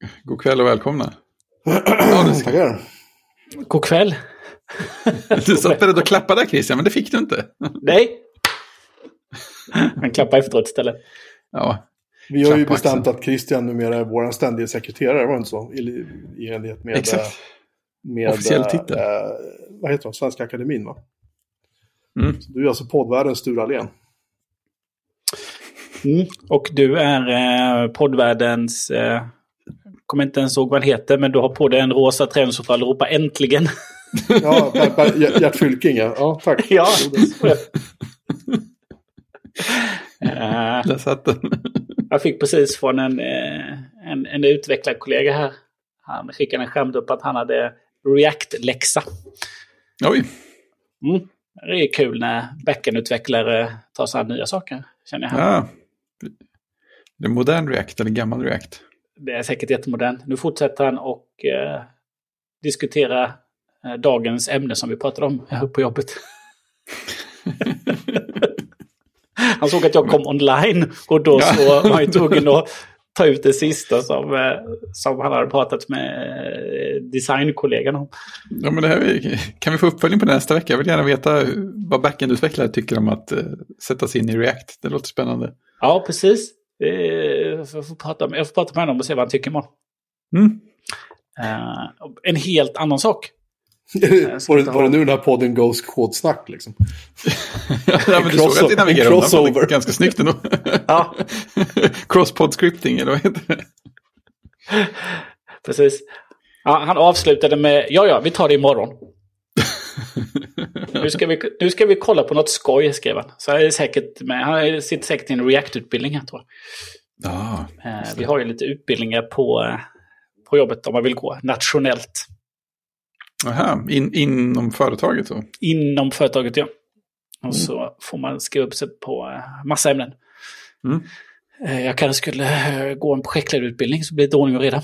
God kväll och välkomna. Tackar. God kväll. Du satt beredd att klappa där, Christian, men det fick du inte. Nej. Men klappa efteråt istället. Ja. Vi har ju bestämt att Christian numera är vår ständiga sekreterare, var det inte så? I enlighet med, med officiell titel. Vad heter det? Svenska Akademin, va? Mm. Så du är alltså poddvärldens Sture Allén. Och du är poddvärldens... kommer inte ens ihåg vad det heter, men du har på dig en rosa träningsoverall och ropar äntligen. Ja, Gert Fylking, ja. Ja, tack. Ja. Där satt den. Jag fick precis från en utvecklarkollega här. Han skickade en skärm upp att han hade React-läxa. Oj. Det är kul när backend-utvecklare tar sig an nya saker, känner jag. Ja. Det är modern React eller gammal React? Det är säkert jättemodernt. Nu fortsätter han och diskutera dagens ämne som vi pratade om här på jobbet. Han såg att jag kom online och då så var han ju tvungen att ta ut det sista som han hade pratat med designkollegan om. Ja, men det här kan vi få uppföljning på nästa vecka? Jag vill gärna veta vad backend-utvecklare tycker om att sätta sig in i React. Det låter spännande. Ja, precis. Jag får prata med honom och se vad han tycker imorgon. En helt annan sak. Var det nu den här podden Goes kodsnack liksom? Ja, men du såg att det navigerar undan ganska snyggt ändå. Ja. Crosspod scripting eller vad heter det? Precis. Ja, han avslutade med, vi tar det imorgon. Nu ska vi kolla på något skoj, skrev han. Så han sitter säkert i en React-utbildning här, tror jag. Vi har ju lite utbildningar på jobbet om man vill gå nationellt. Aha, inom företaget då? Inom företaget, ja. Och så får man skriva upp sig på massa ämnen. Jag kanske skulle gå en projektledarutbildning så blir det ordning och reda.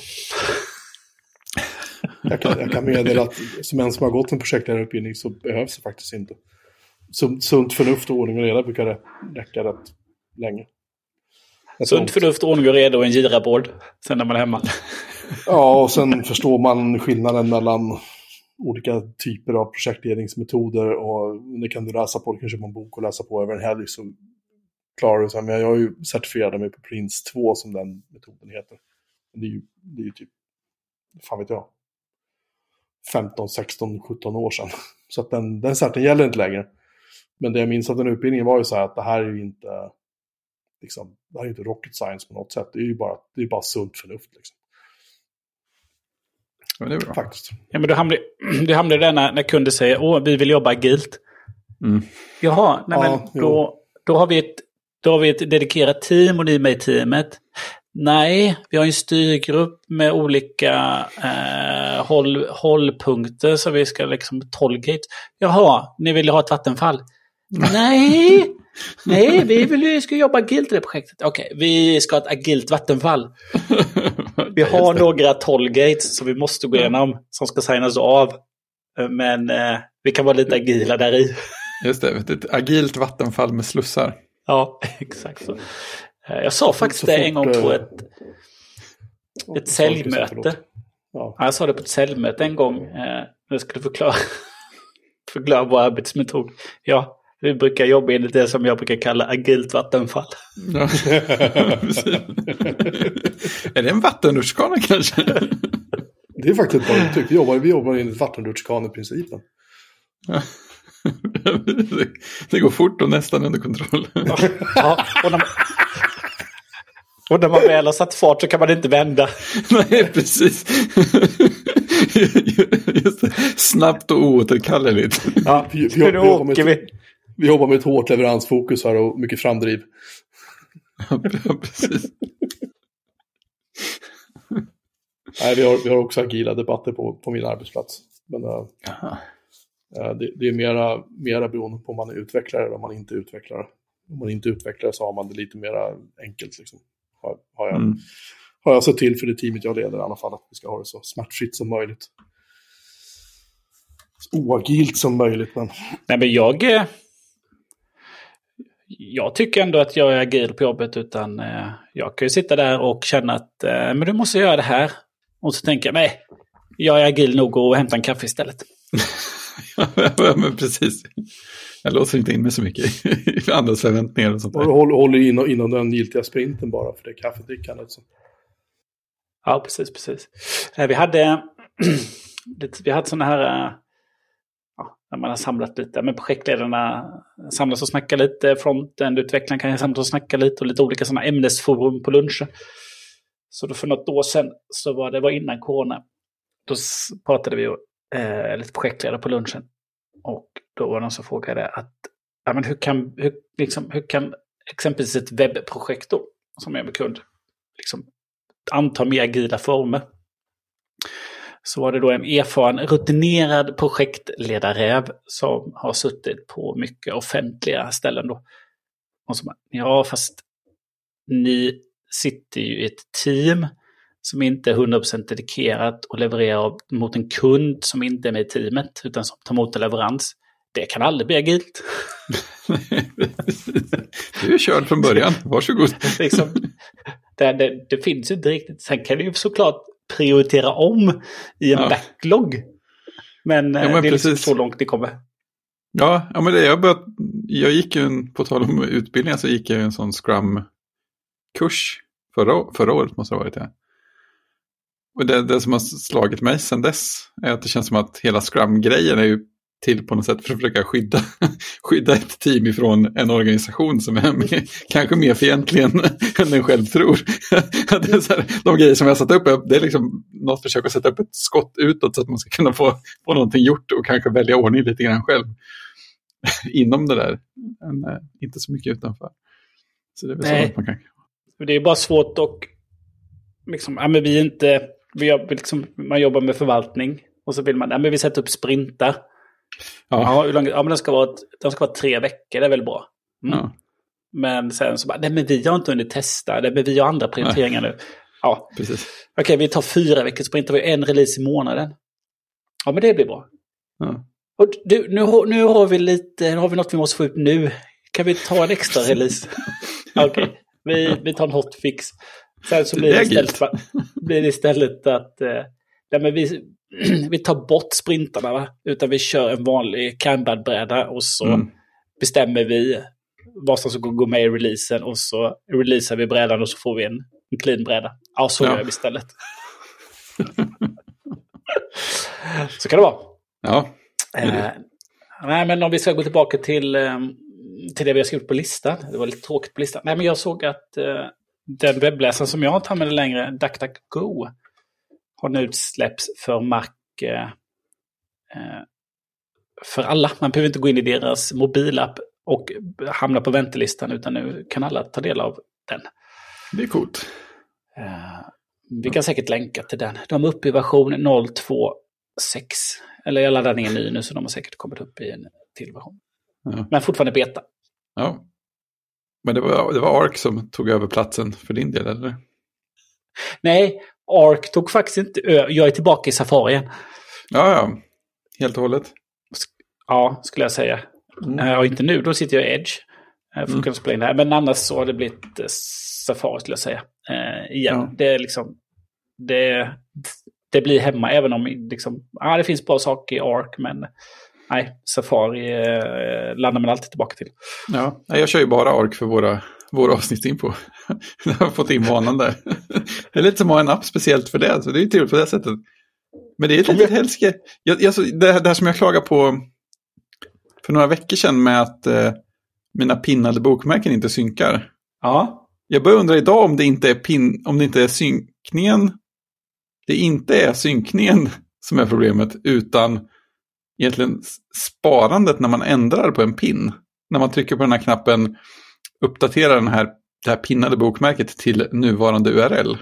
Jag kan meddela att som en som har gått en projektledarutbildning så behövs det faktiskt inte. Sunt förnuft och ordning och reda brukar räcka rätt länge. Sunt förnuft, ordning och reda och en Jira-board. Sen när man är hemma. Ja, och sen förstår man skillnaden mellan olika typer av projektledningsmetoder och det kan du läsa på, du kan köpa en bok och läsa på över en helg så klarar du sen. Men jag har ju certifierat mig på Prince 2 som den metoden heter. Det är ju typ, fan vet jag, 15, 16, 17 år sedan. Så att den certen gäller inte längre. Men det jag minns av den utbildningen var ju så här att det här är ju inte liksom, det här är inte rocket science på något sätt. Det är bara sunt förnuft liksom. Ja, det är bra. Faktiskt. Ja, men du hamnade där när kunder säger vi vill jobba agilt. Jaha, nej, men då har vi ett dedikerat team och ni är med i teamet. Nej, vi har en styrgrupp med olika hållpunkter så vi ska liksom tollgate. Jaha, ni vill ha ett vattenfall? Nej, vi ska jobba agilt i det projektet. Okej, vi ska ha ett agilt vattenfall. Vi har några tollgates som vi måste gå igenom som ska signas av. Men vi kan vara lite agila där i. Just det, ett agilt vattenfall med slussar. Ja, exakt så. Jag sa faktiskt det en gång på ett säljmöte. Ja. Jag sa det på ett säljmöte en gång. När jag skulle förklara vår arbetsmetod. Ja, vi brukar jobba enligt det som jag brukar kalla agilt vattenfall. Ja. Är det en vattenrutschkana kanske? Det är faktiskt ett bra uttryck. Vi jobbar enligt vattenrutschkaneprincipen. Ja. Det går fort och nästan under kontroll. Ja, och när man väl har satt fart så kan man inte vända. Nej, precis. Just det. Snabbt och oåterkalleligt. Ja, vi jobbar med ett hårt leveransfokus här och mycket framdriv. Ja, precis. Nej, vi har också agila debatter på min arbetsplats. Men det är mera beroende på om man är utvecklare eller om man inte är utvecklare. Om man inte är utvecklare så har man det lite mer enkelt liksom. Har jag sett till för det teamet jag leder i alla fall att vi ska ha det så smärtfritt som möjligt. Så oagilt som möjligt. Men... Nej, men jag tycker ändå att jag är agil på jobbet utan jag kan ju sitta där och känna att men du måste göra det här. Och så tänker jag, nej, jag är agil nog och hämta en kaffe istället. Ja, men precis. Jag låser inte in mig så mycket i andras förväntningar och sånt där. Och håller inom den giltiga sprinten bara för det kaffedrickandet. Ja, precis. Vi hade sådana här, när man har samlat lite, men projektledarna samlas och snackar lite, frontend-utvecklaren kan samlas och snacka lite och lite olika sådana ämnesforum på lunchen. Så då för något år sedan, så det var innan corona, då pratade vi lite projektledare på lunchen. Och då var någon som frågade att men hur kan exempelvis ett webbprojekt då, som är med kund, liksom anta mer agila former. Så var det då en erfaren, rutinerad projektledarräv som har suttit på mycket offentliga ställen då. Och som, ja, fast ni sitter ju i ett team som inte är 100% dedikerat och levererar mot en kund som inte är med i teamet utan som tar emot en leverans. Det kan aldrig bli agilt. Du är körd från början, varsågod. Liksom, det finns ju inte riktigt. Sen kan du ju såklart prioritera om i en backlog. Men, det är liksom så långt det kommer. Ja, men jag gick ju på tal om utbildningen så gick jag en sån Scrum-kurs förra året måste det ha varit det. Och det som har slagit mig sedan dess är att det känns som att hela Scrum-grejen är ju till på något sätt för att försöka skydda ett team ifrån en organisation som är kanske mer fientlig än den själv tror. Det är så här, de grejer som jag satt upp, det är liksom något försök att sätta upp ett skott utåt så att man ska kunna få någonting gjort och kanske välja ordning lite grann själv inom det där. Men inte så mycket utanför. Så det är väl så att man kan. Det är bara svårt och liksom, man jobbar med förvaltning och så vill man, men vi sätter upp sprintar. Ja, hur långt? Ja, men de ska vara 3 veckor, det är väl bra. Mm. Ja. Men sen så bara, nej men vi har inte hunnit testa, men vi har andra prioriteringar nu. Ja, precis. Okej, vi tar 4 veckor sprintar, vi har en release i månaden. Ja, men det blir bra. Ja. Och du, nu har vi något vi måste få ut nu. Kan vi ta en extra release? Okej, vi tar en hotfix. Sen så blir det istället att vi tar bort sprintarna, va? Utan vi kör en vanlig Kanban-bräda och så bestämmer vi vad som ska gå med i releasen och så releasar vi brädan och så får vi en clean bräda. Ja, så gör vi istället. Så kan det vara. Ja. Nej, men om vi ska gå tillbaka till det vi har skrivit på listan. Det var lite tråkigt på listan. Nej, men jag såg att den webbläsaren som jag inte använder längre, DuckDuckGo, har nu släpps för Mac för alla. Man behöver inte gå in i deras mobilapp och hamna på väntelistan, utan nu kan alla ta del av den. Det är coolt. Vi kan säkert länka till den. De är uppe i version 0.2.6. Eller jag laddar ner ny nu, så de har säkert kommit upp i en till version. Ja. Men fortfarande beta. Ja. Men det var Arc som tog över platsen för din del, eller? Nej, Arc tog faktiskt inte jag är tillbaka i Safari igen. Ja. Helt och hållet. Ja, skulle jag säga. Och inte nu, då sitter jag i Edge. För att kunna spela in det här. Men annars så har det blivit Safari, skulle jag säga. Igen. Ja. Det är liksom... Det blir hemma, även om liksom, det finns bra saker i Arc, men nej, Safari landar man alltid tillbaka till. Ja, jag kör ju bara Arc för våra avsnittsinfo. Jag har fått in vanan där. Det är lite som att ha en app speciellt för det, så det är ju trevligt på det sättet. Men det är ett litet hälske. Det här som jag klagade på för några veckor sedan med att mina pinnade bokmärken inte synkar. Ja. Jag börjar undra idag om det inte är synkningen. Det inte är synkningen som är problemet, utan egentligen sparandet när man ändrar på en pin. När man trycker på den här knappen uppdatera det här pinnade bokmärket till nuvarande URL.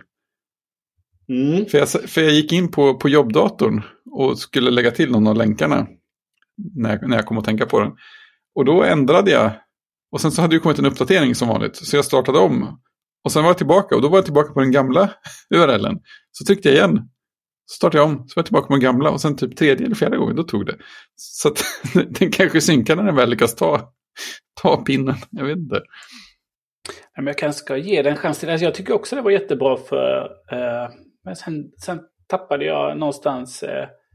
För jag gick in på jobbdatorn och skulle lägga till någon av länkarna när jag kom att tänka på den. Och då ändrade jag. Och sen så hade det kommit en uppdatering som vanligt. Så jag startade om. Och sen var jag tillbaka. Och då var jag tillbaka på den gamla URLen. Så tryckte jag igen. Så startade jag om. Så var jag tillbaka på den gamla. Och sen typ 3:e eller 4:e gången då tog det. Så att den kanske synkar när den väl lyckas ta pinnen. Jag vet inte. Men jag kanske ska ge den en chans till. Alltså jag tycker också det var jättebra för... men sen tappade jag någonstans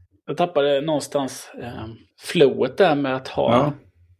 flowet där med att ha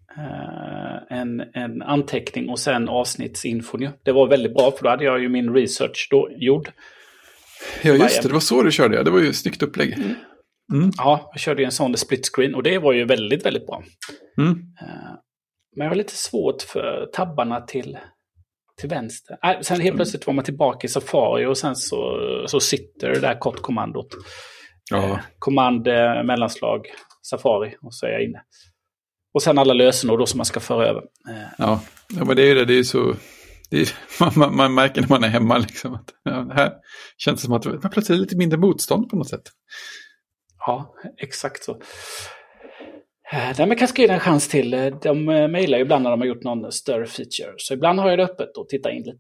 en anteckning och sen avsnittsinfo. Det var väldigt bra, för då hade jag ju min research då gjord. Ja, just det. Det var så du körde. Det var ju ett snyggt upplägg. Ja, jag körde ju en sån split screen och det var ju väldigt, väldigt bra. Men jag har lite svårt för tabbarna till vänster. Sen helt plötsligt var man tillbaka i Safari och sen så sitter det där kortkommandot. Ja. Kommand, mellanslag, Safari och så är jag inne. Och sen alla lösenord då som man ska föra över. Ja, men det är ju det. Det är så... man märker när man är hemma liksom att här känns det som att man plötsligt är lite mindre motstånd på något sätt. Ja, exakt så. Nej, men kanske ge en chans till. De mejlar ju ibland när de har gjort någon större feature. Så ibland har jag det öppet och tittar in lite.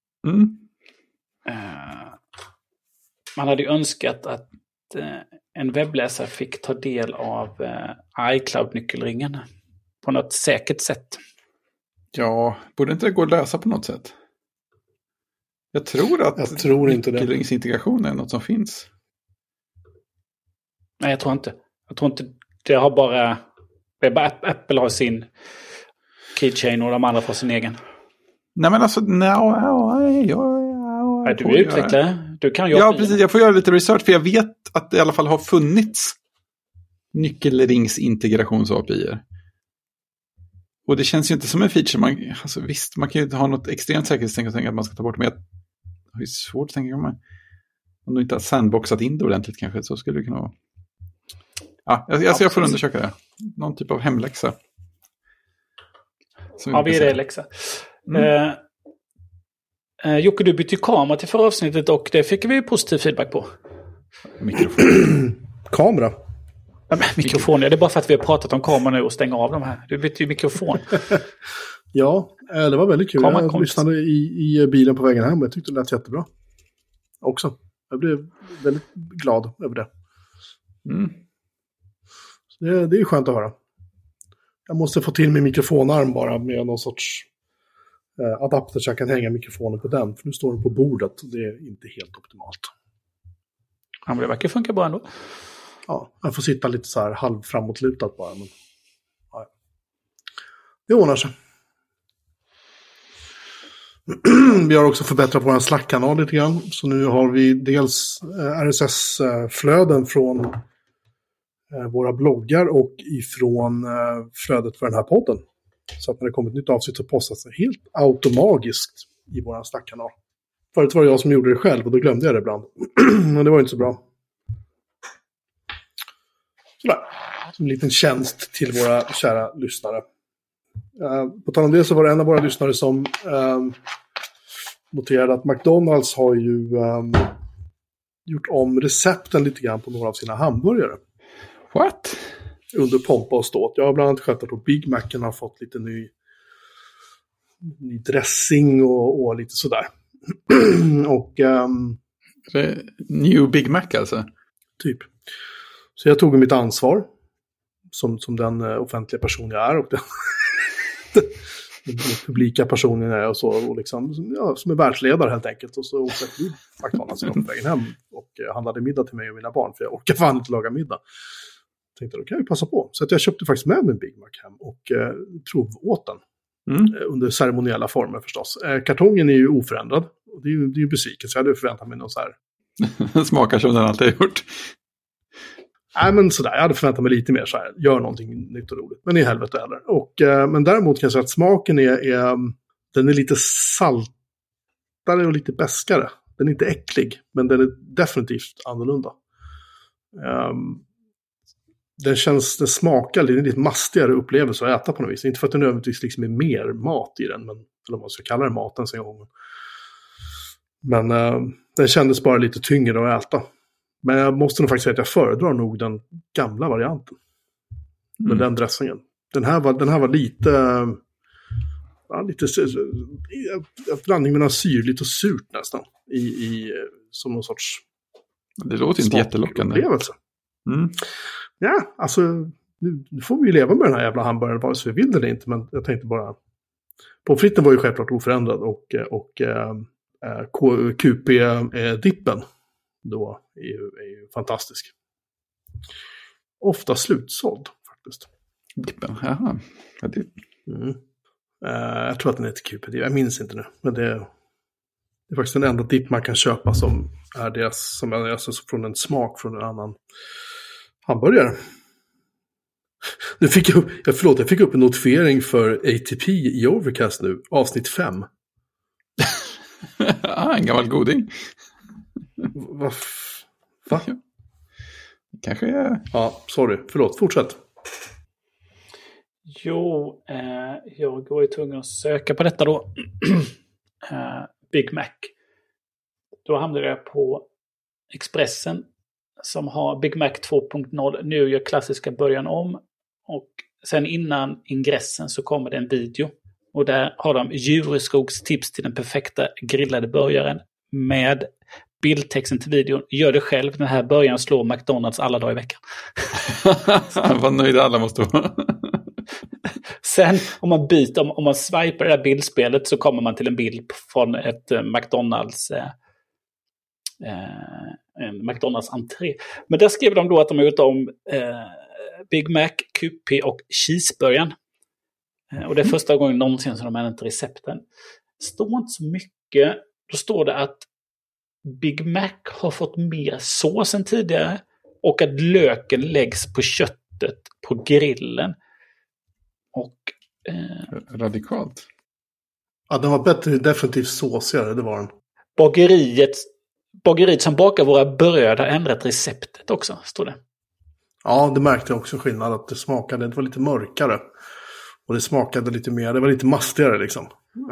Man hade ju önskat att en webbläsare fick ta del av iCloud-nyckelringen på något säkert sätt. Ja, borde inte det gå att lösa på något sätt? Jag tror inte nyckelringsintegration är något som finns. Nej, jag tror inte. Det har bara Apple har sin keychain och de andra får sin egen. Nej, men alltså, du är utvecklare. Du kan jobba. Ja, precis. Jag får göra lite research, för jag vet att det i alla fall har funnits nyckelringsintegrations-API-er. Och det känns ju inte som en feature. Visst, man kan ju inte ha något extremt säkerhetstänk och tänka att man ska ta bort. Men jag har ju svårt att tänka om du inte har sandboxat in det ordentligt kanske. Så skulle det kunna vara. Ja, jag får undersöka det. Någon typ av hemläxa. Ja, vi är det läxa. Jocke, du bytte kamera till förra avsnittet och det fick vi ju positiv feedback på. Mikrofon. Kamera? Mikrofon, det är bara för att vi har pratat om kameran nu och stänger av de här. Du bytte ju mikrofon. Ja, det var väldigt kul. Jag lyssnade i bilen på vägen hem och jag tyckte det lät jättebra. Också. Jag blev väldigt glad över det. Så det är skönt att höra. Jag måste få till min mikrofonarm bara med någon sorts adapter så jag kan hänga mikrofonen på den. För nu står den på bordet och det är inte helt optimalt. Ja, men det verkar funka bra ändå. Ja, jag får sitta lite så här halv framåtlutat bara. Men, ja. Det ordnar sig. Vi har också förbättrat vår Slack-kanal lite grann. Så nu har vi dels RSS-flöden från våra bloggar och ifrån flödet för den här podden. Så att när det kommer ett nytt avsnitt så postas det helt automatiskt i vår Slack-kanal. Förut var det jag som gjorde det själv och då glömde jag det ibland. Men det var inte så bra. Sådär. Som en liten tjänst till våra kära lyssnare. På tal om det så var det en av våra lyssnare som noterade att McDonald's har ju gjort om recepten lite grann på några av sina hamburgare. What? Under pompa och ståt. Jag har bland annat skött att Big Macen har fått lite ny dressing och lite sådär. Och New Big Mac alltså? Typ. Så jag tog mitt ansvar som den offentliga person jag är och den publika personen är och så och liksom, som är världsledare helt enkelt. Och så åkte jag till McDonald's på vägen hem och handlade middag till mig och mina barn för jag orkar fan inte laga middag. Tänkte då kan jag passa på. Så att jag köpte faktiskt med mig en Big Mac hem och provåt den. Under ceremoniella former förstås. Kartongen är ju oförändrad. Och det är ju besvikelse. Jag hade förväntat mig någon så här. Smakar som den alltid har gjort. Nej, men sådär. Jag hade förväntat mig lite mer så här. Gör någonting nytt och roligt. Men i helvete heller. Och, men däremot kan jag säga att smaken den är lite saltare och lite bäskare. Den är inte äcklig. Men den är definitivt annorlunda. Den smakar lite mastigare upplevelse att äta på något vis. Inte för att det nödvändigtvis liksom är mer mat i den. Men, eller om man ska kalla det maten en gång. Men den kändes bara lite tyngre att äta. Men jag måste nog faktiskt säga att jag föredrar nog den gamla varianten. Med den dressingen. Den här var lite... Ja, lite blandning mellan syrligt och surt nästan. Som någon sorts... Det låter inte jättelockande. Ja, alltså... Nu får vi ju leva med den här jävla hamburgaren vare sig vi vill eller inte. Men jag tänkte bara... Pommes fritesen var ju självklart oförändrad. Och QP-dippen då är ju fantastisk. Ofta slutsåld faktiskt. Dippen, jaha. Ja, det... Jag tror att den heter QPD, jag minns inte nu. Men det är faktiskt den enda dipp man kan köpa som är deras, som är alltså från en smak från en annan hamburgare. Nu fick jag fick upp en notifiering för ATP i Overcast nu, avsnitt 5. En gammal goding. Va? Kanske är... Ja, sorry, förlåt, fortsätt. Jo, jag var ju tvungen att söka på detta då. Big Mac. Då hamnade jag på Expressen som har Big Mac 2.0. Nu gör klassiska början om. Och sen innan ingressen så kommer det en video. Och där har de Djureskogs tips till den perfekta grillade burgaren med bildtexten till videon. Gör det själv. Den här början slår McDonald's alla dagar i veckan. Vad nöjda alla måste vara. Sen om man byter, om man swipar det där bildspelet så kommer man till en bild från ett McDonald's en McDonald's entré. Men där skrev de då att de har gjort om Big Mac, QP och cheeseburgaren. Och det är första gången någonsin som de har inte recepten. Står inte så mycket. Då står det att Big Mac har fått mer sås än tidigare och att löken läggs på köttet på grillen. Och radikalt. Ja, den var bättre, definitivt såsigare, det var den. Bageriet som bakar våra bröd har ändrat receptet också, står det. Ja, det märkte jag också skillnad att det var lite mörkare. Och det smakade lite mer, det var lite mastigare liksom.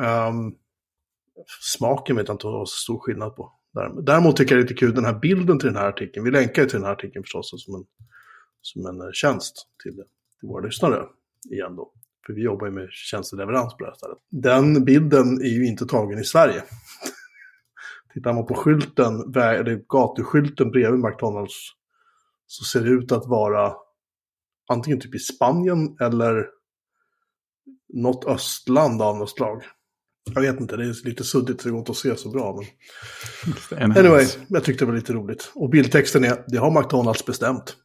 Smaken vet jag inte vad det var så stor skillnad på. Däremot tycker jag det är lite kul, den här bilden till den här artikeln. Vi länkar ju till den här artikeln förstås som en tjänst till våra lyssnare igen då. För vi jobbar ju med tjänsteleverans på det här stället. Den bilden är ju inte tagen i Sverige. Tittar man på skylten, eller gatuskylten bredvid McDonald's, så ser det ut att vara antingen typ i Spanien eller något östland av något slag. Jag vet inte, det är lite suddigt så det går inte att se så bra. Men... Anyway, jag tyckte det var lite roligt. Och bildtexten är, det har McDonald's bestämt.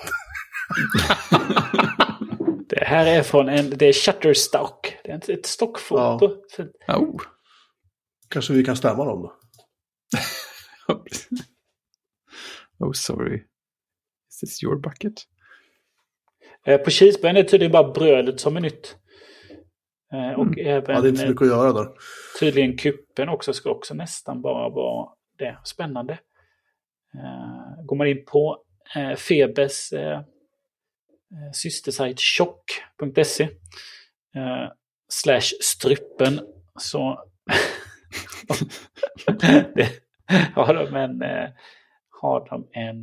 Det här är från det är Shutterstock. Det är ett stockfoto. Ja. Kanske vi kan stämma dem då. Oh, sorry. Is this your bucket? På cheeseburgaren är det tydligen bara brödet som är nytt. Och även, det är inte så mycket att göra där. Tydligen kuppen också ska också nästan bara vara det. Spännande. Går man in på Febes systersajt tjock.se /struppen så har de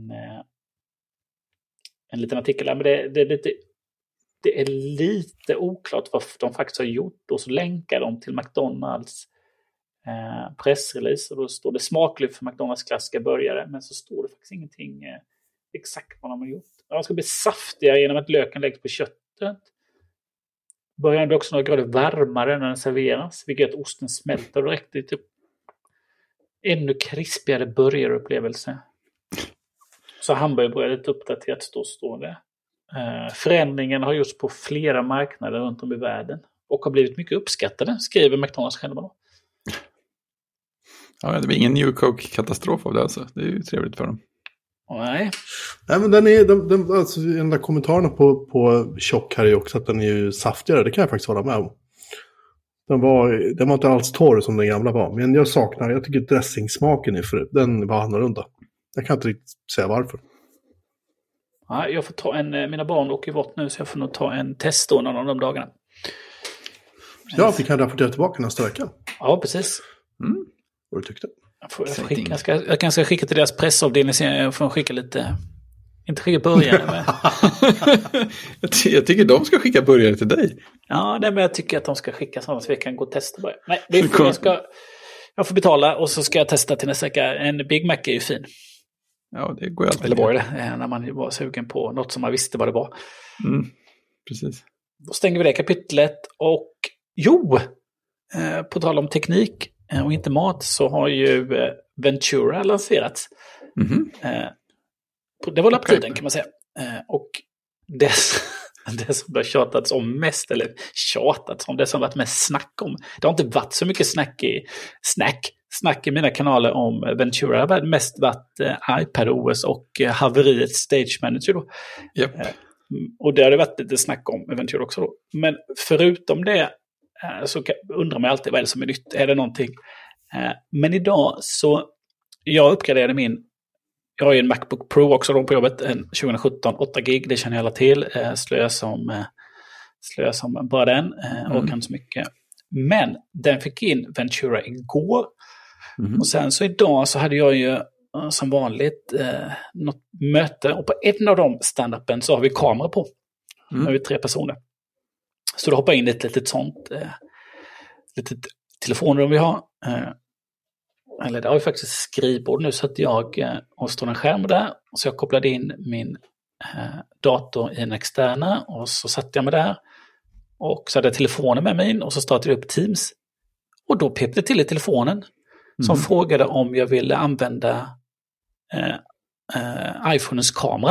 en liten artikel där, men det är lite oklart vad de faktiskt har gjort, och så länkar de till McDonald's pressrelease och då står det smaklyft för McDonald's klassiska burgare, men så står det faktiskt ingenting exakt vad de har gjort. De ska bli saftigare genom att löken läggs på köttet. Burgaren blir också några grader varmare när den serveras, vilket gör att osten smälter och direkt till ännu krispigare burgarupplevelse. Så hamburgerbrödet uppdaterat står det. Förändringen har gjorts på flera marknader runt om i världen och har blivit mycket uppskattade, skriver McDonald's själva då. Ja, det blir ingen New Coke-katastrof av det alltså. Det är ju trevligt för dem. Nej. Nej, men alltså, den där kommentarerna på tjock här är också att den är ju saftigare. Det kan jag faktiskt hålla med om. Den var inte alls torr som den gamla var. Men jag tycker dressingsmaken den var annorlunda. Jag kan inte riktigt säga varför. Ja, jag får ta mina barn åker bort nu så jag får nog ta en test då någon av de dagarna. Ja, vi kan rapportera tillbaka nästa vecka. Ja, precis. Vad du tyckte. Jag kanske ska skicka till deras pressavdelning så jag får skicka lite... Inte skicka burgare med. Jag tycker de ska skicka burgare till dig. Ja, men jag tycker att de ska skicka sådana så vi kan gå och testa burgare. Nej, jag får betala och så ska jag testa till nästa vecka. En Big Mac är ju fin. Ja, det går ju alltid. Eller var det när man var sugen på något som man visste vad det var. Precis. Då stänger vi det kapitlet och på tal om teknik och inte mat så har ju Ventura lanserats. Det var på tiden kan man säga. Och det som det har tjatats om mest, eller tjatats om, det som varit mest snack om. Det har inte varit så mycket snack i mina kanaler om Ventura. Det har mest varit iPadOS och haveriet Stage Manager då. Yep. Och det har det varit lite snack om Ventura också då. Men förutom det så undrar man alltid vad är det som är nytt. Är det någonting? Men idag så, jag uppgraderade jag har ju en Macbook Pro också då på jobbet, en 2017 8 gig, det känner jag alla till. Slöa som bara den och kan så mycket. Men den fick in Ventura igår. Och sen så idag så hade jag ju som vanligt något möte, och på en av de stand-upen så har vi kamera på. Nu har vi 3 personer. Så då hoppar in ett litet sånt litet telefonrum vi har. Eller det har vi faktiskt skrivbord nu, så att jag har stått en skärm där. Så jag kopplade in min dator i en externa och så satte jag mig där. Och så hade jag telefonen med mig in och så startade jag upp Teams. Och då pep det till i telefonen som frågade om jag ville använda iPhonens kamera.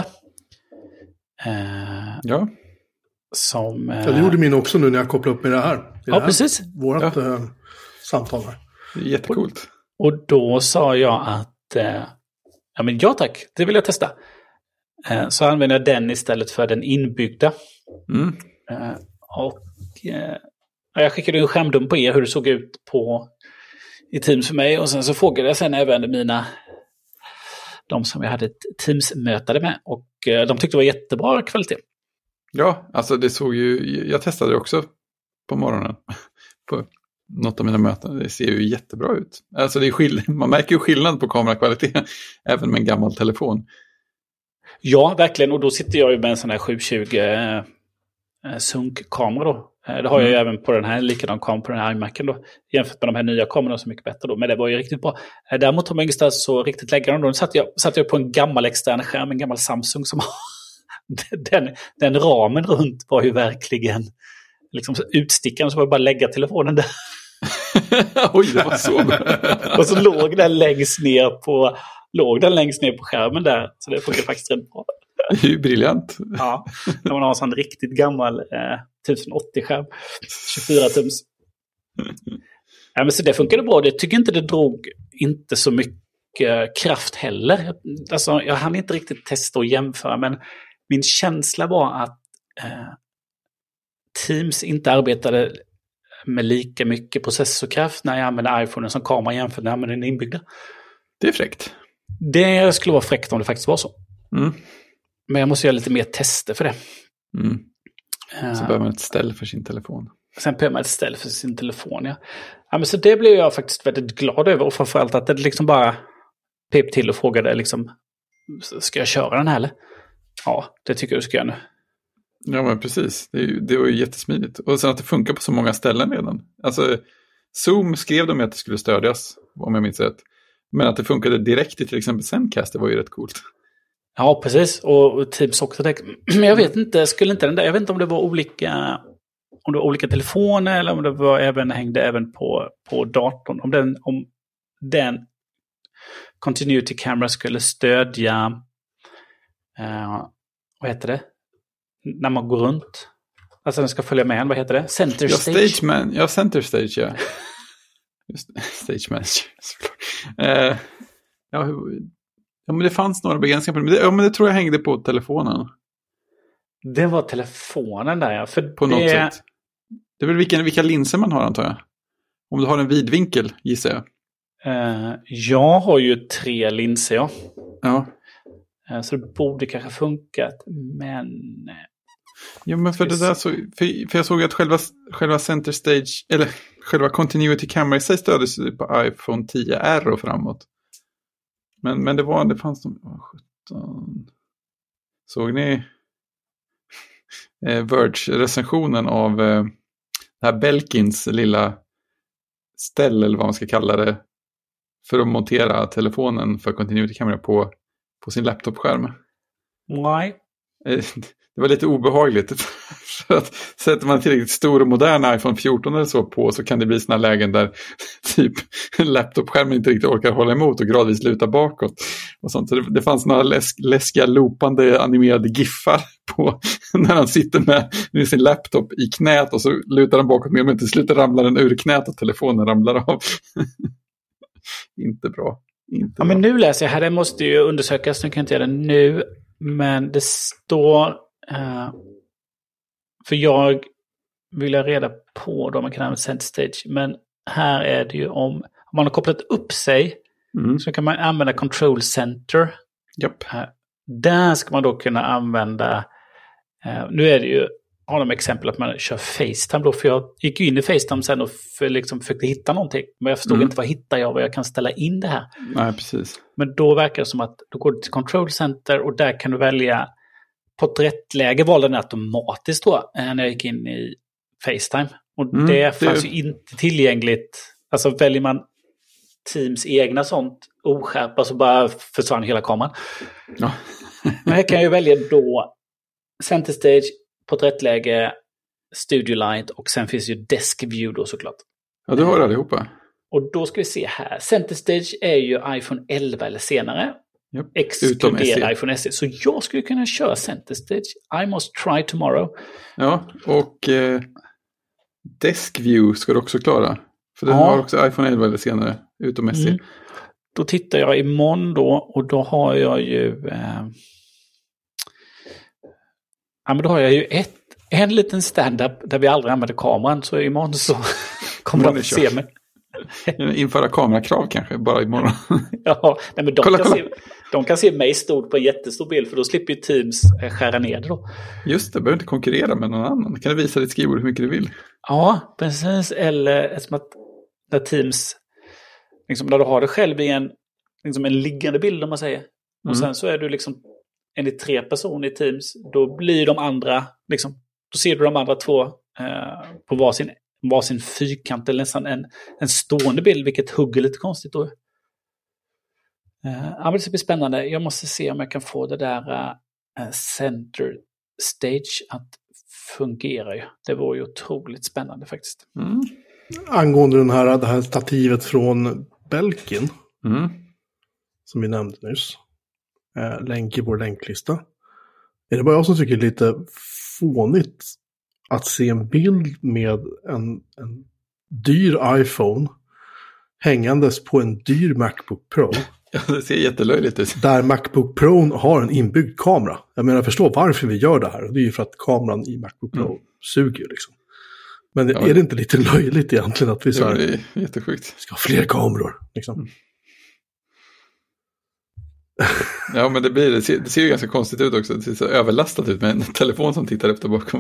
Ja. Det gjorde min också nu när jag kopplade upp med det här. Precis. Vårat samtal här. Det är jättecoolt. Och då sa jag att ja tack, det vill jag testa. Så använder jag den istället för den inbyggda. Jag skickade en skärmdump på er hur det såg ut i Teams för mig. Och sen så frågade jag även de som jag hade ett Teams-mötade med. Och de tyckte det var jättebra kvalitet. Ja, alltså det såg ju, jag testade det också på morgonen på något av mina möten. Det ser ju jättebra ut. Alltså det är man märker ju skillnad på kamerakvalitet även med en gammal telefon. Ja, verkligen. Och då sitter jag ju med en sån här 720 SUNK-kamera då. Det har jag ju även på den här, likadan kamera på den här iMacen då. Jämfört med de här nya kamerorna så mycket bättre då. Men det var ju riktigt bra. Däremot har man ingenstans så riktigt lägga dem då. Nu satt jag på en gammal extern skärm, en gammal Samsung som den ramen runt var ju verkligen liksom utstickaren, så var det bara lägga telefonen där. Oj, det var så bra. Och så låg den längst ner på skärmen där. Så det funkar faktiskt rätt bra. Det är ju briljant. Ja, när man har en sån riktigt gammal 1080-skärm. 24-tums. Ja, men så det funkade bra. Jag tycker inte det drog inte så mycket kraft heller. Alltså, jag hann inte riktigt testa och jämföra, men min känsla var att Teams inte arbetade med lika mycket processorkraft när jag använde iPhone som kamera jämfört när jag använde den inbyggda. Det är fräckt. Det skulle vara fräckt om det faktiskt var så. Men jag måste göra lite mer tester för det. Så behöver man ett ställ för sin telefon. Sen behöver man ett ställ för sin telefon, ja. Men så det blev jag faktiskt väldigt glad över. Och framförallt att det liksom bara pep till och frågade liksom, ska jag köra den här eller? Ja, det tycker jag du ska göra nu. Ja, men precis. Det var ju jättesmidigt. Och sen att det funkar på så många ställen redan. Alltså, Zoom skrev de att det skulle stödjas, om jag minns rätt. Men att det funkade direkt i till exempel Zencaster var ju rätt coolt. Ja, precis. Och Teams också. Men jag vet inte, jag vet inte om det var olika telefoner eller om det var hängde även på datorn. Om den Continuity Camera skulle stödja vad heter det? När man går runt. Alltså den ska följa med en, vad heter det? Center Stage. Center Stage, ja. Just Stage Manager. Ja, men det fanns några begränsningar på det. Ja, men det tror jag hängde på telefonen. Det var telefonen där, ja. För på något sätt. Det är väl vilka linser man har, antar jag. Om du har en vidvinkel, gissar jag. Jag har ju 3 linser, ja. Ja. Så det borde kanske funkat, men... Ja, men för det där så... För jag såg att själva Center Stage, eller själva Continuity Camera i sig stöddes på iPhone 10R och framåt. Men det fanns de... 17... Såg ni Verge-recensionen av det här Belkins lilla ställ, eller vad man ska kalla det, för att montera telefonen för Continuity Camera på sin laptopskärm? Nej. det var lite obehagligt. För att sätter man tillräckligt stor och modern iPhone 14 eller så kan det bli såna lägen där typ laptopskärmen inte riktigt orkar hålla emot och gradvis luta bakåt. Och sånt. Så det fanns några läskiga loopande animerade giffar på när han sitter med sin laptop i knät och så lutar den bakåt med, men till slut ramlar den ur knät och telefonen ramlar av. Inte bra. Inte bra. Men nu läser jag här, det måste ju undersökas, nu kan jag inte göra det nu, men det står för jag vill ha reda på då man kan använda Center Stage, men här är det ju om man har kopplat upp sig så kan man använda Control Center. Japp. Där ska man då kunna använda, nu är det ju, har de exempel att man kör FaceTime då, för jag gick in i FaceTime sen och försökte hitta någonting, men jag förstod inte vad jag kan ställa in det här. Nej, precis. Men då verkar det som att då går du till Control Center och där kan du välja porträttläge, valde den automatiskt då när jag gick in i FaceTime. Och det fanns ju inte tillgängligt. Alltså väljer man Teams egna sånt oskärpa så bara försvann hela kameran. Ja. Men här kan jag ju välja då Center Stage, porträttläge, Studio Light och sen finns ju Desk View då såklart. Ja, du har det allihopa. Och då ska vi se här. Center Stage är ju iPhone 11 eller senare. Yep. Exkludera iPhone SE. Så jag skulle kunna köra Center Stage. I must try tomorrow. Ja, och Desk View ska du också klara. För den har också iPhone 11 eller senare, utom SE. Då tittar jag imorgon då och då har jag ju men då har jag ju en liten stand-up där vi aldrig använder kameran, så imorgon så kommer de att se mig. Införa kamerakrav kanske, bara imorgon. Ja, nej, men de kan se mig stort på en jättestor bild, för då slipper ju Teams skära ner det då. Just det, behöver inte konkurrera med någon annan. Kan du visa ditt skrivbord hur mycket du vill? Ja, precis. Eller som att när Teams, liksom, när du har det själv i en liggande bild om man säger. Och sen så är du liksom en i 3 personer i Teams, då blir de andra, liksom, då ser du de andra 2 på varsin fyrkant eller nästan en stående bild, vilket hugger lite konstigt då. Men det ska bli spännande. Jag måste se om jag kan få det där Center Stage att fungera. Det var ju otroligt spännande faktiskt. Angående det här stativet från Belkin som vi nämnde nyss. Länk i vår länklista. Är det bara jag som tycker det är lite fånigt att se en bild med en dyr iPhone hängandes på en dyr MacBook Pro? Ja, det ser jättelöjligt ut. Där MacBook Pro har en inbyggd kamera. Jag menar, jag förstår varför vi gör det här. Det är ju för att kameran i MacBook Pro suger liksom. Men är det inte lite löjligt egentligen att vi så här, det är jättesjukt. Ska ha fler kameror liksom. Ja, men det ser ju ganska konstigt ut också. Det ser så överlastat ut med en telefon som tittar efter bakom.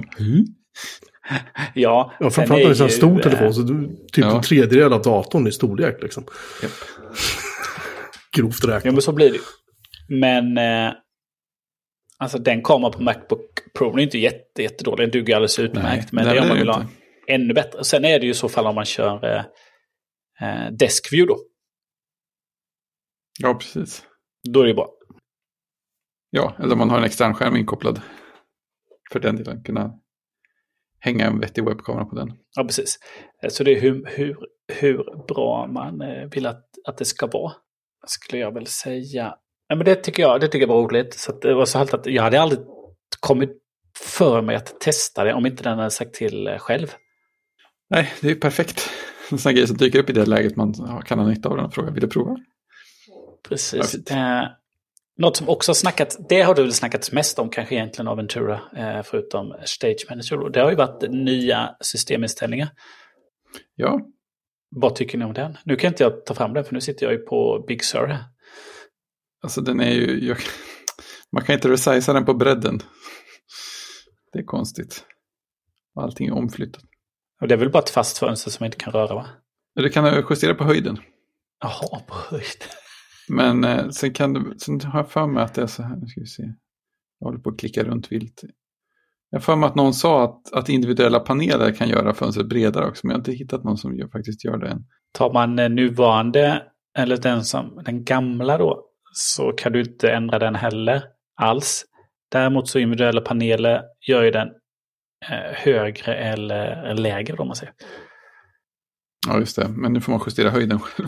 Ja, framförallt när det är en stor telefon, så typ en tredjedel av datorn i storlek liksom. Yep. Grovt räknat. Ja, men så blir det. Men alltså den kameran på MacBook Pro är inte jättedålig. Den duger alldeles utmärkt. Men det är om man vill ha ännu bättre. Sen är det ju så fall om man kör Desk View då. Ja, precis. Då är det bra. Ja, eller om man har en extern skärm inkopplad. För den delen kunna hänga en vettig webbkamera på den. Ja, precis. Så det är hur bra man vill att det ska vara. Skulle jag väl säga. Ja, men det tycker jag var roligt. Så att det var så halt att jag hade aldrig kommit för mig att testa det om inte den hade sagt till själv. Nej, det är ju perfekt. En sån grej som dyker upp i det läget man kan ha nytta av den och fråga, vill du prova? Precis. Något som också har snackat, det har du väl snackat mest om kanske egentligen av Ventura, förutom Stage Manager. Det har ju varit nya systeminställningar. Ja. Vad tycker ni om den? Nu kan inte jag ta fram den, för nu sitter jag ju på Big Sur här. Alltså den är ju, man kan inte resiza den på bredden. Det är konstigt. Allting är omflyttat. Och det är väl bara ett fast fönster som man inte kan röra, va? Du kan justera på höjden. Jaha, på höjden. Men sen har jag för mig att det är så här, nu ska vi se. Jag håller på att klicka runt vilt. Jag har för mig att någon sa att individuella paneler kan göra fönstret bredare också, men jag har inte hittat någon som faktiskt gör det än. Tar man nuvarande, eller den gamla då, så kan du inte ändra den heller alls. Däremot så individuella paneler gör ju den högre eller lägre om man säger. Ja, just det. Men nu får man justera höjden själv.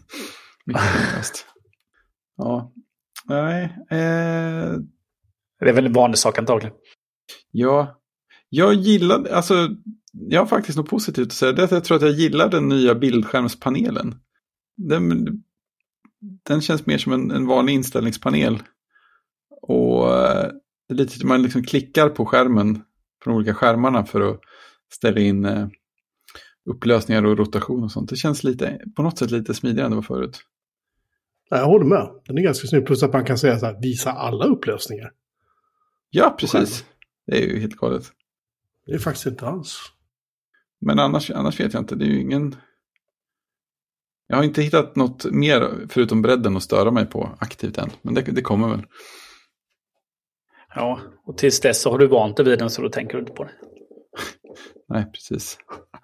Ja. Nej. Det är väl en vanlig sak antagligen. Ja. Jag gillar, alltså, jag har faktiskt något positivt att säga. Det är att jag tror att jag gillar den nya bildskärmspanelen. Den känns mer som en vanlig inställningspanel. Och det är lite man liksom klickar på skärmen, på de olika skärmarna för att ställa in upplösningar och rotation och sånt. Det känns lite, på något sätt lite smidigare än det var förut. Jag håller med. Den är ganska snygg. Plus att man kan säga så här, visa alla upplösningar. Ja, precis. Det är ju helt galet. Det är faktiskt inte alls. Men annars vet jag inte. Det är ju ingen... Jag har inte hittat något mer förutom bredden att störa mig på aktivt än. Men det kommer väl. Ja, och tills dess så har du vant dig vid den så då tänker du inte på det. Nej, precis.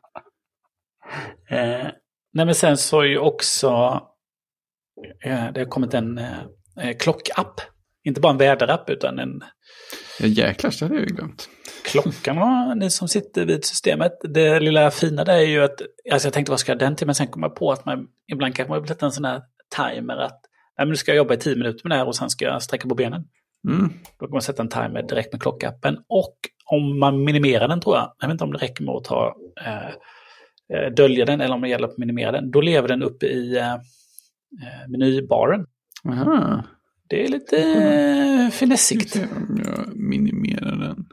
Nej, men sen så är ju också det har kommit en klockapp. Inte bara en väderapp utan en... Ja, jäklar, det har jag ju glömt. Klockan, ni som sitter vid systemet. Det lilla fina där är ju att... Alltså jag tänkte vad ska jag den till? Men sen kom jag på att man ibland kan man bli en sån här timer att nej, men nu ska jag jobba i 10 minuter med det här och sen ska jag sträcka på benen. Då kan man sätta en timer direkt med klockappen. Och om man minimerar den tror jag vet inte om det räcker med att ta dölja den eller om det gäller att minimera den. Då lever den uppe i menybaren. Aha. Det är lite finessigt. Om jag minimerar den.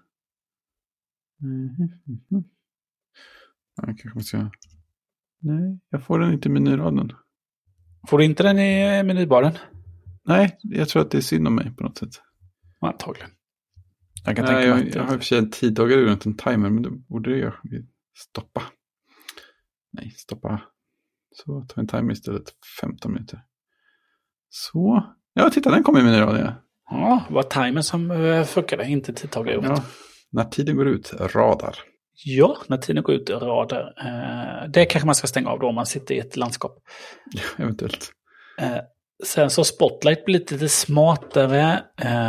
Jag kanske måste göra. Nej, jag får den inte i menyraden. Får du inte den i menybaren? Nej, jag tror att det är synd om mig på något sätt. Antagligen. Jag har i och för sig en tidtagare runt en timer, men då borde jag stoppa. Nej, stoppa. Så ta en timer istället 15 minuter. Så. Ja, titta, den kommer i menyraden. Ja, det var timern som funkade, inte tidtagare. Ja, när tiden går ut, radar. Ja, när tiden går ut, radar. Det kanske man ska stänga av då om man sitter i ett landskap. Ja, eventuellt. Sen så Spotlight blir lite smartare.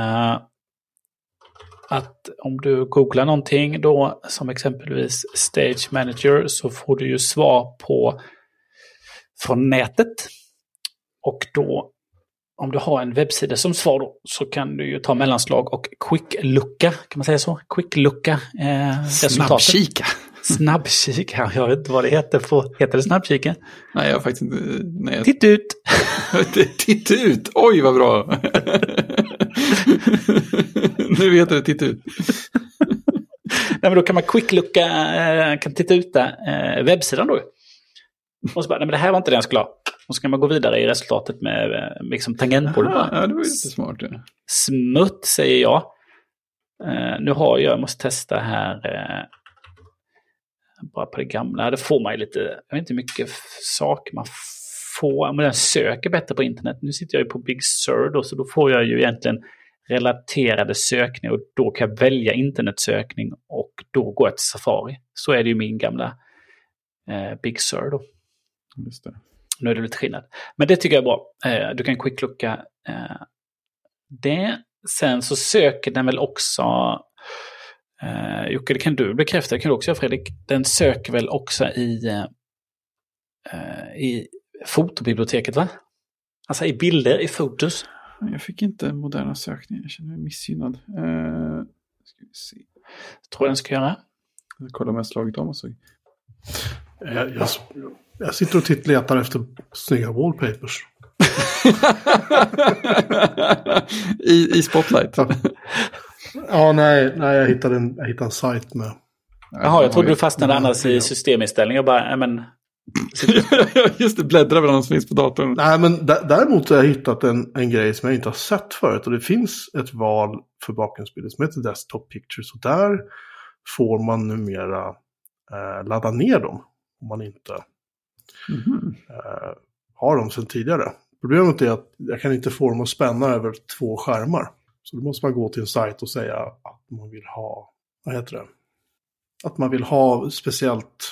Att om du googlar någonting då, som exempelvis Stage Manager, så får du ju svar från nätet. Och då, om du har en webbsida som svar då, så kan du ju ta mellanslag och quick-looka, kan man säga så? Quick-looka Snabbkika. Snabbkika, jag vet inte vad det heter. Heter det snabbkika? Nej, jag har faktiskt inte... Nej. Titt ut! Titt ut! Oj, vad bra! Nu vet jag, titta ut. Nej, men då kan man quick-looka, kan titta ut där, webbsidan då. Och så bara, nej men det här var inte det jag skulle ha. Och så kan man gå vidare i resultatet med liksom tangentbordet. Ja, det var ju lite smart. Ja. Smutt, säger jag. Nu har jag måste testa här bara på det gamla. Det får man ju lite, jag vet inte hur mycket saker man får. Men den söker bättre på internet. Nu sitter jag ju på Big Sur då, så då får jag ju egentligen relaterade sökningar och då kan jag välja internetsökning och då går jag till Safari. Så är det ju min gamla Big Sur då. Just det. Nu är det lite skillnad. Men det tycker jag är bra. Du kan quick-looka det. Sen så söker den väl också Jocke, det kan du bekräfta. Det kan du också göra, Fredrik. Den söker väl också i fotobiblioteket, va? Alltså i bilder, i fotos. Jag fick inte moderna sökningar. Jag känner mig missgynnad. Ska vi se. Tror jag den ska göra. Jag kollar om jag slagit om och så. Jag sitter och letar efter snygga wallpapers. I Spotlight. Ja, nej, jag hittade en sajt med. Jaha, jag trodde du fastnade annars i systeminställning. Jag bara, men... Just det, bläddra med någon som finns på datorn. Nej, men däremot har jag hittat en grej som jag inte har sett förut. Och det finns ett val för bakgrundsbilder som heter Desktop Pictures. Och där får man numera ladda ner dem om man inte har dem sedan tidigare. Problemet är att jag kan inte få dem att spänna över 2 skärmar. Så då måste man gå till en sajt och säga att man vill ha, vad heter det? Att man vill ha speciellt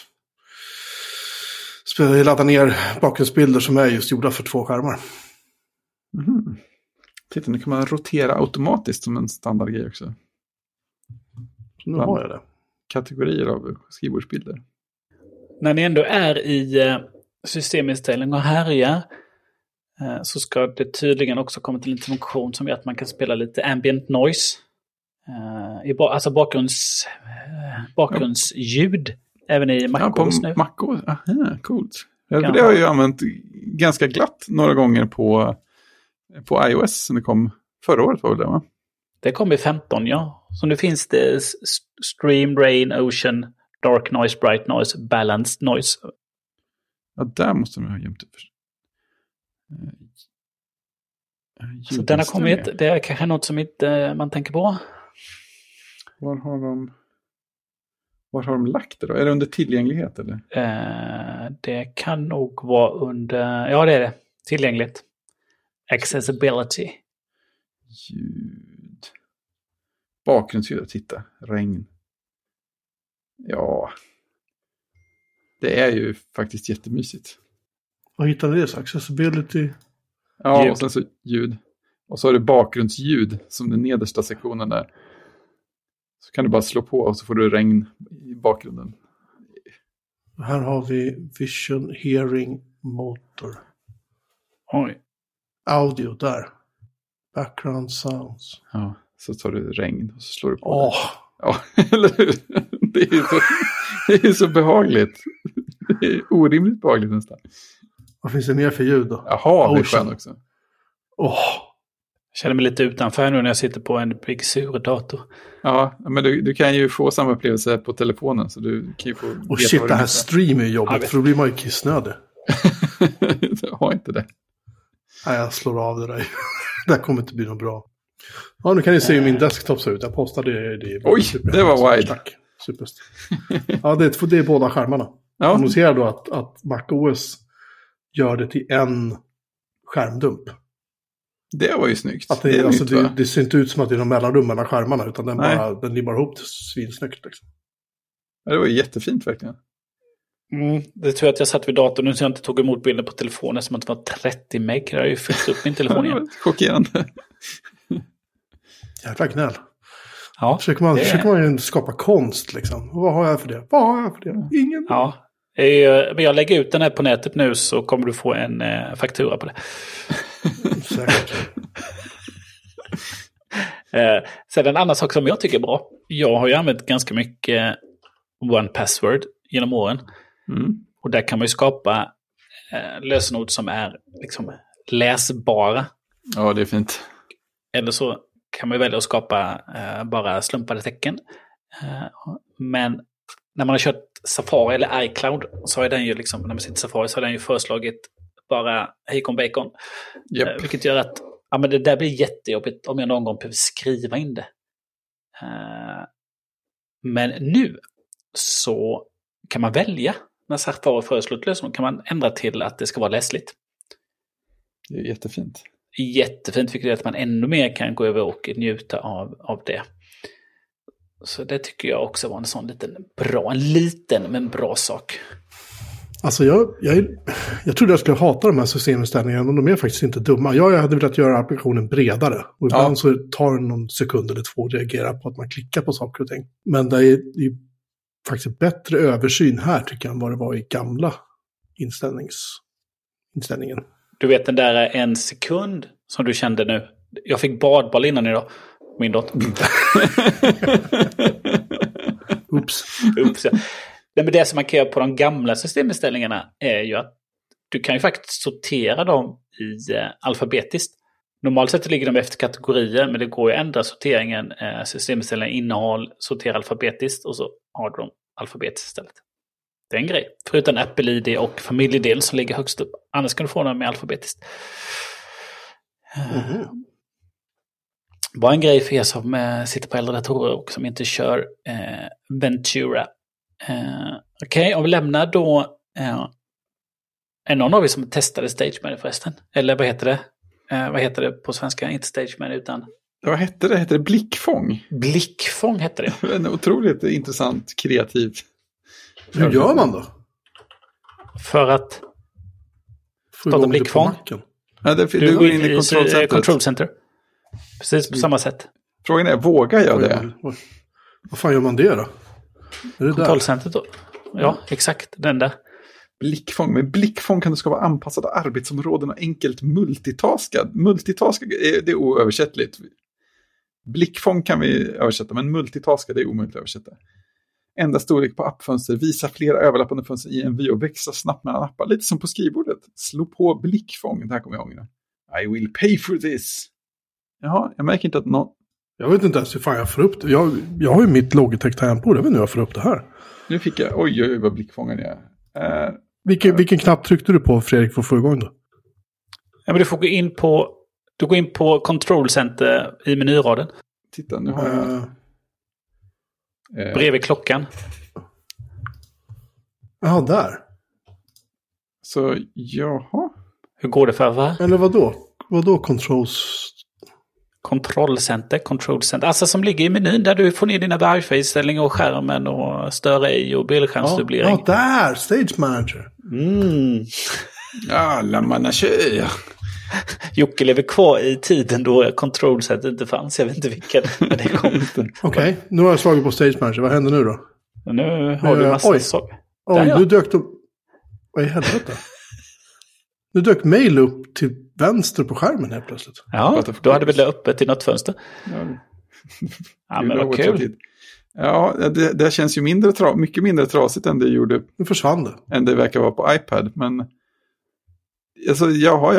ladda ner bakgrundsbilder som är just gjorda för 2 skärmar. Titta, nu kan man rotera automatiskt som en standardgrej också. Så nu har jag det. Kategorier av skrivbordsbilder. När ni ändå är i systeminställning och härjar så ska det tydligen också komma till en funktion som gör att man kan spela lite ambient noise. Alltså bakgrundsljud även i MacOS nu. MacOS, aha, coolt. Det har jag ju använt ganska glatt några gånger på iOS som det kom förra året, var det va? Det kom i 15, ja. Så nu finns det Stream, Rain, Ocean, Dark Noise, Bright Noise, Balanced Noise. Ja, där måste de ha gömt upp. Så den har kommit. Det är kanske något som inte man tänker på. Var har de lagt det då? Är det under tillgänglighet eller? Det kan nog vara under... Ja, det är det. Tillgängligt. Accessibility. Ljud. Bakgrundsljud, titta. Regn. Ja. Det är ju faktiskt jättemysigt. Vad hittar ni det? Så accessibility? Ja, ljud. Och sen så ljud. Och så har du bakgrundsljud som den nedersta sektionen där. Så kan du bara slå på och så får du regn i bakgrunden. Här har vi Vision, Hearing, Motor. Oj. Audio där. Background sounds. Ja, så tar du regn och så slår du på Åh, det. Ja, eller hur? Det är så behagligt. Det är orimligt behagligt nästan. vad finns det mer för ljud då? Jaha, det är Ocean. skön också. Åh, Jag känner mig lite utanför nu när jag sitter på en Big Sur-dator. Ja, men du kan ju få samma upplevelse på telefonen. Så du kan ju få och shit, det här stream är jobbigt. Ja, för då blir man ju kissnödig. Ha inte det. Nej, jag slår av det där. Det här kommer inte bli något bra. Ja, nu kan ni se hur min desktop ser ut. Jag postade det. Oj, det var wide. Tack. Superst. Ja, det är båda skärmarna. Ja. Jag noterar då att MacOS gör det till en skärmdump. Det var ju snyggt. Att det, är alltså, nytt, va? det ser inte ut som att det är någon mellanrum mellan skärmarna, utan Nej. den limmar ihop det svinsnyggt. Liksom. Ja, det var ju jättefint verkligen. Det tror jag att jag satt vid datorn nu så jag inte tog emot bilder på telefonen som att det var 30 meg. Jag har ju fyllt upp min telefon Ja, det igen. var chockerande. Jävla gnäll. Ja, Försöker man ju skapa konst liksom. Vad har jag för det? Vad har jag för det? Ingen. ja. Men jag lägger ut den här på nätet nu så kommer du få en faktura på det. Säkert. Sen en annan sak som jag tycker är bra. Jag har ju använt ganska mycket One Password genom åren. Och där kan man ju skapa lösenord som är liksom läsbara. Ja, det är fint. Eller så kan man ju välja att skapa bara slumpade tecken. Men när man har kört Safari eller iCloud så har den ju liksom, när man sitter i Safari så har den ju föreslagit bara hejkon bacon. Yep. Vilket gör att men det där blir jättejobbigt om jag någon gång behöver skriva in det. Men nu så kan man välja, när Safari föreslår ett lösenord kan man ändra till att det ska vara läsligt. Det är jättefint. Jättefint, vilket gör att man ännu mer kan gå över och njuta av det. Så det tycker jag också var en sån liten men bra sak. Alltså jag trodde jag skulle hata de här systeminställningarna, men de är faktiskt inte dumma. Jag hade velat göra applikationen bredare. Och ibland så tar det någon sekund eller två att reagera på att man klickar på saker och ting. Men det är faktiskt bättre översyn här tycker jag än vad det var i gamla inställningen. Du vet den där en sekund som du kände nu. Jag fick badboll innan idag. Min dotter. Oops. Ja. Men det som man kan göra på de gamla systeminställningarna är ju att du kan ju faktiskt sortera dem i alfabetiskt. Normalt sett ligger de efter kategorier, men det går ju att ändra sorteringen, systeminställningar, innehåll, sortera alfabetiskt och så har du dem alfabetiskt istället. Det är en grej. Förutom Apple-ID och familjedel som ligger högst upp. Annars kan du få dem med alfabetiskt. Bara en grej för er som sitter på äldre datorer och som inte kör Ventura. Okej, om vi lämnar då... är någon av er som testade StageMenu förresten? Eller vad heter det? Vad heter det på svenska? Inte StageMenu utan... Vad hette det? Hette det blickfång? Blickfång hette det. En otroligt intressant, kreativ. Hur gör man då? För att... Få igång det på blickfång. Macen. Ja, du går in i Control Center. Precis på samma sätt. Frågan är, vågar jag det? Vad fan gör man det då? Är det Kontrollcentret då? Ja, exakt. Den där. Blickfång. Med blickfång kan du skapa anpassade arbetsområden och enkelt multitaskad. Multitaskad, det är oöversättligt. Blickfång kan vi översätta, men multitaskad, det är omöjligt att översätta. Enda storlek på appfönster. Visa flera överlappande fönster i en vy och växa snabbt mellan appar. Lite som på skrivbordet. Slå på blickfång. Det här kommer jag ihåg nu. I will pay for this. Jaha, jag märker inte att någon... Jag vet inte ens hur fan jag får upp det. Jag har ju mitt Logitech-tangentbord. Jag vet inte hur jag får upp det här. Nu fick jag... Oj, vad blickfången är. Vilken knapp tryckte du på, Fredrik, för att få igång då? Ja, men du får gå in på... Du går in på Control Center i menyraden. Titta, nu har jag... Bredvid klockan. Jaha, där. Så, jaha. Hur går det för, va? Eller vadå? Vadå controls? Control Center. Alltså som ligger i menyn där du får ner dina wifi-ställningar och skärmen och stör ej och bildskärmsdubblering. Ja, där! Stage Manager. Ja, la manna kör. Jocke lever kvar i tiden då Control Center inte fanns. Jag vet inte vilken. Det kom inte. Okej, nu har jag slagit på Stage Manager. Vad händer nu då? Och nu har du massa saker. Oj, nu dök de... Vad i helvete? Nu dök mail upp till vänster på skärmen helt plötsligt. Ja, då hade vi det öppet i något fönster. Ja, men vad kul. Ja, det känns ju mycket mindre trasigt än det gjorde. Nu försvann det. Än det verkar vara på iPad, men... Alltså,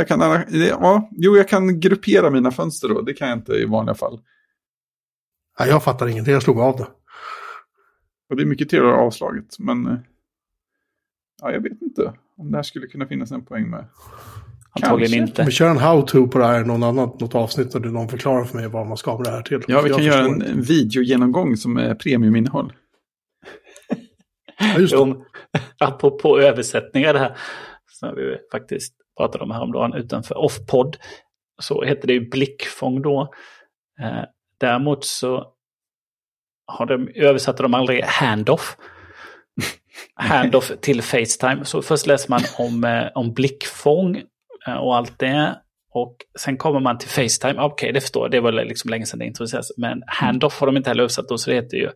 jag kan gruppera mina fönster då. Det kan jag inte i vanliga fall. Nej, jag fattar ingenting. Jag slog av det. Och det är mycket trevligare avslaget, men... Ja, jag vet inte om det här skulle kunna finnas en poäng med. Antagligen inte. Vi kör en how-to på det här något avsnitt där någon förklarar för mig vad man ska med det här till. Ja, vi kan göra en videogenomgång som är premiuminnehåll. Ja, just det. Apropå översättningar det här som vi faktiskt pratade om häromdagen utanför Offpod, så heter det ju blickfång då. Däremot så översatte de aldrig handoff. Handoff till FaceTime. Så först läser man om blickfång och allt det. Och sen kommer man till FaceTime. Okej, det förstår jag. Det var liksom länge sedan det introducerades. Men handoff har de inte heller översatt då, så det heter ju...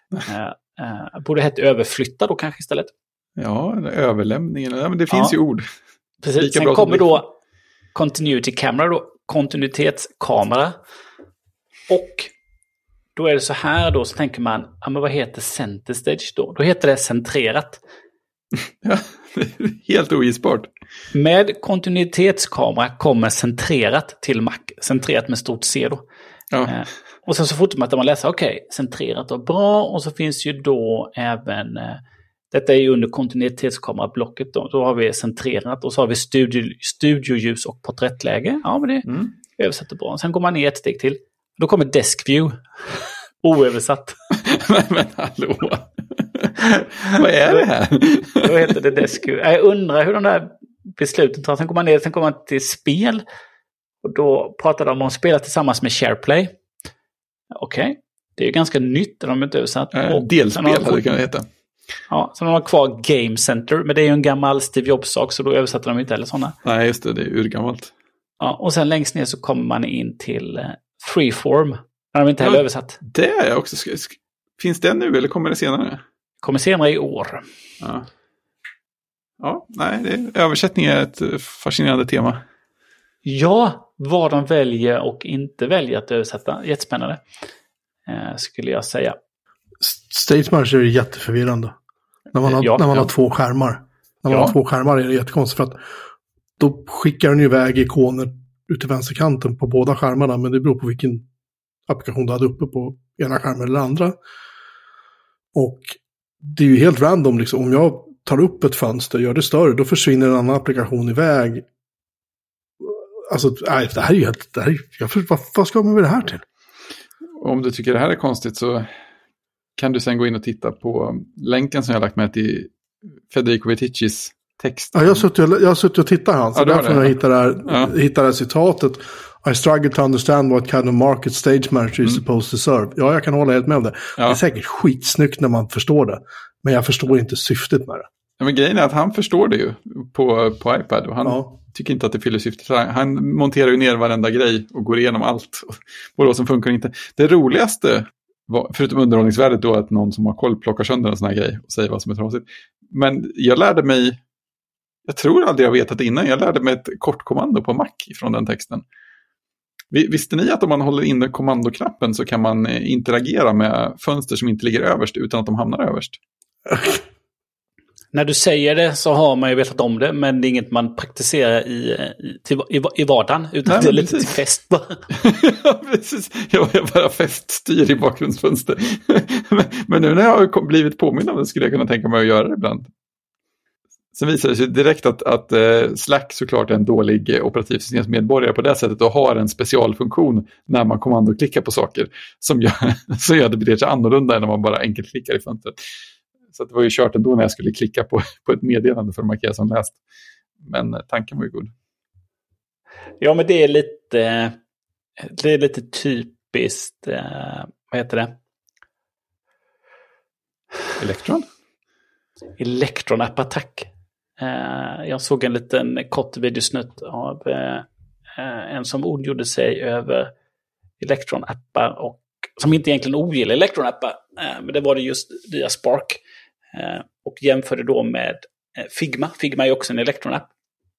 borde heta överflytta då kanske istället. Ja, eller överlämningen. Ja, men det finns ju ord. Precis. Sen kommer då continuity camera då. Kontinuitetskamera. Och då är det så här då, så tänker man, ja, men vad heter center stage då? Då heter det centrerat. Ja, helt ogissbart. Med kontinuitetskamera kommer centrerat till Mac. Centrerat med stort C då. Ja. Och sen så fortsätter man läsa, okej, centrerat och bra. Och så finns ju då även, detta är ju under kontinuitetskamera-blocket då. Då har vi centrerat och så har vi studioljus och porträttläge. Ja, men det översätter bra. Sen går man ner ett steg till. Då kommer Desk View. Oöversatt. men hallå. Vad är det här? Då heter det Desk View. Jag undrar hur de där besluten tar. Sen kommer man ner, sen kommer man till spel. Och då pratar de om att spela tillsammans med SharePlay. Okej. Det är ju ganska nytt. De har inte översatt. Delspel hade det kunnat heta. Ja, så de har kvar Game Center. Men det är ju en gammal Steve Jobs-sak, så då översätter de inte heller sådana. Nej, just det. Det är urgammalt. Ja, och sen längst ner så kommer man in till Freeform. När de inte heller översatt. Det är också. Finns det nu eller kommer det senare? Kommer senare i år. Ja, nej, översättning är ett fascinerande tema. Ja, vad de väljer och inte väljer att översätta. Jättespännande, skulle jag säga. Stage Manager är jätteförvirrande. När man har två skärmar. När man har två skärmar är det jättekonstigt, för att då skickar den iväg ikoner ut till vänsterkanten på båda skärmarna, men det beror på vilken applikation du hade uppe på ena skärmen eller andra. Och det är ju helt random liksom. Om jag tar upp ett fönster, gör det större, då försvinner en annan applikation iväg. Alltså, nej, det här är ju helt... vad ska man med det här till? Om du tycker det här är konstigt så kan du sen gå in och titta på länken som jag har lagt med till Federico Viticis text. Ja, jag har suttit och tittat här. Så därför jag hittar det här citatet. I struggle to understand what kind of market stage manager is supposed to serve. Ja, jag kan hålla helt med om det. Ja. Det är säkert skitsnyggt när man förstår det. Men jag förstår inte syftet med det. Ja, men grejen är att han förstår det ju på iPad. Och han tycker inte att det fyller syftet. Han monterar ju ner varenda grej och går igenom allt. Och vad som funkar inte. Det roligaste var, förutom underhållningsvärdet då, att någon som har koll plockar sönder en sån här grej och säger vad som är trasigt. Men jag lärde mig, jag tror aldrig jag vetat innan, jag lärde mig ett kortkommando på Mac från den texten. Visste ni att om man håller inne kommandoknappen så kan man interagera med fönster som inte ligger överst utan att de hamnar överst? När du säger det så har man ju vetat om det, men det är inget man praktiserar i vardagen, utan nej, det är lite till fest bara. Ja, precis. Jag bara feststyr i bakgrundsfönster. Men nu när jag har blivit påmind om det skulle jag kunna tänka mig att göra det ibland. Sen visar det sig direkt att Slack såklart är en dålig operativsystemsmedborgare på det sättet och har en specialfunktion när man kommandoklickar på saker som gör det beter sig annorlunda än när man bara enkelt klickar i fönstret. Så det var ju kört ändå när jag skulle klicka på ett meddelande för att markera som läst. Men tanken var ju god. Ja, men det är lite typiskt, vad heter det? Electron-app-attack. Jag såg en liten kort videosnutt av en som ondgjorde sig över Electron-appar och som inte egentligen ogillar Electron-appar, men det var det just via Spark. Och jämförde då med Figma. Figma är också en Electron-app.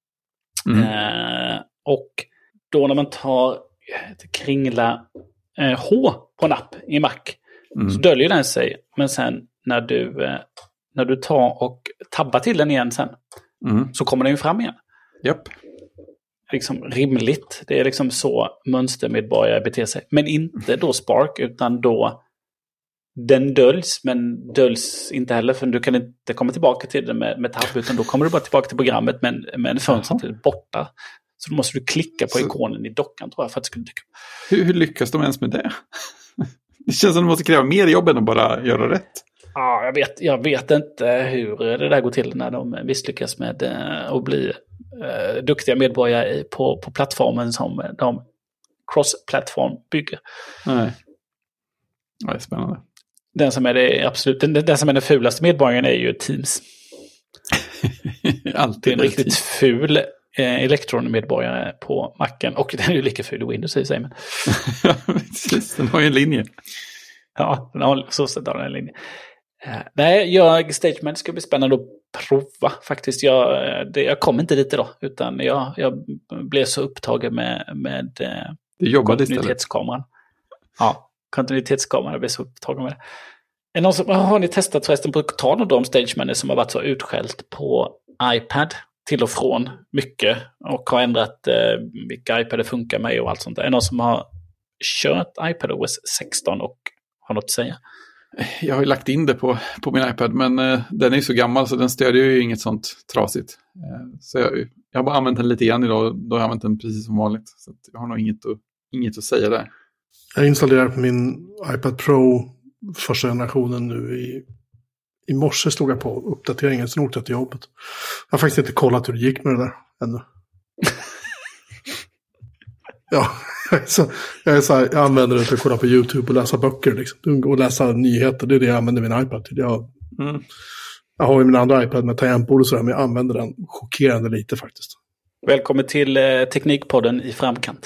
Och då när man tar kringla H på en app i Mac så döljer den sig. Men sen när du tar och tabbar till den igen sen så kommer den ju fram igen. Japp. Liksom rimligt. Det är liksom så mönstermedborgare beter sig. Men inte då Spark, utan då den döljs, men döljs inte heller, för du kan inte komma tillbaka till det med tabb, utan då kommer du bara tillbaka till programmet, men fönstret är borta. Så då måste du klicka på ikonen i dockan, tror jag, för att det skulle dyka. Hur lyckas de ens med det? Det känns som att de måste kräva mer jobb än att bara göra rätt. Ja, jag vet inte hur det där går till när de misslyckas med att bli duktiga medborgare på plattformen som de cross-plattform bygger. Nej. Ja, det är spännande. Den som är det absolut, den som är den fulaste medborgaren är ju Teams. Alltid en riktigt ful elektronmedborgare på Macen, och den är ju lika ful i Windows i sig. Men... Ja, precis. Den har ju en linje. Ja, den har så sett en linje. Nej, Stageman ska bli spännande att prova faktiskt. Jag kom inte dit idag, utan jag blev så upptagen med kontinuitetskameran. Ja, kontinuitetskameran, jag blev så upptagen med det. Har ni testat förresten på att ta någon av de Stageman som har varit så utskällt på iPad till och från mycket och har ändrat vilka iPad det funkar med och allt sånt där? Är någon som har kört iPadOS 16 och har något att säga? Jag har ju lagt in det på min iPad, men den är ju så gammal så den stödjer ju inget sånt trasigt. Så jag har bara använt den lite grann idag, då har jag använt den precis som vanligt. Så jag har nog inget att säga där. Jag installerar på min iPad Pro första generationen nu i morse, stod jag på uppdateringen, så åkte jag till jobbet. Jag har faktiskt inte kollat hur det gick med det där ännu. Ja, jag använder det för att kolla på YouTube och läsa böcker liksom. Och läsa nyheter, det är det jag använder min iPad till. Jag har ju min andra iPad med tangentbord och sådär, men jag använder den chockerande lite faktiskt. Välkommen till Teknikpodden i framkant.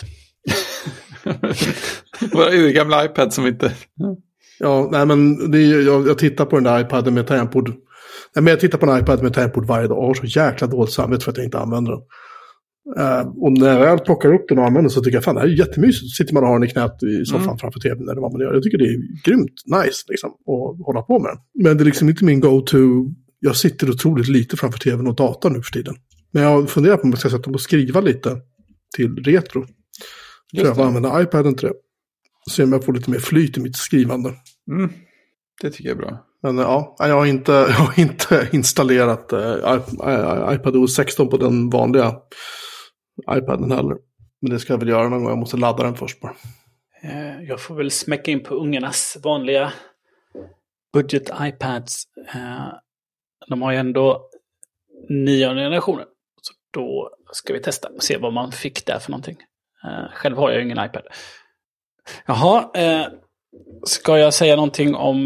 Våra urgamla iPad som inte... Ja, nej men jag tittar på den där iPaden med tangentbord. Nej, men jag tittar på en iPad med tangentbord varje dag och har så jäkla dåligt samvete för att jag inte använder den. Och när jag plockar upp den och använder så tycker jag fan det här är jättemysigt. Sitter man och har den i knät i soffan framför tvn eller vad man gör. Jag tycker det är grymt nice liksom att hålla på med den. Men det är liksom inte min go-to. Jag sitter otroligt lite framför tvn och datorn nu för tiden. Men jag funderar på om jag ska sätta mig och skriva lite till retro. Så jag får använda iPaden till det. Så om jag får lite mer flyt i mitt skrivande. Det tycker jag är bra. Men ja, jag har inte installerat iPadOS 16 på den vanliga iPaden heller. Men det ska jag väl göra någon gång. Jag måste ladda den först bara. Jag får väl smäcka in på ungarnas vanliga budget-iPads. De har ju ändå 9:e generationen. Så då ska vi testa och se vad man fick där för någonting. Själv har jag ju ingen iPad. Jaha, ska jag säga någonting om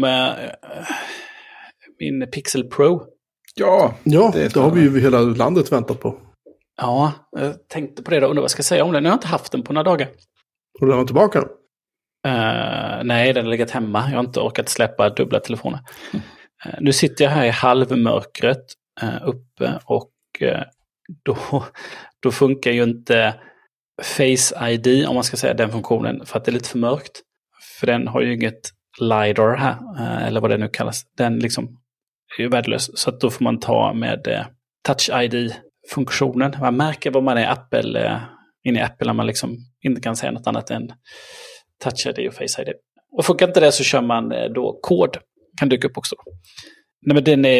min Pixel Pro? Ja, det har vi ju hela landet väntat på. Ja, jag tänkte på det då. Undrar vad jag ska säga om den. Jag har inte haft den på några dagar. Och den var tillbaka? Nej, den har legat hemma. Jag har inte orkat släppa dubbla telefoner. Nu sitter jag här i halvmörkret uppe och då funkar ju inte Face ID, om man ska säga den funktionen, för att det är lite för mörkt. För den har ju inget LiDAR här, eller vad det nu kallas. Den liksom är ju värdelös. Så att då får man ta med Touch ID-funktionen. Man märker vad man är inne i Apple när man liksom inte kan säga något annat än Touch ID och Face ID. Och funkar inte det så kör man då kod. Kan dyka upp också. Nej, men den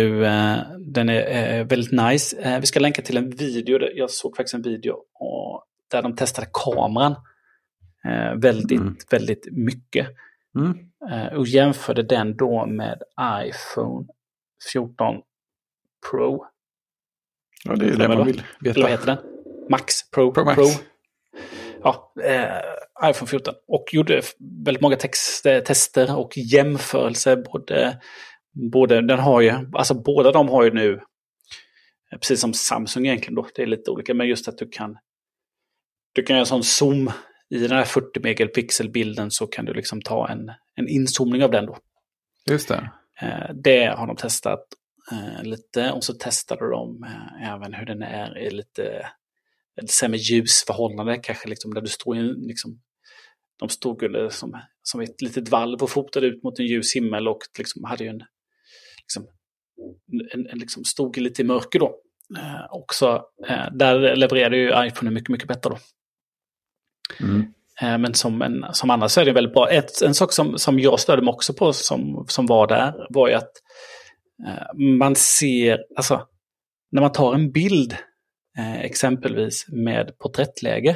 är väldigt nice. Vi ska länka till en video. Jag såg faktiskt en video där de testade kameran väldigt mycket. Och jämförde den då med iPhone 14 Pro. Ja, det är det man vill veta. Eller vad heter den? Max Pro Max. Pro. Ja, iPhone 14. Och gjorde väldigt många tester och jämförelser. Både den har ju, alltså båda de har ju nu, precis som Samsung egentligen då, det är lite olika, men just att du kan göra en sån zoom i den här 40 megapixel-bilden, så kan du liksom ta en inzoomning av den då. Just det. Det har de testat lite, och så testade de även hur den är i lite sämre ljusförhållande, kanske liksom där du står i liksom, de stod som ett litet valv och fotade ut mot en ljus himmel och liksom hade ju liksom stod lite i mörker då. Också där levererade ju iPhone mycket, mycket bättre då. Men som annars så är det väldigt bra. En sak som jag stödde mig också på som var där var ju att man ser, alltså när man tar en bild exempelvis med porträttläge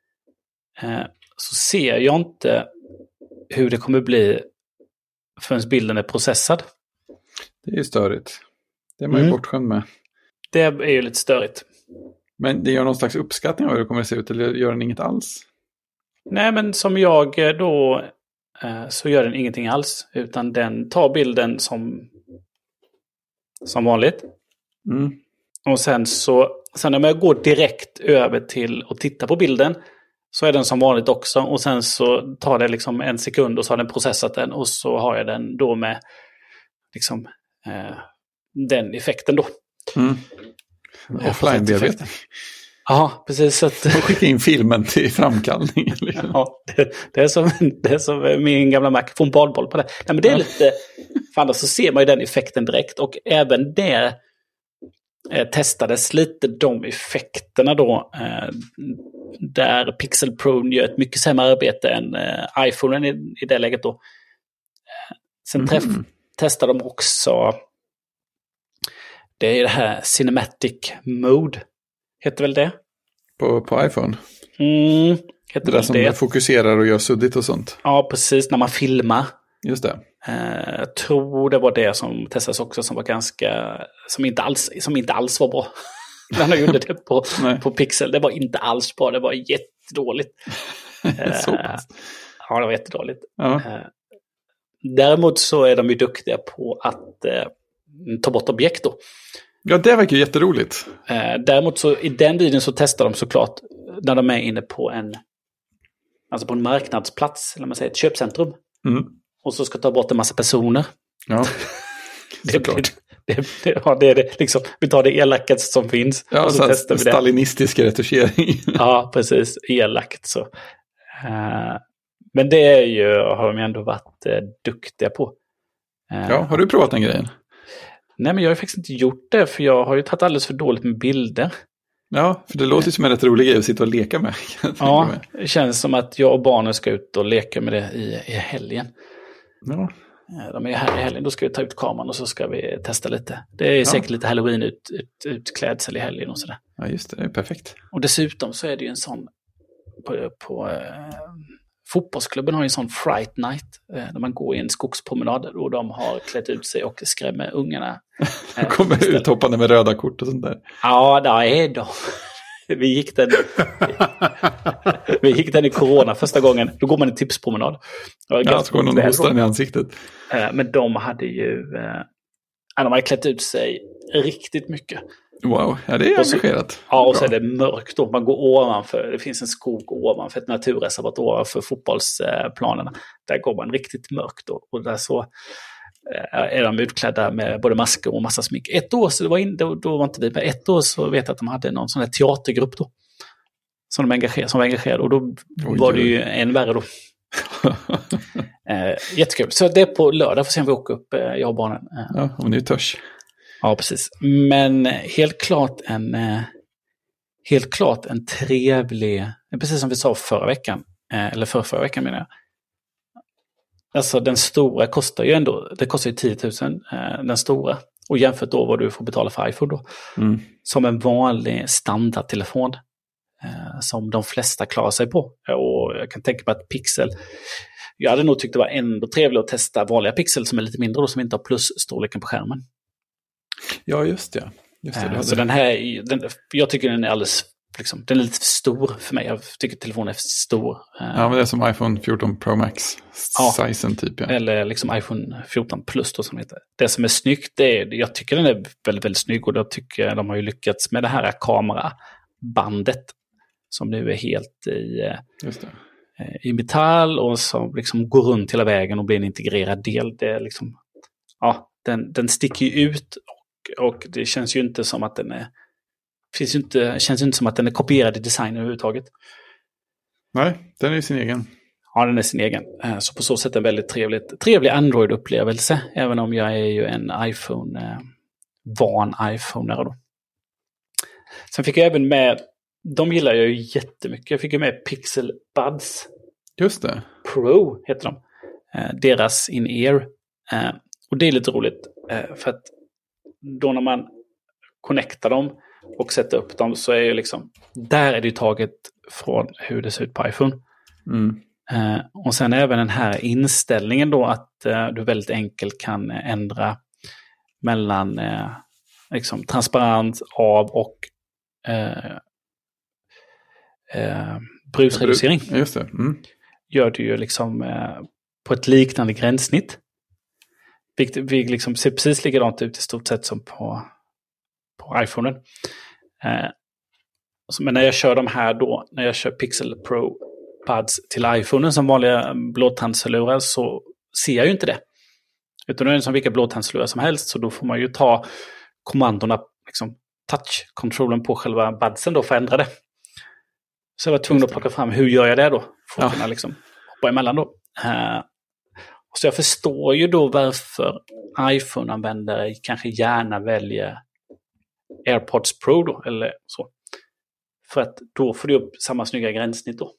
så ser jag inte hur det kommer bli förrän bilden är processad. Det är ju störigt. Det är man ju bortskämd med. Det är ju lite störigt. Men det gör någon slags uppskattning av hur det kommer att se ut, eller gör den inget alls? Nej, men som jag då så gör den ingenting alls, utan den tar bilden som vanligt. Och sen när man går direkt över till att titta på bilden så är den som vanligt också, och sen så tar det liksom en sekund och så har den processat den, och så har jag den då med liksom den effekten då. Offline-bearbetning. Ja, precis. Så att och skicka in filmen till framkallning. Ja, det är som min gamla Mac, få en badboll på det. Nej, men det är lite, för annars så ser man ju den effekten direkt, och även det testades lite de effekterna då där Pixel Pro gör ett mycket sämre arbete än iPhone i det läget då. Sen testade de också det är det här Cinematic Mode, heter väl det? På iPhone? Heter det där som fokuserar och gör suddigt och sånt. Ja, precis, när man filmar. Just det. Jag tror det var det som testades också, som var som inte alls var bra. När han gjorde det på Pixel. Det var inte alls bra, det var jättedåligt. Så pass. Ja, det var jättedåligt. Ja. Däremot så är de ju duktiga på att ta bort objekt då. Ja, det verkar ju jätteroligt. Däremot så i den videon så testar de såklart när de är inne på en marknadsplats, eller man säger ett köpcentrum. Och så ska ta bort en massa personer. Ja, såklart. Det är det liksom. Vi tar det elakaste som finns. Ja, och så testar vi det. Stalinistisk retuschering. Ja, precis. Elakt så. Men det är ju, har de ändå varit duktiga på. Ja, har du provat den grejen? Nej, men jag har faktiskt inte gjort det, för jag har ju tagit alldeles för dåligt med bilder. Ja, för det låter ju som en rätt rolig grej att sitta och leka med. Ja, det känns som att jag och barnen ska ut och leka med det i helgen. Ja. De är här i helgen, då ska vi ta ut kameran och så ska vi testa lite. Det är säkert lite Halloween-utklädsel i helgen och sådär. Ja, just det är perfekt. Och dessutom så är det ju en sån på fotbollsklubben har ju en sån Fright Night när man går i en skogspromenad och de har klätt ut sig och skrämmer ungarna. De kommer ut hoppande med röda kort och sånt där. Ja, det är de. Vi gick den i corona första gången. Då går man en tipspromenad. Ja, så går någon hostar i ansiktet. Men de hade ju de hade klätt ut sig riktigt mycket. Wow, ja, det är engagerat. Ja, och så är det mörkt då. Man går ovanför, det finns en skog ovanför ett naturreservat ovanför fotbollsplanerna. Där går man riktigt mörkt då. Och där så är de utklädda med både masker och massa smink. Ett år, så då var inte vi med. Ett år så vet jag att de hade någon sån här teatergrupp då. Som var engagerade. Och då var det ju en värre då. Jättekul. Så det är på lördag, får se om vi åker upp, jag och barnen. Ja, om ni törs. Ja, precis. Men helt klart en trevlig, precis som vi sa förra veckan, eller förra veckan menar jag. Alltså den stora kostar ju ändå, det kostar ju 10 000, den stora. Och jämfört då vad du får betala för iPhone då. Som en vanlig standardtelefon. Som de flesta klarar sig på. Och jag kan tänka på att Pixel, jag hade nog tyckt det var ändå trevligt att testa vanliga Pixel som är lite mindre och som inte har plusstorleken på skärmen. Ja, just det. Så den här, jag tycker den är alldeles, liksom, den är lite för stor för mig. Jag tycker telefonen är för stor. Ja, men det är som iPhone 14 Pro Max. Sizen typ, ja. Eller liksom iPhone 14 Plus då som heter. Det som är snyggt, jag tycker den är väldigt, väldigt snygg och jag tycker de har ju lyckats med det här kamerabandet som nu är helt i metall och som liksom går runt hela vägen och blir en integrerad del. Det är liksom, ja, den sticker ju ut och det känns ju inte som att den är känns ju inte som att den är kopierad i design överhuvudtaget. Nej, den är ju sin egen. Ja, den är sin egen. Så på så sätt en väldigt trevlig Android-upplevelse, även om jag är ju en van iPhone-are då. Sen fick jag även med, de gillar jag ju jättemycket. Jag fick ju med Pixel Buds. Just det. Pro heter de. Deras in-ear. Och det är lite roligt. För att då när man connectar dem och sätter upp dem så är ju liksom, där är det ju taget från hur det ser ut på iPhone. Och sen även den här inställningen då att du väldigt enkelt kan ändra mellan liksom transparent av och brusreducering. Just det. Gör det ju liksom på ett liknande gränssnitt. Vi liksom ser precis likadant ut i stort sett som på iPhonen. Men när jag kör de här då, när jag kör Pixel Pro Buds till iPhonen som vanliga blåtandshörlurar så ser jag ju inte det. Utan det är som vilka blåtandshörlurar som helst, så då får man ju ta kommandona, liksom touch-kontrollen på själva budsen då för att ändra det. Så jag var tvungen att plocka fram, hur gör jag det då? För att kunna liksom hoppa emellan då. Så jag förstår ju då varför iPhone-användare kanske gärna väljer AirPods Pro då, eller så. För att då får du upp samma snygga gränssnitt då.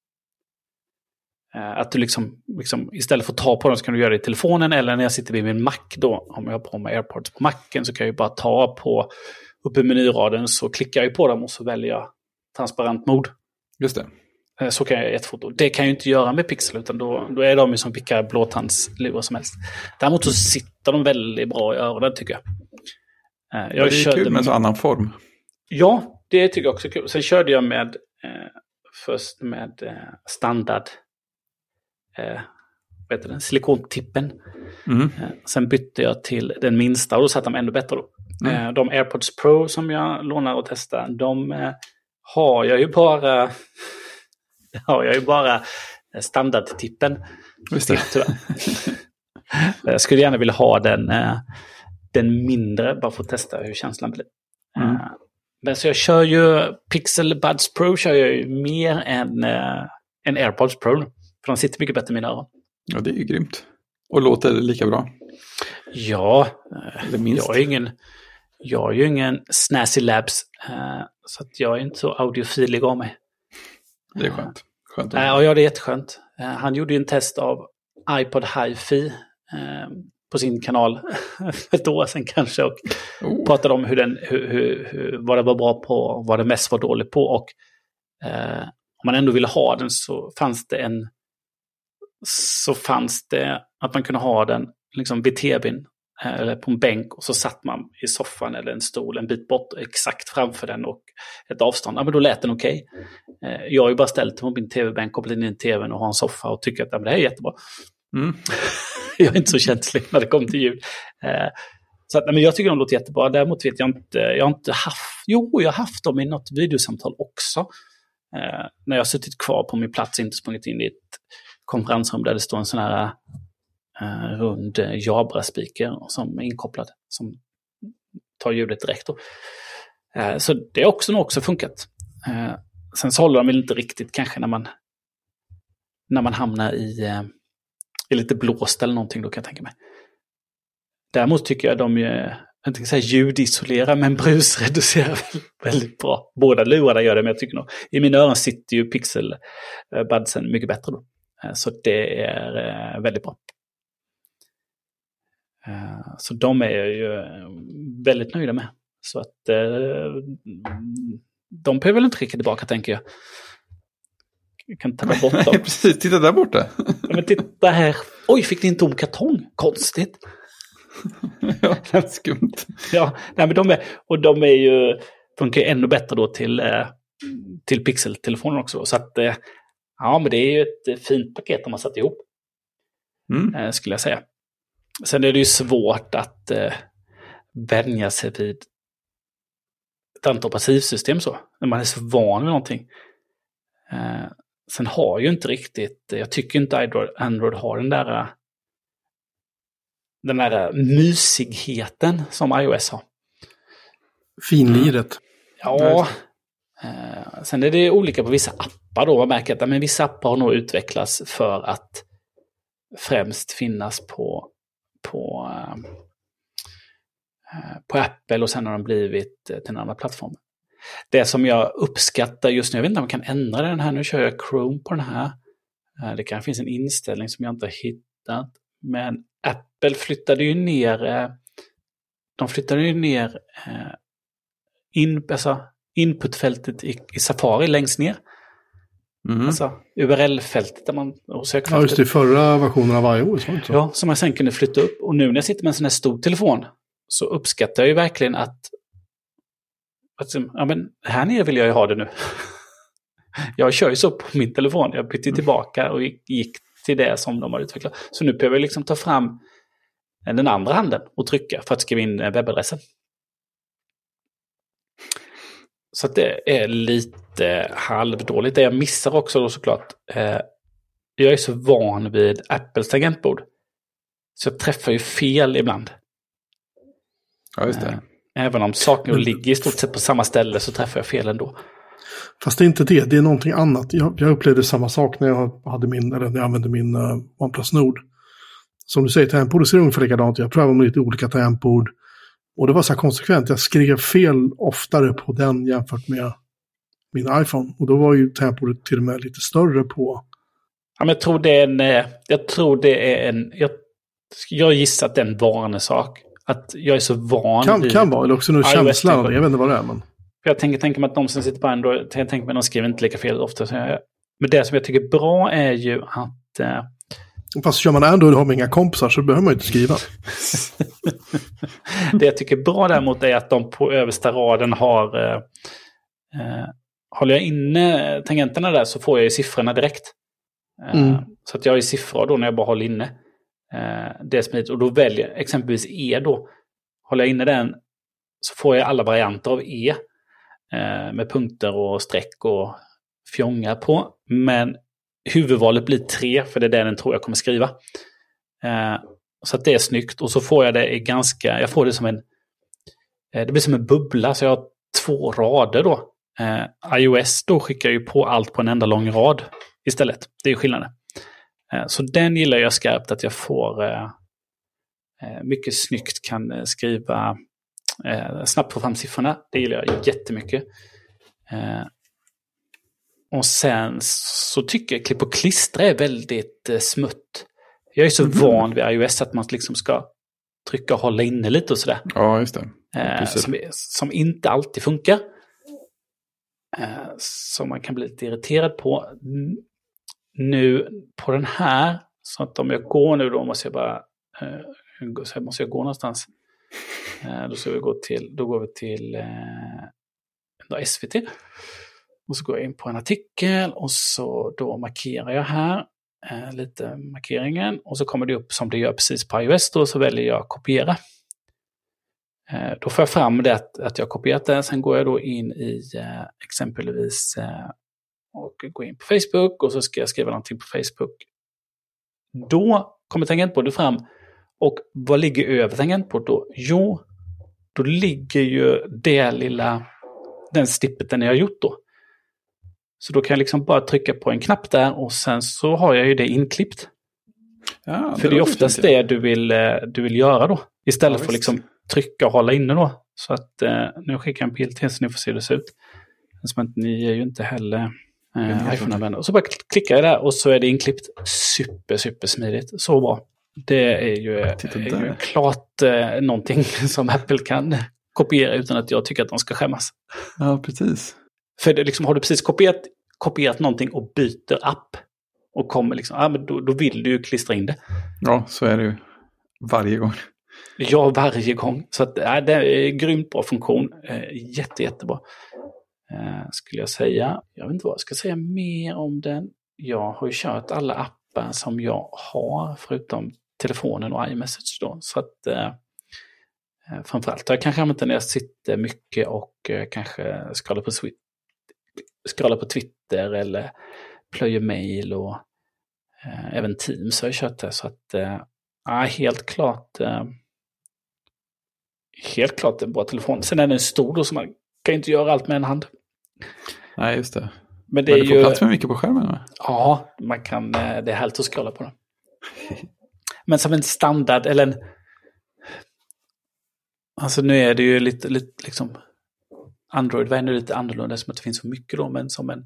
Att du liksom istället för att ta på dem så kan du göra det i telefonen, eller när jag sitter vid min Mac då, om jag har på mig AirPods på Macen så kan jag ju bara ta på uppe i menyraden, så klickar jag på dem och så väljer jag transparent mode. Just det. Så kan jag göra ett foto. Det kan jag ju inte göra med Pixel, utan då är de ju som vilka blåtandslurar som helst. Däremot så sitter de väldigt bra i öronen tycker jag. Det är kul med en annan form. Ja, det tycker jag också är kul. Sen körde jag med först med standard vad heter den? Silikontippen. Sen bytte jag till den minsta och då satt de ännu bättre då. De AirPods Pro som jag lånar och testar, de har jag ju bara standardtippen. Just det. Jag skulle gärna vilja ha den mindre, bara för att testa hur känslan blir. Men så jag kör ju Pixel Buds Pro kör jag ju mer än AirPods Pro. För de sitter mycket bättre i mina öron. Ja, det är ju grymt. Och låter lika bra. Ja, jag är ju ingen Snazzy Labs. Så att jag är inte så audiofilig av mig. Det är skönt. Ja, det är jätteskönt. Han gjorde ju en test av iPod Hi-Fi på sin kanal för ett år sedan kanske. Och pratade om vad det var bra på och vad det mest var dåligt på. Och om man ändå ville ha den så fanns det att man kunde ha den liksom vid tvn eller på en bänk, och så satt man i soffan eller en stol en bit bort exakt framför den och ett avstånd. Ja, men då lät den okej. Jag har ju bara ställt på min tv-bänk, kopplat in tvn och har en soffa och tycker att det här är jättebra. Jag är inte så känslig när det kommer till ljud. Så att, men jag tycker de låter jättebra. Däremot vet jag inte, jag har haft dem i något videosamtal också. När jag har suttit kvar på min plats och inte sprungit in i ett konferensrum där det står en sån här rund Jabra-speaker som är inkopplad, som tar ljudet direkt då. Så det är också nog också funkat. Sen så håller de väl inte riktigt kanske när man hamnar i lite blåst eller någonting, då kan jag tänka mig. Däremot tycker jag de jag inte kan säga ljudisolerar, men brusreducerar väldigt bra. Båda lurarna gör det, men jag tycker nog i mina öron sitter ju Pixel-budsen mycket bättre då. Så det är väldigt bra. Så de är jag ju väldigt nöjda med. Så att de behöver väl inte skicka tillbaka, tänker jag. Jag kan ta bort dem. Precis, titta där borta. Ja, men titta här. Oj, fick ni inte om kartong? Konstigt. Ja, skumt. Ja, nej, men de är ju funkar ju ännu bättre då till Pixel-telefonen också. Så att ja, men det är ju ett fint paket de har satt ihop. Skulle jag säga. Sen är det ju svårt att vänja sig vid ett antal passivsystem så. När man är så van vid någonting. Sen har ju inte riktigt, jag tycker inte Android har den där mysigheten som iOS har. Finliret. Ja. Sen är det olika på vissa appar då. Man märker att vissa appar har nog utvecklats för att främst finnas på Apple, och sen har de blivit till en annan plattform. Det som jag uppskattar just nu, jag vet inte om man kan ändra den här, nu kör jag Chrome på den här. Det kan finnas en inställning som jag inte har hittat, men Apple flyttade ju ner inputfältet i Safari längst ner. Alltså URL-fältet där man söker. Ja, just det, förra versionen av iOS. Ja, som jag sen kunde flytta upp. Och nu när jag sitter med en sån här stor telefon så uppskattar jag ju verkligen att ja, men här nere vill jag ju ha det nu. Jag kör ju så på min telefon. Jag bytte tillbaka och gick till det som de har utvecklat. Så nu behöver jag liksom ta fram den andra handen och trycka för att skriva in webbadressen. Så att det är lite halvdåligt. Det jag missar också då såklart. Jag är så van vid Apples tangentbord. Så jag träffar ju fel ibland. Ja, just det. Även om saker ligger i stort sett på samma ställe så träffar jag fel ändå. Fast det är inte det, det är någonting annat. Jag upplevde samma sak när jag använde min OnePlus Nord. Som du säger, tangentbordet ser ungefär likadant. Jag prövade med lite olika tangentbord. Och det var så här konsekvent. Jag skrev fel oftare på den jämfört med min iPhone. Och då var ju tangentbordet till och med lite större på. Ja, men jag tror det är en jag gissar att det är en vanesak. Att jag är så van kan vara, eller också nu känslan. Jag vet inte vad det är, men. Jag tänker mig att de som sitter på Android, jag tänker mig att de skriver inte lika fel ofta. Men det som jag tycker är bra är ju att fast kör man Android och har man inga kompisar så behöver man ju inte skriva. Det jag tycker är bra däremot är att de på översta raden har håller jag inne tangenterna där så får jag ju siffrorna direkt. Så att jag har ju siffror då när jag bara håller inne. Det är smidigt. Och då väljer jag exempelvis E då. Håller jag inne den så får jag alla varianter av E. Med punkter och streck och fjongar på. Men huvudvalet blir 3 för det är det den tror jag kommer skriva. Så att det är snyggt. Och så får jag det jag får det som det blir som en bubbla så jag har 2 rader då. iOS då skickar ju på allt på en enda lång rad istället. Det är skillnaden. Så den gillar jag skarpt att jag får mycket snyggt kan skriva snabbt få fram siffrorna. Det gillar jag jättemycket. Och sen så tycker jag klipp och klistra är väldigt smutt. Jag är så van vid iOS att man liksom ska trycka och hålla inne lite och sådär. Ja, just det. Som inte alltid funkar. Som man kan bli lite irriterad på. Nu på den här, så att om jag går nu då måste jag bara gå någonstans. Då går vi till SVT. Och så går jag in på en artikel och så då markerar jag här lite markeringen och så kommer det upp som det gör precis på iOS då, så väljer jag kopiera. Då får jag fram det att jag har kopierat det. Sen går jag då in i exempelvis och går in på Facebook och så ska jag skriva någonting på Facebook. Då kommer tangentbordet fram. Och vad ligger över tangentbordet då? Jo, då ligger ju den snippeten jag har gjort då. Så då kan jag liksom bara trycka på en knapp där och sen så har jag ju det inklippt. Ja, för det är oftast det du vill göra då. Istället för att liksom trycka och hålla inne då. Så att nu skickar jag en bild till så ni får se hur det ser ut. Som att ni är ju inte heller iPhone-användare. Och så bara klickar jag där och så är det inklippt. Super smidigt. Så bra. Det är ju klart någonting som Apple kan kopiera utan att jag tycker att de ska skämmas. Ja, precis. För det liksom, har du precis kopierat någonting och byter app och kommer liksom, men då vill du ju klistra in det. Ja, så är det ju varje gång. Ja, varje gång. Så att, det är en grymt bra funktion. Jättebra. Skulle jag säga. Jag vet inte vad jag ska säga mer om den. Jag har ju kört alla appar som jag har förutom telefonen och iMessage då. Så att framförallt har jag kanske använt den när jag sitter mycket och kanske scrollar på Twitter eller plöjer mail och även Teams har jag kört det. Så att helt klart en bra telefon. Sen är den stor då så man kan inte göra allt med en hand. Nej, just det. Men det är ju plats med mycket på skärmen, va? Ja, man kan, det är härligt att scrolla på den. Men som en standard eller en... Alltså nu är det ju lite liksom Android var ändå lite annorlunda som att det finns så mycket då, men som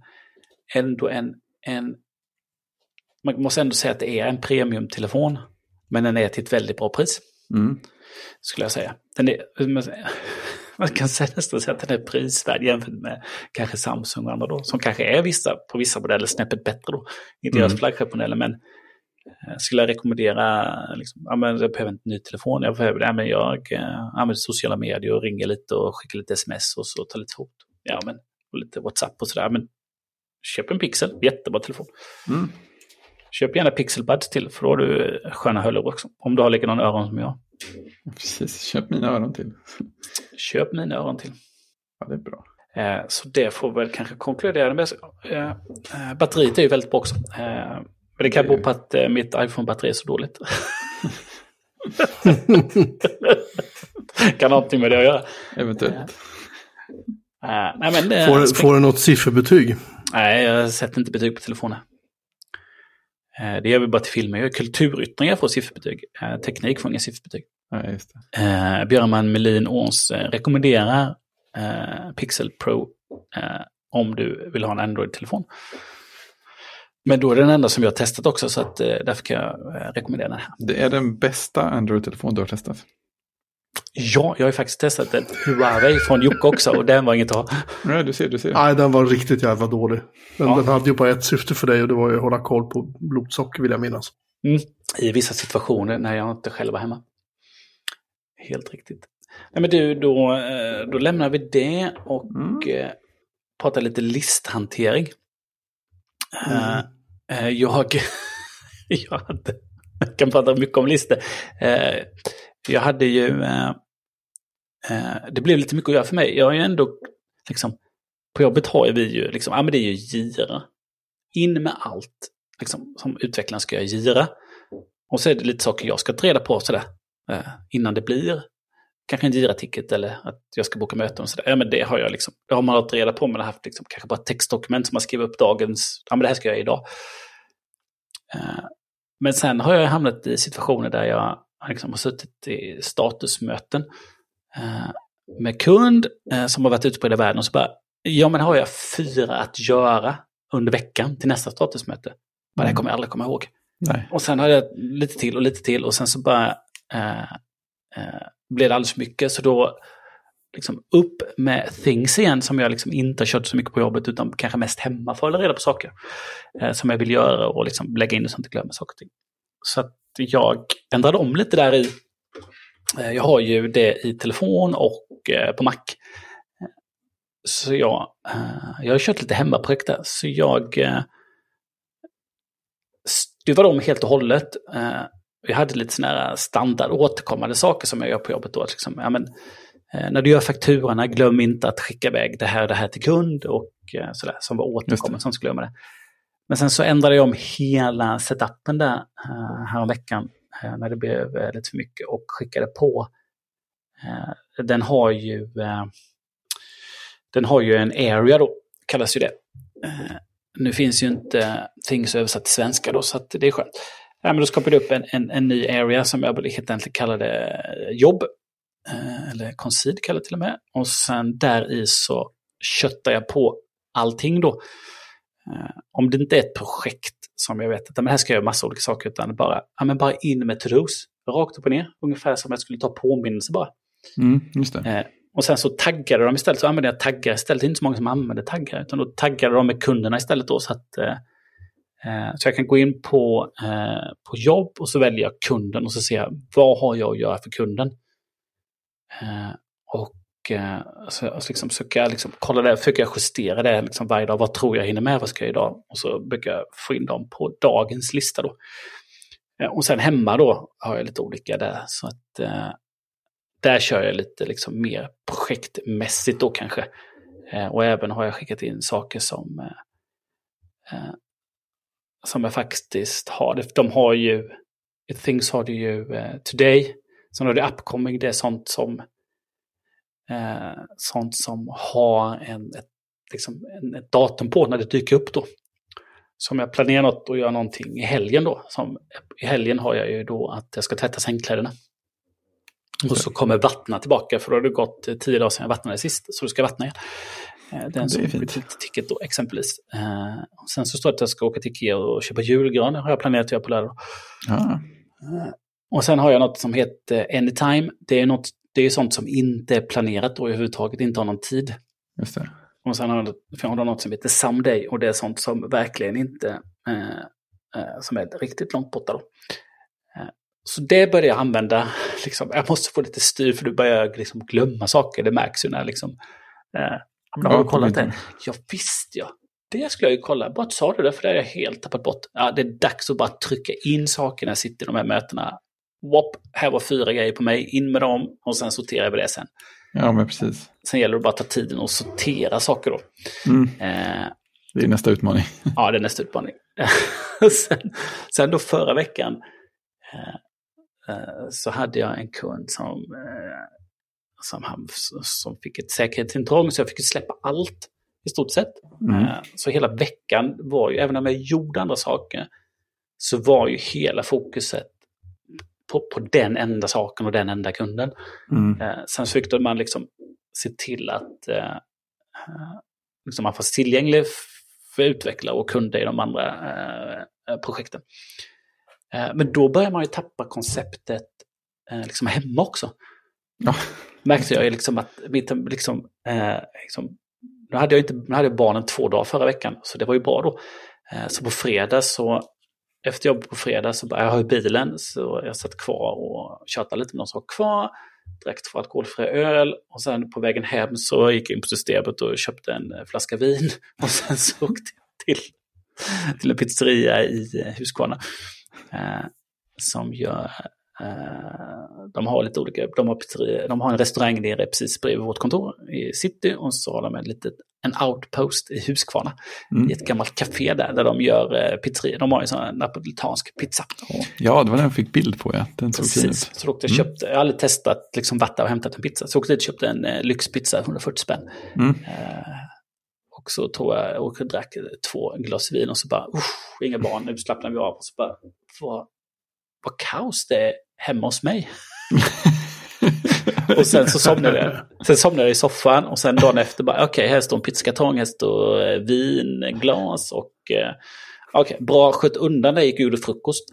en man måste ändå säga att det är en premiumtelefon, men den är till ett väldigt bra pris. Skulle jag säga. Man kan nästan säga att den är prisvärd jämfört med kanske Samsung och andra då, som kanske är på vissa modeller snäppet bättre då. Inte deras flaggskeppsmodeller, men skulle jag rekommendera liksom, jag behöver en ny telefon, jag behöver det, men jag använder sociala medier och ringer lite och skickar lite sms och så tar lite foto. Och lite WhatsApp och sådär, men köp en Pixel, jättebra telefon. Köp gärna Pixel Buds till, för då har du sköna hörlurar också, om du har likadana öron som jag. Precis, köp mina öron till. Köp mina öron till. Ja, det är bra. Så det får väl kanske konkludera med. Batteriet är ju väldigt bra också. Men det kan bero på att mitt iPhone-batteri är så dåligt. Kan ha någonting med det att göra. Eventuellt. Får du något sifferbetyg? Nej, jag sätter inte betyg på telefonen. Det gör vi bara till filmer. Jag gör kulturyttringar för sifferbetyg. Teknik får inga sifferbetyg. Ja, just det. Björman Melin Åns rekommenderar Pixel Pro om du vill ha en Android-telefon. Men då är det den enda som jag har testat också, så att därför kan jag rekommendera den här. Det är den bästa Android-telefon du har testat? Ja, jag har ju faktiskt testat en Huawei från Jocke också och den var inget att ha. Nej, du ser. Nej, den var riktigt jävla dålig. Men den hade ju bara ett syfte för dig och det var ju att hålla koll på blodsocker, vill jag minnas. I vissa situationer när jag inte själv var hemma. Helt riktigt. Nej, men du, då lämnar vi det och pratar lite listhantering. Jag kan prata mycket om listor. Jag hade ju det blev lite mycket att göra för mig. Jag är ju ändå liksom, på jobbet har vi ju liksom, men det är ju gira. In med allt liksom, som utvecklaren ska jag gira. Och så är det lite saker jag ska ta reda på sådär, innan det blir kanske en gira-ticket eller att jag ska boka möten och sådär. Men det har jag liksom, det har man haft reda på, men jag har haft liksom, kanske bara ett textdokument som man skriver upp dagens, men det här ska jag göra idag. Men sen har jag hamnat i situationer där jag liksom har suttit i statusmöten med kund som har varit ute på hela världen och så bara, men har jag 4 att göra under veckan till nästa statusmöte. Men det kommer jag aldrig komma ihåg. Nej. Och sen har jag lite till och sen så bara blev det alldeles mycket, så då liksom upp med things igen som jag liksom inte har kört så mycket på jobbet utan kanske mest hemma för att hålla reda på saker som jag vill göra och liksom lägga in det så att jag inte glömmer saker och ting. Så att jag ändrade om lite där i. Jag har ju det i telefon och på Mac. Så jag har kört lite hemmaprojekt där. Så jag stuvade om helt och hållet. Jag hade lite såna här standard återkommande saker som jag gör på jobbet då. Liksom, När du gör fakturorna, glöm inte att skicka iväg det här till kund och sådär, som var återkommande som skulle göra med det. Men sen så ändrade jag om hela setupen där här om veckan när det blev lite för mycket och skickade på. Den har ju en area då, kallas ju det. Nu finns ju inte Things översatt till svenska då, så att det är skönt. Men då skapade jag upp en ny area som jag helt enkelt kallade jobb. Eller Concede kallar till och med. Och sen där i så köttar jag på allting då. Om det inte är ett projekt som jag vet att men här ska jag göra massa olika saker, utan bara in med to-dos. Rakt upp och ner. Ungefär som jag skulle ta påminnelse bara. Just det. Och sen så taggade de istället. Så använder jag taggar istället. Det är inte så många som använder taggar. Utan då taggade de med kunderna istället då. Så jag kan gå in på jobb och så väljer jag kunden. Och så ser jag vad har jag att göra för kunden. Så liksom försöker jag kolla det. Försöker jag justera det liksom varje dag. Vad tror jag hinner med? Vad ska jag idag? Och så brukar jag få in dem på dagens lista då. Och sen hemma då har jag lite olika där. Så att där kör jag lite liksom mer projektmässigt då kanske. Och även har jag skickat in saker som jag faktiskt har. De har ju, Things har det ju Today. Sen har det Upcoming, det är sånt som har ett datum på när det dyker upp då. Som jag planerar något och gör någonting i helgen då. I helgen har jag ju då att jag ska tvätta sängkläderna. Och så kommer vattna tillbaka, för då har det gått 10 dagar sedan jag vattnade sist. Så du ska vattna igen. Den som ticket då exempelvis. Sen så står det att jag ska åka till Ikea och köpa julgran. Det har jag planerat att göra på lördag. Och sen har jag något som heter Anytime. Det är sånt som inte är planerat och överhuvudtaget inte har någon tid. Just det. Och sen har jag något som heter Someday. Och det är sånt som verkligen inte som är riktigt långt borta då. Så det börjar jag använda. Jag måste få lite styr, för du börjar glömma saker. Det märks ju när jag har kollat det. Ja visst ja. Det skulle jag ju kolla. Bara sa du det, för det har jag helt tappat bort. Ja, det är dags att bara trycka in saker när jag sitter i de här mötena. Här var 4 grejer på mig. In med dem och sen sorterar vi det sen. Ja, men precis. Sen gäller det bara att ta tiden och sortera saker då. Det är nästa utmaning. Ja, det är nästa utmaning. sen då förra veckan så hade jag en kund som fick ett säkerhetsintrång, så jag fick släppa allt i stort sett. Så hela veckan var ju, även om jag gjorde andra saker, så var ju hela fokuset på den enda saken och den enda kunden. Sen så fick man se till att man får tillgänglig för utvecklare och kunder i de andra projekten. Men då börjar man ju tappa konceptet hemma också. Ja. Märkte jag att nu hade jag barnen 2 dagar förra veckan, så det var ju bra då. Så på fredag, efter jobb på fredag, så jag har ju bilen, så jag satt kvar och tjötade lite med någon sak kvar, drack 2 alkoholfria öl, och sen på vägen hem så gick jag in på systemet och köpte en flaska vin, och sen så åkte jag till en pizzeria i Huskvarna som gör de har lite olika, de har en restaurang nere precis bredvid vårt kontor i city, och så har de en outpost i Huskvarna i ett gammalt café där de gör pizzerier. De har ju sån här napolitansk pizza. Ja, det var den jag fick bild på, ja. Den såg fin ut. Så jag köpte, jag har aldrig testat vatta och hämtat en pizza. Så jag köpte en lyxpizza, 140 spänn. Och så tror jag och drack 2 glas vin, och så bara, inga barn, nu slappnar vi av, och så bara, vad kaos det är hemma hos mig. Och sen så somnade jag. Sen somnade jag i soffan, och sen dagen efter bara, okej, här står en pizzakartong, här står vinglas, och bra, skött undan det, gick ut frukost.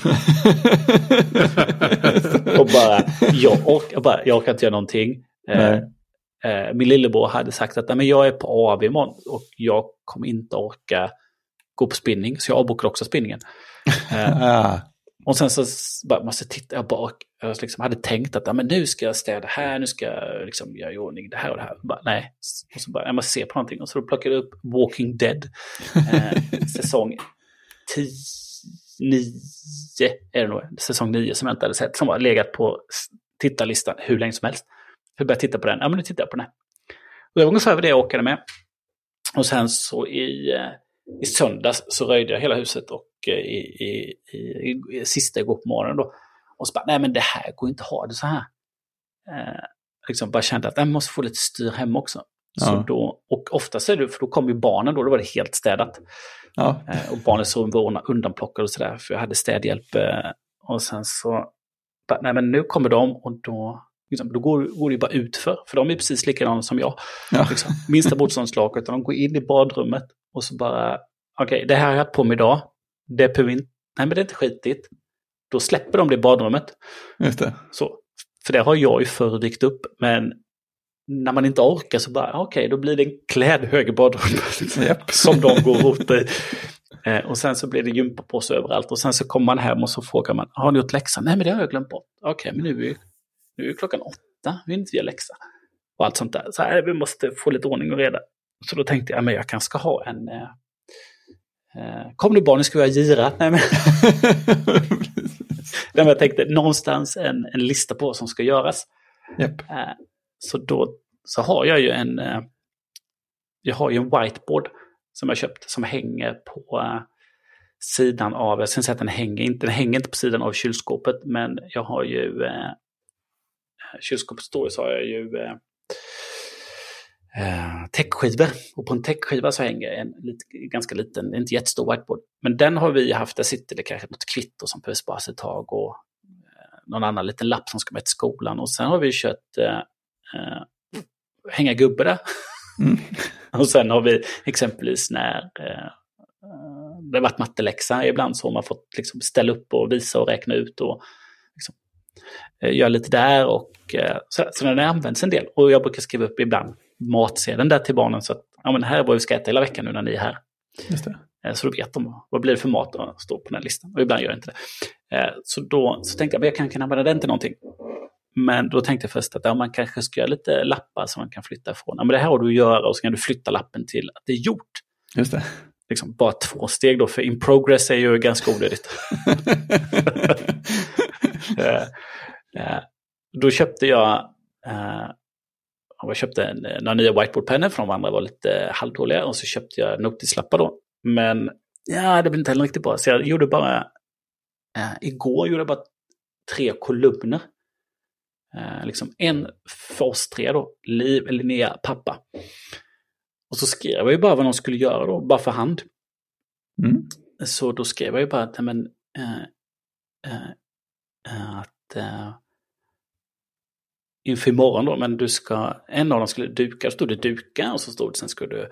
Och bara, jag orkar inte göra någonting. Min lillebror hade sagt att men jag är på AV imorgon, och jag kommer inte orka gå på spinning, så jag avbokade också spinningen. Och sen så bara måste jag titta, jag hade tänkt att men nu ska jag städa här, nu ska jag göra i ordning det här och det här. Nej, och så bara, jag måste se på någonting, och så då plockade jag upp Walking Dead säsong 9 är det nog, säsong 9 som jag inte hade sett, som var legat på tittarlistan hur länge som helst. För jag började titta på den. Ja, men nu tittar jag på den. Och det var ungefär det jag åkade med. Och sen så i söndags så röjde jag hela huset och i sista igår på morgonen då. Och så bara, nej men det här går inte att ha det så här. Liksom bara kände att jag måste få lite styr hem också. Ja. Så då, och oftast är det, för då kom ju barnen då var det helt städat. Ja. Och barnen så var undanplockade och sådär, för jag hade städhjälp. Och sen så, bara, nej men nu kommer de och då går det ju bara utför. För de är precis likadana som jag. Ja. Liksom, minsta motståndslag, utan de går in i badrummet och så bara, okej, det här har jag haft på mig idag. Det är nej men det är inte skitigt. Då släpper de det i badrummet. Just det. Så, för det har jag ju förr dykt upp. Men när man inte orkar så bara, okej, då blir det en klädhög i badrummet. Yep. Som de går åt i. Och sen så blir det gympa på sig överallt. Och sen så kommer man hem och så frågar man, har ni gjort läxan? Nej, men det har jag glömt bort. Okej, men nu är klockan 8. Vi vill inte göra läxa. Och allt sånt där. Så här, vi måste få lite ordning och reda. Så då tänkte jag, men jag kanske ska ha en... kom nu barnen, ska vi ha gira? Nej, men... Nej, men jag tänkte någonstans en lista på vad som ska göras. Yep. Så då så har jag ju en whiteboard som jag köpt som hänger på sidan av, jag ska säga att den hänger inte på sidan av kylskåpet, men jag har ju kylskåpet står så har jag ju täckskivor, och på en täckskiva så hänger en ganska liten, inte jättestor whiteboard, men den har vi haft, där sitter det kanske något kvitto som behöver sparas ett tag och någon annan liten lapp som ska med till skolan, och sen har vi kört hänga gubbe där. Och sen har vi exempelvis när det har varit matteläxa ibland, så har man fått liksom ställa upp och visa och räkna ut och liksom, göra lite där, och så den används en del, och jag brukar skriva upp ibland matsedeln där till barnen, så att ja, men här är vad vi ska äta hela veckan nu när ni är här. Just det. Så då vet de vad blir det för mat att stå på den här listan, och ibland gör jag inte det. Så tänkte jag att jag kan använda den till någonting. Men då tänkte jag först att man kanske ska göra lite lappar som man kan flytta ifrån. Ja, men det här har du att göra, och så kan du flytta lappen till att det är gjort. Just det. Liksom bara 2 steg då, för in progress är ju ganska onödigt. Då köpte jag några nya whiteboardpennor, för de andra var lite halvdåliga, och så köpte jag notislappar då. Men det blev inte heller riktigt bra, så jag gjorde bara igår gjorde jag bara 3 kolumner. Liksom en för oss 3 då, Liv, Linnea, pappa. Och så skrev jag ju bara vad de skulle göra då, bara för hand. Så då skrev jag ju bara att inför imorgon då, men en av dem skulle duka, stod det duka, och så stod det, sen skulle du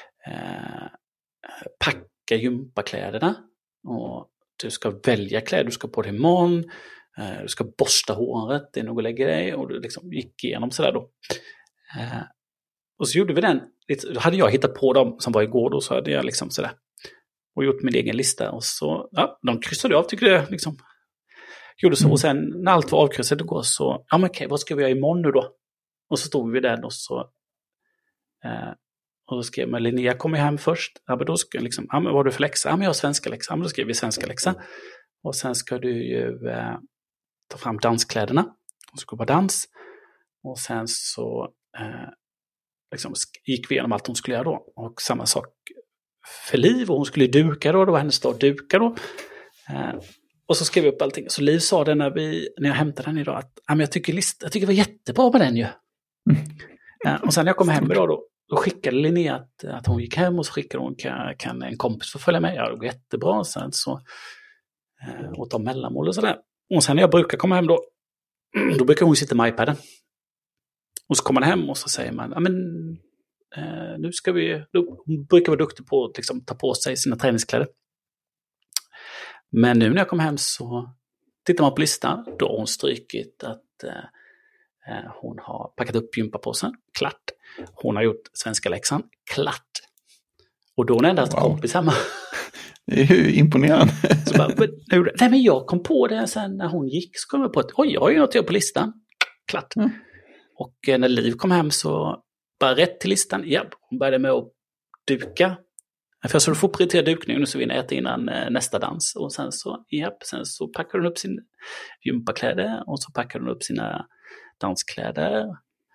packa gympakläderna, och du ska välja kläder du ska på dig imorgon. Du ska borsta håret, det är nog att lägga dig, och du liksom gick igenom sådär då. Och så gjorde vi den, då hade jag hittat på dem som var igår då, så hade jag liksom sådär och gjort min egen lista, och så, de kryssade av, tycker jag liksom. Gjorde så, och sen när allt var avkryssat igår så, men okej, vad ska vi göra imorgon nu då? Och så stod vi där och så och då skrev man, Linnea kommer hem först. Ja, men då ska jag liksom, men vad har du för läxa? Ja, men jag har svenska läxa. Ja, men då skrev vi svenska läxa. Och sen ska du ju ta fram danskläderna. Och så gå på dans. Och sen så liksom gick vi igenom allt hon skulle göra då. Och samma sak för Liv. Och hon skulle duka då. Det var hennes dag duka då. Och så skrev vi upp allting. Så Liv sa det när jag hämtade den idag, att men jag tycker det var jättebra med den ju. Och sen när jag kom hem idag då skickade Linnea att hon gick hem, och så skickade hon, kan en kompis få följa med? Ja, det går jättebra. Sen så och ta mellanmål och sådär. Och sen när jag brukar komma hem då brukar hon sitta med iPaden. Och så kommer man hem och så säger man, nu ska vi, hon brukar vara duktig på att liksom ta på sig sina träningskläder. Men nu när jag kom hem så tittar man på listan, då har hon strykit att hon har packat upp gympapåsen, klart. Hon har gjort svenska läxan, klart. Och då är hon endast kompis hemma. Det är ju imponerande. Så bara, men jag kom på det sen när hon gick, så kom jag på att jag har ju något jag på listan, klart. Och när Liv kom hem så bara rätt till listan, hon började med att duka. För så du får prioritera dukningen, så vi äter innan nästa dans. Och sen så packar hon upp sin gympakläder, och så packar hon upp sina danskläder.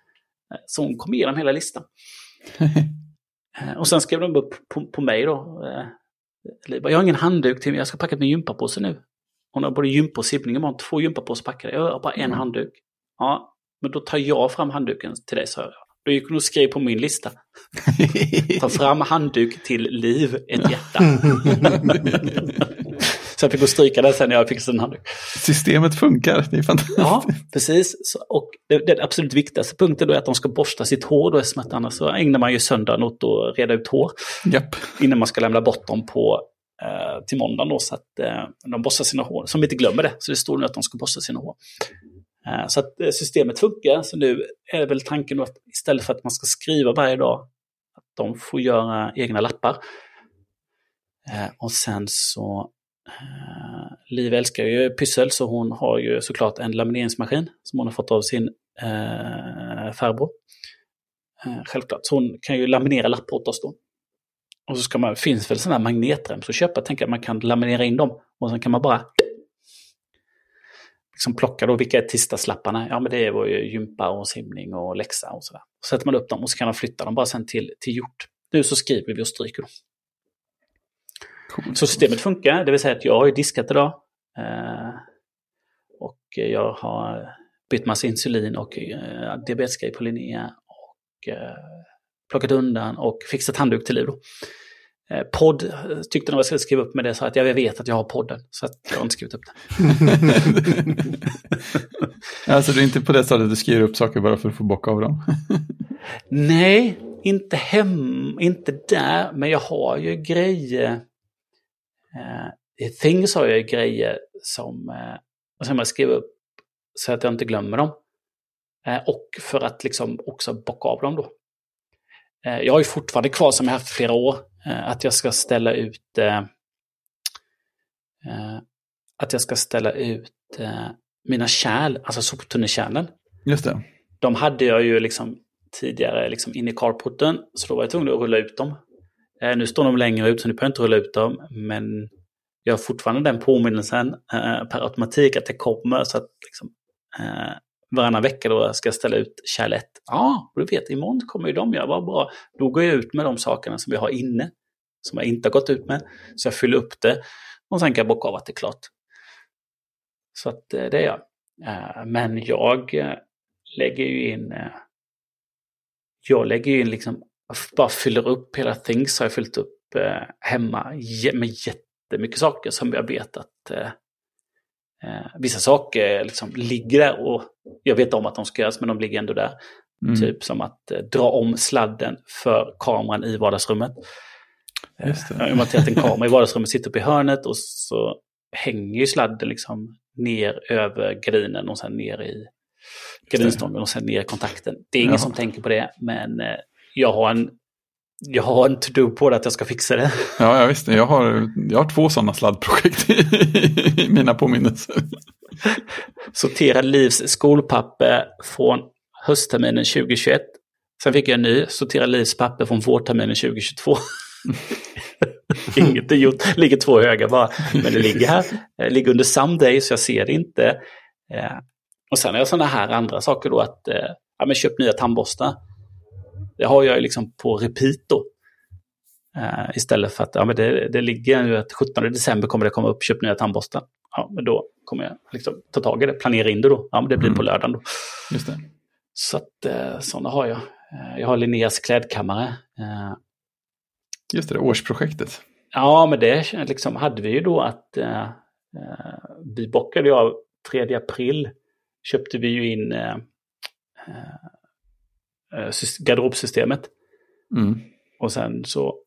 Så hon kom igenom hela listan. Och sen skrev de upp på mig då. Jag har ingen handduk till mig, jag ska packa min gympapåse nu. Hon har både gympa och simning imorgon, 2 gympapåsar packade. Jag har bara en handduk. Ja, men då tar jag fram handduken till dig, så jag. Då gick hon och skrev på min lista. Ta fram handduk till Liv, ett hjärta. Så jag fick gå stryka den sen när jag fick en handduk. Systemet funkar, det är fantastiskt. Ja, precis. Och det absolut viktigaste punkten då är att de ska borsta sitt hår. Då, annars så ägnar man ju söndagen åt att reda ut hår. Japp. Innan man ska lämna bort dem till måndagen då, så att de borstar sina hår. Så de inte glömmer det. Så det står nu att de ska borsta sina hår. Så att systemet funkar. Så nu är det väl tanken då att istället för att man ska skriva varje dag, att de får göra egna lappar. Och sen så Liv älskar ju pyssel, så hon har ju såklart en lamineringsmaskin som hon har fått av sin farbror. Självklart. Så hon kan ju laminera lappar åt oss då. Och så finns väl sådana här magnetrem så köpa, tänker att man kan laminera in dem och sen kan man bara liksom plocka då vilka är tisdagslapparna. Ja, men det var ju gympa och simning och läxa och sådär. Så sätter man upp dem och så kan man flytta dem bara sen till gjort. Nu så skriver vi och stryker dem. Cool. Så systemet funkar, det vill säga att jag har ju diskat idag. Och jag har bytt massa insulin och diabetesgrej på Linnea och plockat undan och fixat handduk till Liv då. Podd tyckte de jag skulle skriva upp med det, så att jag vet att jag har podden, så att jag har inte skrivit upp det. Alltså det är inte på det stället du skriver upp saker bara för att få bocka av dem? Nej, inte där, men jag har ju grejer. I Things har jag ju grejer som jag skriver upp så att jag inte glömmer dem. Och för att liksom också bocka av dem då. Jag har ju fortfarande kvar, som jag haft flera år, att jag ska ställa ut mina kärl, alltså soptunnekärlen. Just det. De hade jag ju liksom tidigare liksom in i carporten, så då var jag tvungen att rulla ut dem. Nu står de längre ut så nu behöver jag inte rulla ut dem, men jag har fortfarande den påminnelsen per automatik att det kommer, så att liksom, varannan vecka då ska jag ställa ut kärl 1. Ja, du vet, imorgon kommer ju de, jag var bra. Då går jag ut med de sakerna som jag har inne, som jag inte har gått ut med, så jag fyller upp det och sen kan jag bocka av att det är klart. Så att det är jag. Men jag lägger ju in liksom, bara fyller upp hela Things, har jag fyllt upp hemma med jättemycket saker som jag vet att vissa saker liksom ligger där och jag vet om att de ska göras, men de ligger ändå där. Typ som att dra om sladden för kameran i vardagsrummet. Just det. Jag har att en kamera i vardagsrummet sitter uppe i hörnet och så hänger ju sladden liksom ner över gardinen och sen ner i gardinstången och sen ner i kontakten. Det är ingen som tänker på det, men jag har en to-do på det att jag ska fixa det. Ja, visst. Jag har 2 sådana sladdprojekt i mina påminnelser. Sortera Livs skolpapper från höstterminen 2021. Sen fick jag en ny. Sortera Livs papper från vårterminen 2022. Inget är gjort. Ligger 2 höga bara. Men det ligger här. Det ligger under someday så jag ser det inte. Och sen har jag sådana här andra saker då att köp nya tandborstar. Det har jag liksom på repeat då. Istället för att det ligger ju att 17 december kommer det komma upp, köp nya tandborstar. Ja, men då kommer jag liksom ta tag i det, planera in det då. Ja, men det blir på lördagen då. Just det. Så att sådana har jag. Jag har Linneas klädkammare. Just det, årsprojektet. Ja, men det liksom hade vi ju då att vi bockade av 3 april. Köpte vi ju in garderobsystemet. Och sen så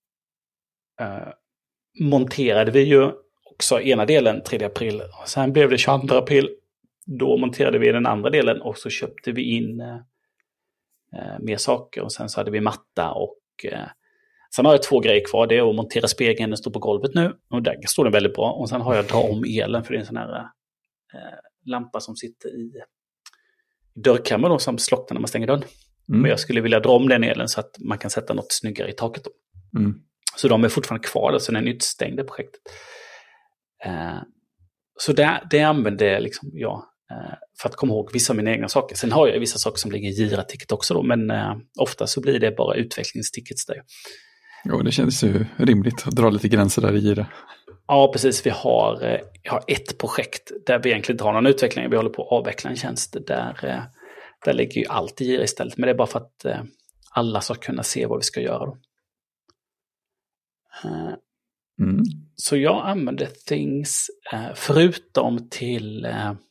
monterade vi ju också ena delen 3 april. Och sen blev det 22 april. Då monterade vi den andra delen och så köpte vi in mer saker. Och sen så hade vi matta och sen har jag 2 grejer kvar. Det är att montera spegeln, den står på golvet nu. Och där står den väldigt bra. Och sen har jag dra om elen, för det är en sån här lampa som sitter i dörrkammaren då, som slocknar när man stänger dörren. Men jag skulle vilja dra om den elen så att man kan sätta något snyggare i taket då. Så de är fortfarande kvar där, så den är utstängd i projektet. Så det använder liksom jag För att komma ihåg vissa av mina egna saker. Sen har jag vissa saker som ligger i Jira-ticket också då, men ofta så blir det bara utvecklingstickets där. Jo, det känns ju rimligt att dra lite gränser där i Jira. Ja, precis. Vi har ett projekt där vi egentligen inte har någon utveckling. Vi håller på att avveckla en tjänst. Där ligger ju allt i Jira istället. Men det är bara för att alla ska kunna se vad vi ska göra då. Så jag använder Things förutom till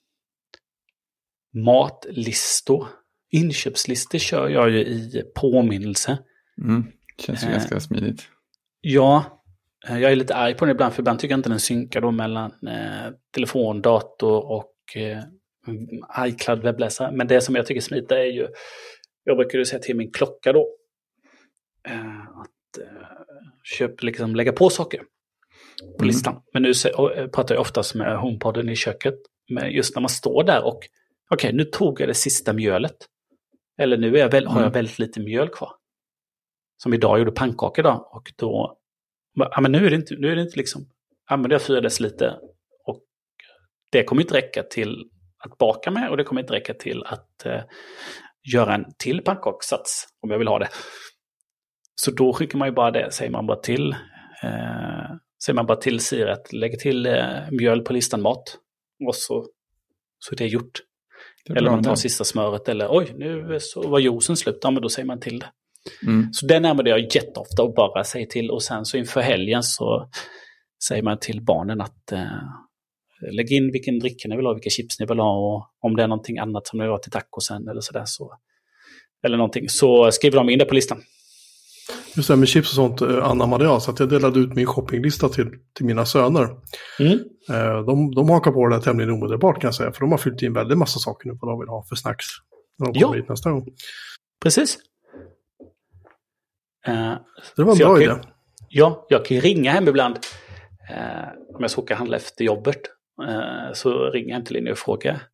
matlistor. Inköpslistor kör jag ju i påminnelse. Känns ju ganska smidigt. Ja, jag är lite arg på den ibland, för ibland tycker jag inte den synkar då mellan telefon, dator och iCloud webbläsare. Men det som jag tycker är smidigt är ju, jag brukar ju säga till min klocka då, att liksom lägga på saker på listan. Men nu pratar jag oftast med HomePodden i köket. Men just när man står där och okej, nu tog jag det sista mjölet. Eller nu har jag väldigt lite mjöl kvar. Som idag gjorde pannkakor idag. Och då, men nu är det inte liksom, använder jag 4 deciliter och det kommer inte räcka till att baka med, och det kommer inte räcka till att göra en till pannkakssats om jag vill ha det. Så då skickar man ju bara det, säger man bara till Siret, lägger till mjöl på listan mat, och så är det gjort. Eller man tar sista smöret, eller oj, nu så var juicen slut, ja, men då säger man till det. Så det använder jag jätteofta och bara säger till, och sen så inför helgen så säger man till barnen att lägg in vilken dricka ni vill ha, vilka chips ni vill ha, och om det är någonting annat som ni vill ha till tacosen eller sådär, eller någonting, så skriver de in det på listan. Just det, med chips och sånt anammade jag, så att jag delade ut min shoppinglista till mina söner. De hakar på det där tämligen omedelbart, kan jag säga, för de har fyllt in väldigt massa saker nu på vad de vill ha för snacks när de kommer hit nästa gång. Precis. Det var en bra idé. Ja, jag kan ju ringa hem ibland om jag ska åka handla efter jobbet. Så ringer jag hem till Linje och frågar.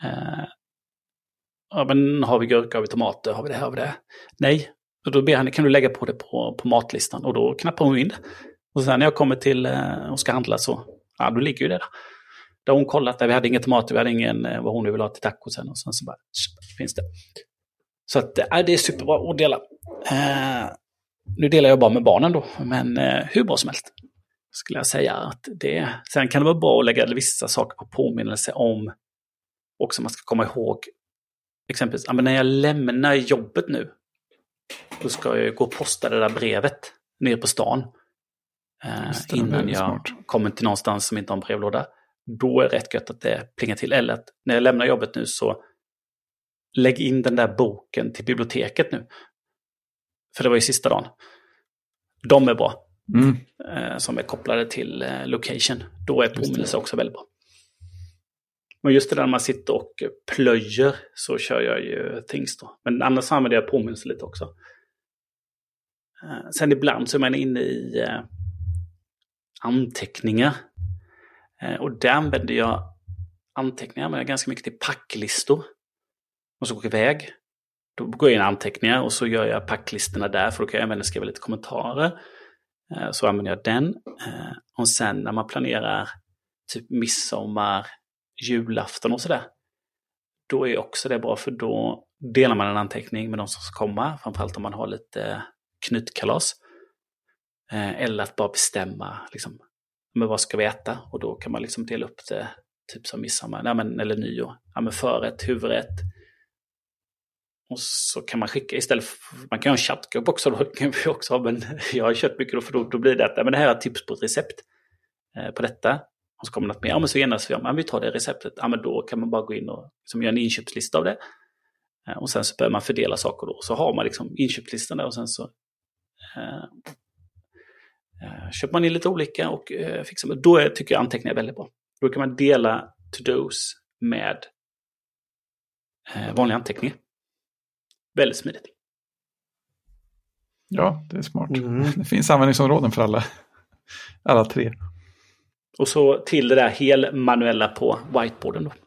Ja, men har vi gurka, har vi tomater, har vi det? Nej. Och då ber han, kan du lägga på det på matlistan? Och då knappar hon in det. Och sen när jag kommer till och ska handla så, ja, då ligger ju det där. Där hon kollat, där vi hade inga tomater, vi hade ingen vad hon nu vill ha till tacosen, och sen så bara, finns det. Så att det är superbra att dela. Nu delar jag bara med barnen då, men hur bra som helst skulle jag säga att det. Sen kan det vara bra att lägga vissa saker på påminnelse om, också man ska komma ihåg, exempelvis, men när jag lämnar jobbet nu, då ska jag gå och posta det där brevet ner på stan innan jag kommer till någonstans som inte har en brevlåda. Då är det rätt gött att det plingar till. Eller att när jag lämnar jobbet nu, så lägg in den där boken till biblioteket nu. För det var ju sista dagen. De är bra. Som är kopplade till location. Då är påminnelse också väldigt bra. Men just det där när man sitter och plöjer, så kör jag ju Things då. Men annars använder jag påminnelse lite också. Sen ibland så är man inne i anteckningar. Och där använder jag anteckningar, men ganska mycket till packlistor. Och så går jag iväg. Då går jag in i anteckningar och så gör jag packlistorna där, för då kan jag även skriva lite kommentarer. Så använder jag den. Och sen när man planerar typ midsommar, julafton och sådär, då är också det bra, för då delar man en anteckning med de som ska komma, framförallt om man har lite knytkalas. Eller att bara bestämma liksom, men vad ska vi äta? Och då kan man liksom dela upp det typ som midsommar, eller nyår. Förrätt, huvudrätt. Och så kan man skicka istället man kan ha en chattgrupp också, då kan vi också ha, men jag har kört mycket då, för då blir det att men det här är tips på ett recept på detta. Och så kommer något mer, men så enas vi om, vi tar det receptet. Men då kan man bara gå in och liksom göra en inköpslista av det. Och sen så börjar man fördela saker då. Så har man liksom inköpslistan där, och sen så köper man in lite olika och fixar. Då tycker jag anteckningar är väldigt bra. Då kan man dela to-dos med vanliga anteckningar. Väldigt smidigt. Ja, det är smart. Det finns användningsområden för alla 3. Och så till det där helmanuella på whiteboarden då.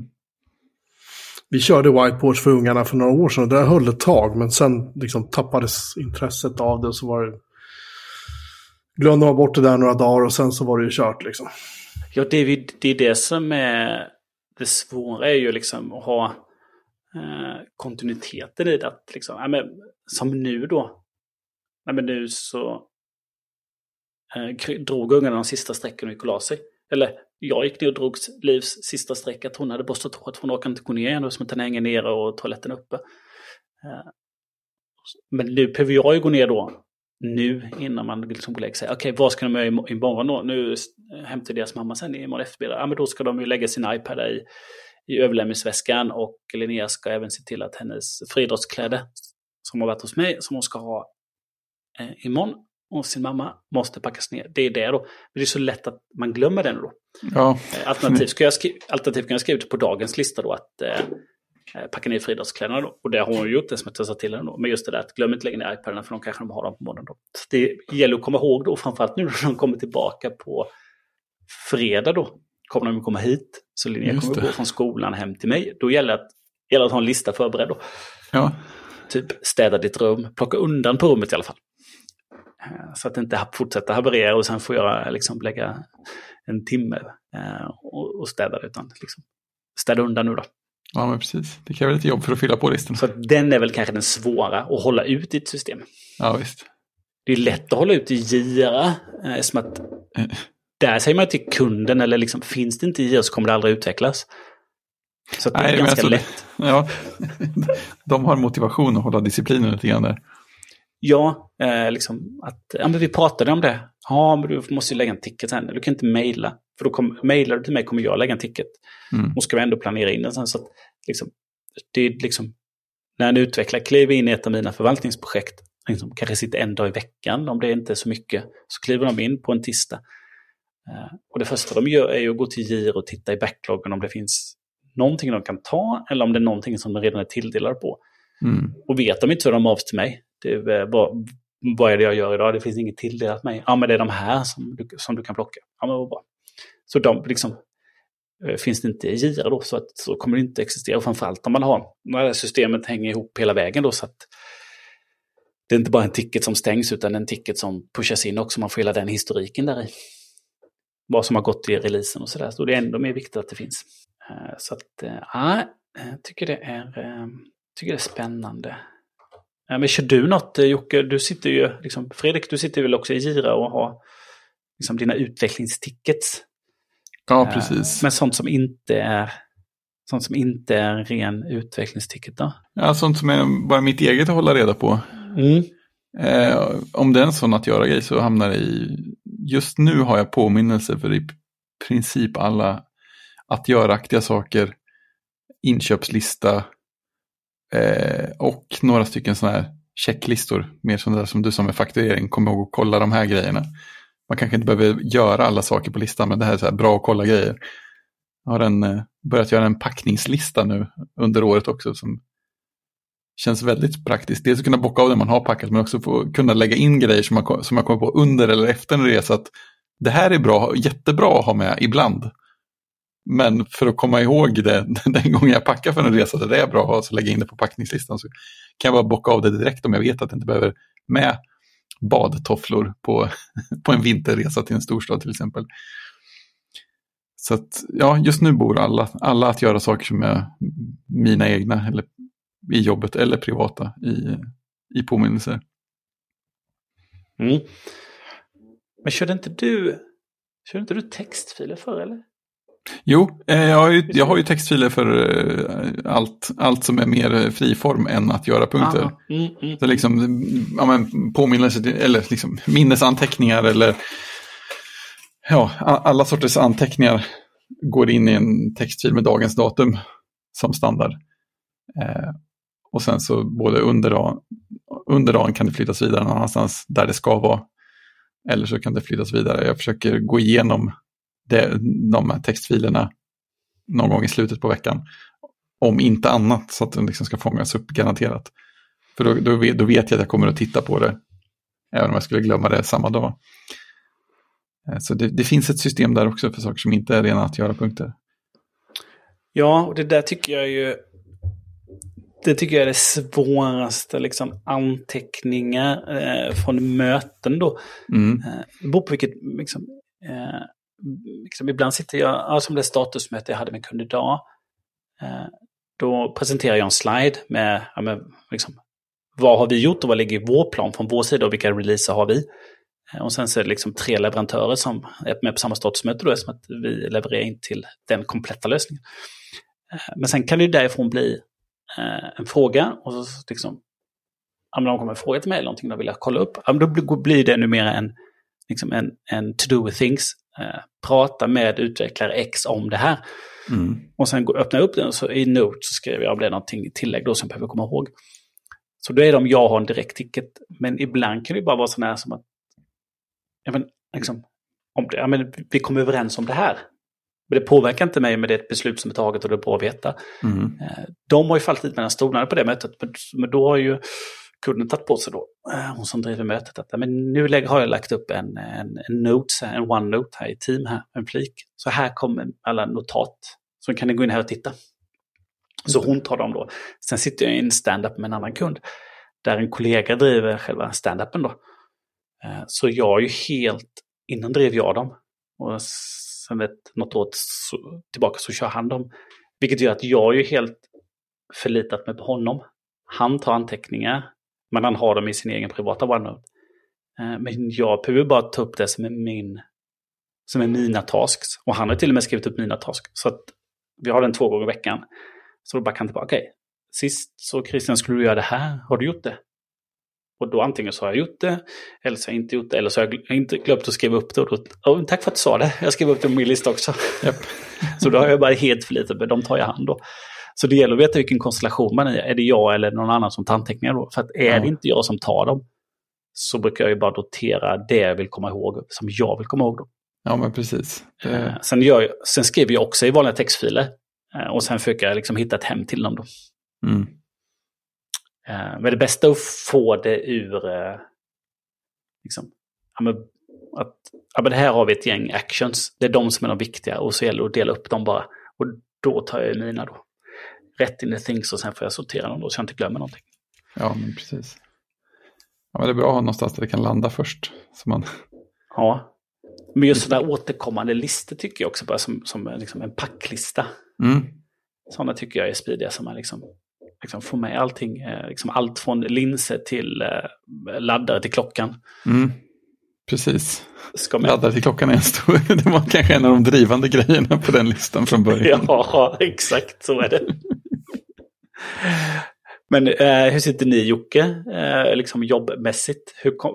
Vi körde whiteboards för ungarna för några år sedan, och det höll ett tag, men sen liksom tappades intresset av det, och så var det, glömde man bort det där några dagar, och sen så var det ju kört liksom. Ja, det är det som är det svåra är ju liksom att ha kontinuiteten i det. Att liksom, som nu då. Nu så drog ungarna de sista sträckorna och gick och la sig. Eller jag gick ner och drog Livs sista sträcka att hon hade borstat håret. Hon orkade inte gå ner igen och som att den hänger nere och toaletten uppe. Men nu behöver jag ju gå ner då. Nu innan man liksom går och lägga sig. Okej, vad ska de göra imorgon då? Nu hämtar deras mamma sen imorgon eftermiddag. Men då ska de ju lägga sin iPad i överlämningsväskan. Och Linnea ska även se till att hennes friidrottskläder som har varit hos mig, som hon ska ha imorgon och sin mamma måste packas ner. Det är det då. Men det är så lätt att man glömmer den då. Ja. Alternativt kan jag skriva ut på dagens lista då att packa ner friidrottskläderna då. Och det har hon gjort, det som jag sa till henne då. Men just det där att glöm inte lägga ner iPaden för de kanske de har dem på morgonen då. Så det gäller att komma ihåg då, framförallt nu när de kommer tillbaka på fredag då. Kommer de komma hit. Så Linnea kommer gå från skolan hem till mig. Då gäller det att ha en lista förberedd då. Ja. Typ städa ditt rum, plocka undan på rummet i alla fall. Så att det inte fortsätter haverera och sen får jag liksom lägga en timme och städa det, utan liksom städa undan nu då. Ja, men precis. Det kräver lite jobb för att fylla på listan. Så att den är väl kanske den svåra att hålla ut i ett system. Ja, visst. Det är lätt att hålla ut i Gira, som att där säger man till kunden, eller liksom, finns det inte i Gira så kommer det aldrig utvecklas. Så att det är ganska lätt. Ja, de har motivation att hålla disciplinen lite grann där. Ja, liksom att men vi pratade om det. Ja, men du måste ju lägga en ticket sen. Du kan inte mejla. För då mejlar du till mig kommer jag lägga en ticket. Och ska vi ändå planera in den sen. Så att, liksom, det är liksom, när en utvecklare kliver in i ett av mina förvaltningsprojekt, liksom, kanske sitter en dag i veckan, om det inte är så mycket, så kliver de in på en tisdag. Och det första de gör är ju att gå till Giro och titta i backloggen om det finns någonting de kan ta, eller om det är någonting som de redan är tilldelade på. Och vet de inte så de av till mig. Vad är det jag gör idag? Det finns inget tilldelat mig. Ja, men det är de här som du kan plocka. Ja, men vad bra. Så de liksom, finns det inte i Gira då, så kommer det inte existera. Framförallt om man har, när systemet hänger ihop hela vägen då, så att det är inte bara en ticket som stängs utan en ticket som pushas in också. Man får hela den historiken där i. Vad som har gått i releasen och sådär. Så det är ändå mer viktigt att det finns. Så att, jag tycker det är spännande. Men kör du något, Jocke? Du sitter ju, liksom, Fredrik, du sitter väl också i Gira och har liksom dina utvecklingstickets. Ja, precis. Men sånt som inte är ren utvecklingsticket då? Ja, sånt som är bara mitt eget att hålla reda på. Om det är en sån att göra grej så hamnar det i... Just nu har jag påminnelser för i princip alla att göra-aktiga saker, inköpslista och några stycken såna här checklistor, mer sådana där som du som med fakturering, kommer ihåg att kolla de här grejerna. Man kanske inte behöver göra alla saker på listan, men det här är så här bra att kolla grejer. Jag har börjat göra en packningslista nu under året också som känns väldigt praktiskt. Dels att kunna bocka av det man har packat, men också få kunna lägga in grejer som man kommer på under eller efter en resa. Att det här är bra, jättebra att ha med ibland. Men för att komma ihåg det den gången jag packar för en resa där det är bra att ha, så lägga in det på packningslistan, så kan jag bara bocka av det direkt om jag vet att jag inte behöver med badtofflor på en vinterresa till en storstad till exempel. Så att, ja, just nu bor alla att göra saker som är mina egna eller i jobbet eller privata i påminnelser. Men körde inte du textfiler för, eller? Jo, jag har ju textfiler för allt som är mer friform än att göra punkter. Så liksom, påminnelser eller liksom minnesanteckningar eller alla sorters anteckningar går in i en textfil med dagens datum som standard. Och sen så både under dagen kan det flyttas vidare någon annanstans där det ska vara. Eller så kan det flyttas vidare. Jag försöker gå igenom de här textfilerna någon gång i slutet på veckan. Om inte annat, så att den liksom ska fångas upp garanterat. För då vet jag att jag kommer att titta på det. Även om jag skulle glömma det samma dag. Så det finns ett system där också för saker som inte är rena att göra punkter. Ja, och det där tycker jag ju... Det tycker jag är det svåraste, liksom, anteckningar från möten då. Det beror på vilket, liksom, liksom, ibland sitter jag, som det statusmöte jag hade med kund idag, då presenterar jag en slide med liksom, vad har vi gjort och vad ligger i vår plan från vår sida och vilka releaser har vi. Och sen så är det liksom 3 leverantörer som är med på samma statusmöte då, som att vi levererar in till den kompletta lösningen. Men sen kan det ju därifrån bli en fråga och så liksom, om de kommer en fråga till mig eller någonting de vill jag kolla upp, då blir det numera en to-do with things. Prata med utvecklare X om det här. Och sen öppna upp den och så i Note så skriver jag om det är någonting i tillägg då som jag behöver komma ihåg. Så då är det om jag har en direkt ticket. Men ibland kan det bara vara sån här som att liksom, vi kommer överens om det här. Men det påverkar inte mig med det beslut som är taget och det är bra att veta. De har ju fallit lite mellan stolarna på det mötet. Men då har ju kunden tagit på sig då, hon som driver mötet, att men nu har jag lagt upp en note, en OneNote här i team här, en flik. Så här kommer alla notat. Så kan ni gå in här och titta. Så hon tar dem då. Sen sitter jag i en stand-up med en annan kund. Där en kollega driver själva stand-upen då. Så jag är ju helt, innan drev jag dem. Och sen något år tillbaka så kör han dem. Vilket gör att jag är ju helt förlitat mig på honom. Han tar anteckningar. Men han har dem i sin egen privata OneNote. Men jag behöver bara ta upp det som är mina tasks. Och han har till och med skrivit upp mina tasks. Så att vi har den 2 gånger i veckan. Så då bara kan tillbaka. Okej. Sist så Christian skulle du göra det här. Har du gjort det? Och då antingen så har jag gjort det. Eller så har jag inte gjort det. Eller så har jag inte glömt att skriva upp det. Och då, tack för att du sa det. Jag skrev upp det på min lista också. Yep. Så då har jag bara helt förlitat med. De tar jag hand då. Så det gäller att veta vilken konstellation man är. Är det jag eller någon annan som tar anteckningar då? För att är det inte jag som tar dem så brukar jag ju bara notera det jag vill komma ihåg. Som jag vill komma ihåg då. Ja, men precis. Sen skriver jag också i vanliga textfiler. Och sen försöker jag liksom hitta ett hem till dem då. Men det bästa är att få det ur liksom, det här har vi ett gäng actions. Det är de som är de viktiga och så gäller det att dela upp dem bara. Och då tar jag mina då. Rätt in i things och sen får jag sortera dem då så jag inte glömmer någonting. Ja, men precis. Ja, men det är bra att ha någonstans där det kan landa först. Så man... Ja, men just sådär återkommande listor tycker jag också bara som liksom en packlista. Sådana tycker jag är smidiga som man liksom får med allting. Liksom allt från linser till laddare till klockan. Precis. Laddare till klockan är en stor... Det var kanske en av de drivande grejerna på den listan från början. Ja, exakt så är det. Men hur sitter ni, Jocke? Liksom jobbmässigt?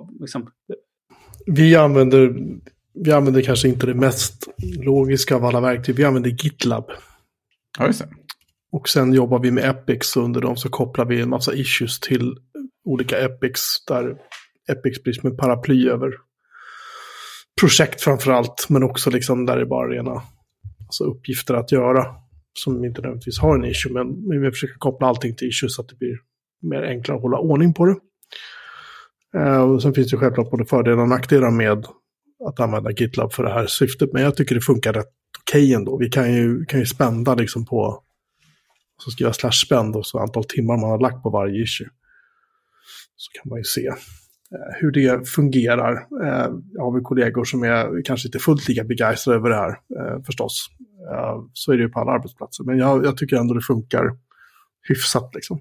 Vi använder kanske inte det mest logiska av alla verktyg. Vi använder GitLab. Ja, just det. Och sen jobbar vi med Epics och under dem så kopplar vi en massa issues till olika Epics där Epics blir som en paraply över projekt framförallt, men också liksom där det bara är rena uppgifter att göra som inte nödvändigtvis har en issue, men vi försöker koppla allting till issues så att det blir mer enklare att hålla ordning på det. Och sen finns det självklart både fördelar och nackdelar med att använda GitLab för det här syftet, men jag tycker det funkar rätt okej ändå. Vi kan ju spända liksom på så skriva /spend och så antal timmar man har lagt på varje issue. Så kan man ju se hur det fungerar. Jag har vi kollegor som är kanske inte fullt lika begeistrade över det här förstås. Så är det ju på alla arbetsplatser. Men jag tycker ändå det funkar hyfsat liksom.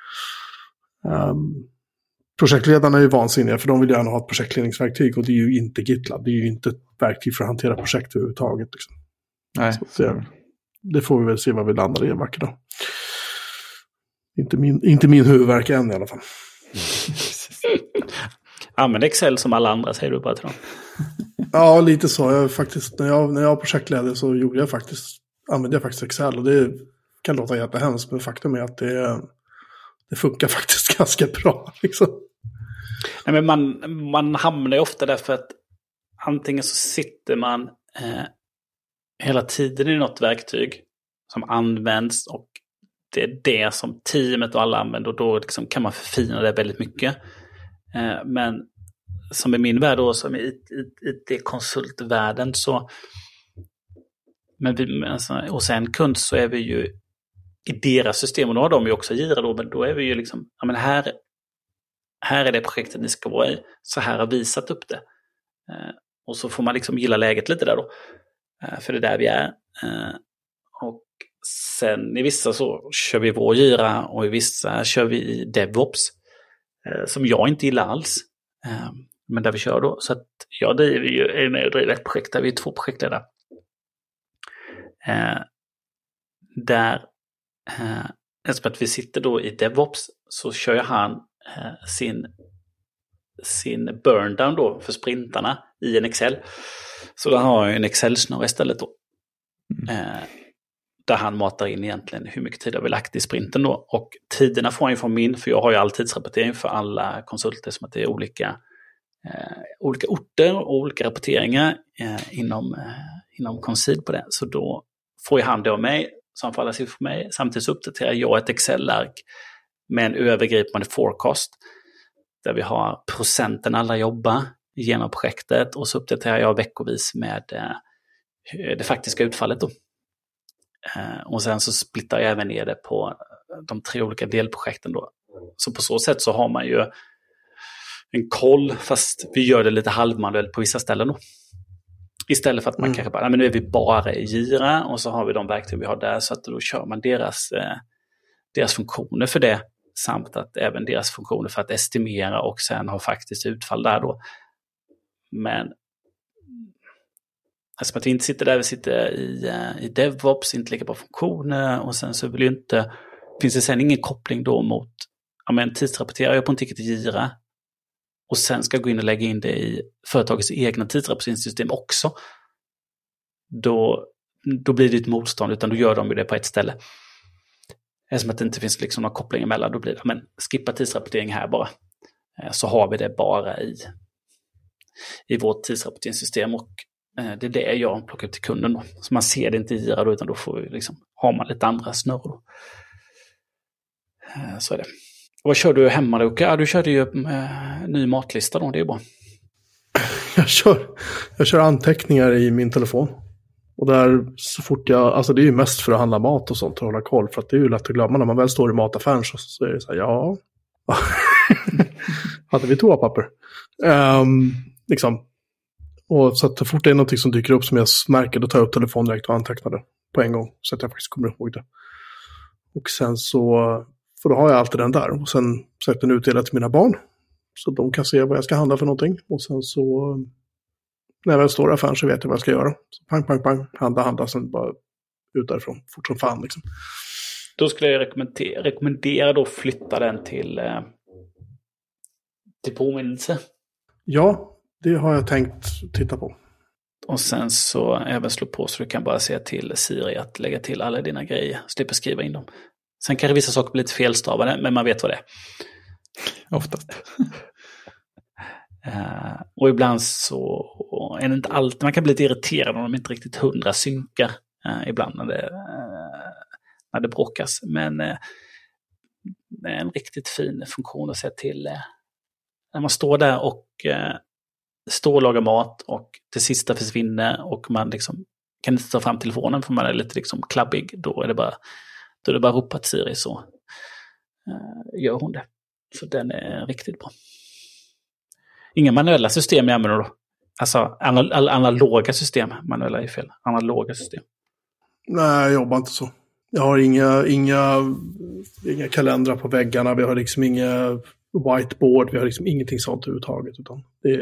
Projektledarna är ju vansinniga för de vill gärna ha ett projektledningsverktyg och det är ju inte GitLab. Det är ju inte ett verktyg för att hantera projekt överhuvudtaget. Liksom. Nej. Så det får vi väl se vad vi landar i en vacker dag. Inte min huvudvärk än i alla fall. Använd Excel som alla andra, säger du bara till dem. Ja, lite så. När jag var projektledare så använde jag faktiskt Excel. Och det kan låta jättehemskt, men faktum är att det funkar faktiskt ganska bra. Liksom. Nej, men man hamnar ju ofta där för att antingen så sitter man hela tiden i något verktyg som används och det är det som teamet och alla använder och då liksom kan man förfina det väldigt mycket. Men som i min värld och som i IT-konsultvärlden så och sen kund så är vi ju i deras system och då har de ju också Jira då, men då är vi ju liksom ja, men här är det projektet ni ska vara i, så här har vi satt upp det. Och så får man liksom gilla läget lite där då. För det är där vi är. Och sen i vissa så kör vi vår Jira och i vissa kör vi i DevOps. Som jag inte gillar alls. Men där vi kör då. Så att jag är med och driver ett projekt där vi är 2 projektledare. Eftersom att vi sitter då i DevOps så kör han sin burndown då för sprintarna i en Excel. Så då har jag en Excel-snurra istället då. Där han matar in egentligen hur mycket tid har vi lagt i sprinten då. Och tiderna får han ju från min, för jag har ju all tidsrapportering för alla konsulter som att det är olika orter och olika rapporteringar inom Concede på det. Så då får ju han det av mig, så han får alla siffror för mig. Samtidigt så uppdaterar jag ett Excel-ark med en övergripande forecast där vi har procenten alla jobbar genom projektet, och så uppdaterar jag veckovis med det faktiska utfallet då. Och sen så splittar jag även ner det på de 3 olika delprojekten då. Så på så sätt så har man ju en koll, fast vi gör det lite halvmanuellt på vissa ställen då. Istället för att man kanske bara, men nu är vi bara i Jira och så har vi de verktyg vi har där, så att då kör man deras funktioner för det, samt att även deras funktioner för att estimera och sen ha faktiskt utfall där då. Men alltså att vi inte sitter där, vi sitter i DevOps, inte lika bra funktioner, och sen så finns det sen ingen koppling då mot, tidsrapporterar jag på en ticket i Jira och sen ska gå in och lägga in det i företagets egna tidsrapporteringssystem också. Då blir det ett motstånd, utan då gör de ju det på ett ställe. Eftersom att det inte finns liksom någon koppling emellan, då blir det, skippa tidsrapportering här bara. Så har vi det bara i vårt tidsrapporteringssystem, och det är det jag plockar upp till kunden då. Så man ser det inte i Jira då, utan då har man lite andra snurror då. Så är det. Och vad kör du hemma då? Ja, du körde ju ny matlista då, det är bra. Jag kör anteckningar i min telefon. Och där så fort alltså det är ju mest för att handla mat och sånt och hålla koll, för att det är ju lätt att glömma när man väl står i mataffären, så är det så här, ja. Hade vi toapapper? Liksom. Och så att så fort det är något som dyker upp som jag märker, då tar jag upp telefonen direkt och antecknar det på en gång, så att jag faktiskt kommer ihåg det. Och sen så, för då har jag alltid den där. Och sen sätter den utdelat till mina barn, så de kan se vad jag ska handla för någonting. Och sen så, när jag väl står i affären så vet jag vad jag ska göra. Så pang, handla, sen bara ut därifrån, fort som fan liksom. Då skulle jag rekommendera då flytta den till påminnelse. Ja, det har jag tänkt titta på. Och sen så även slå på så du kan bara säga till Siri att lägga till alla dina grejer. Slipper skriva in dem. Sen kanske vissa saker blir lite felstavade, men man vet vad det är. Oftast. Och ibland så är det inte alltid. Man kan bli lite irriterad om de inte riktigt 100 synkar ibland när det bråkas. Men det är en riktigt fin funktion att säga till när man står där och står och lagar mat och det sista försvinner och man liksom kan inte ta fram telefonen för man är lite liksom klabbig. Då är det bara att ropa till Siri, så gör hon det. Så den är riktigt bra. Inga manuella system jag använder då. Alltså analoga system. Manuella är fel. Analoga system. Nej, jag jobbar inte så. Jag har inga kalendrar på väggarna. Vi har liksom inga whiteboard. Vi har liksom ingenting sånt överhuvudtaget. Utan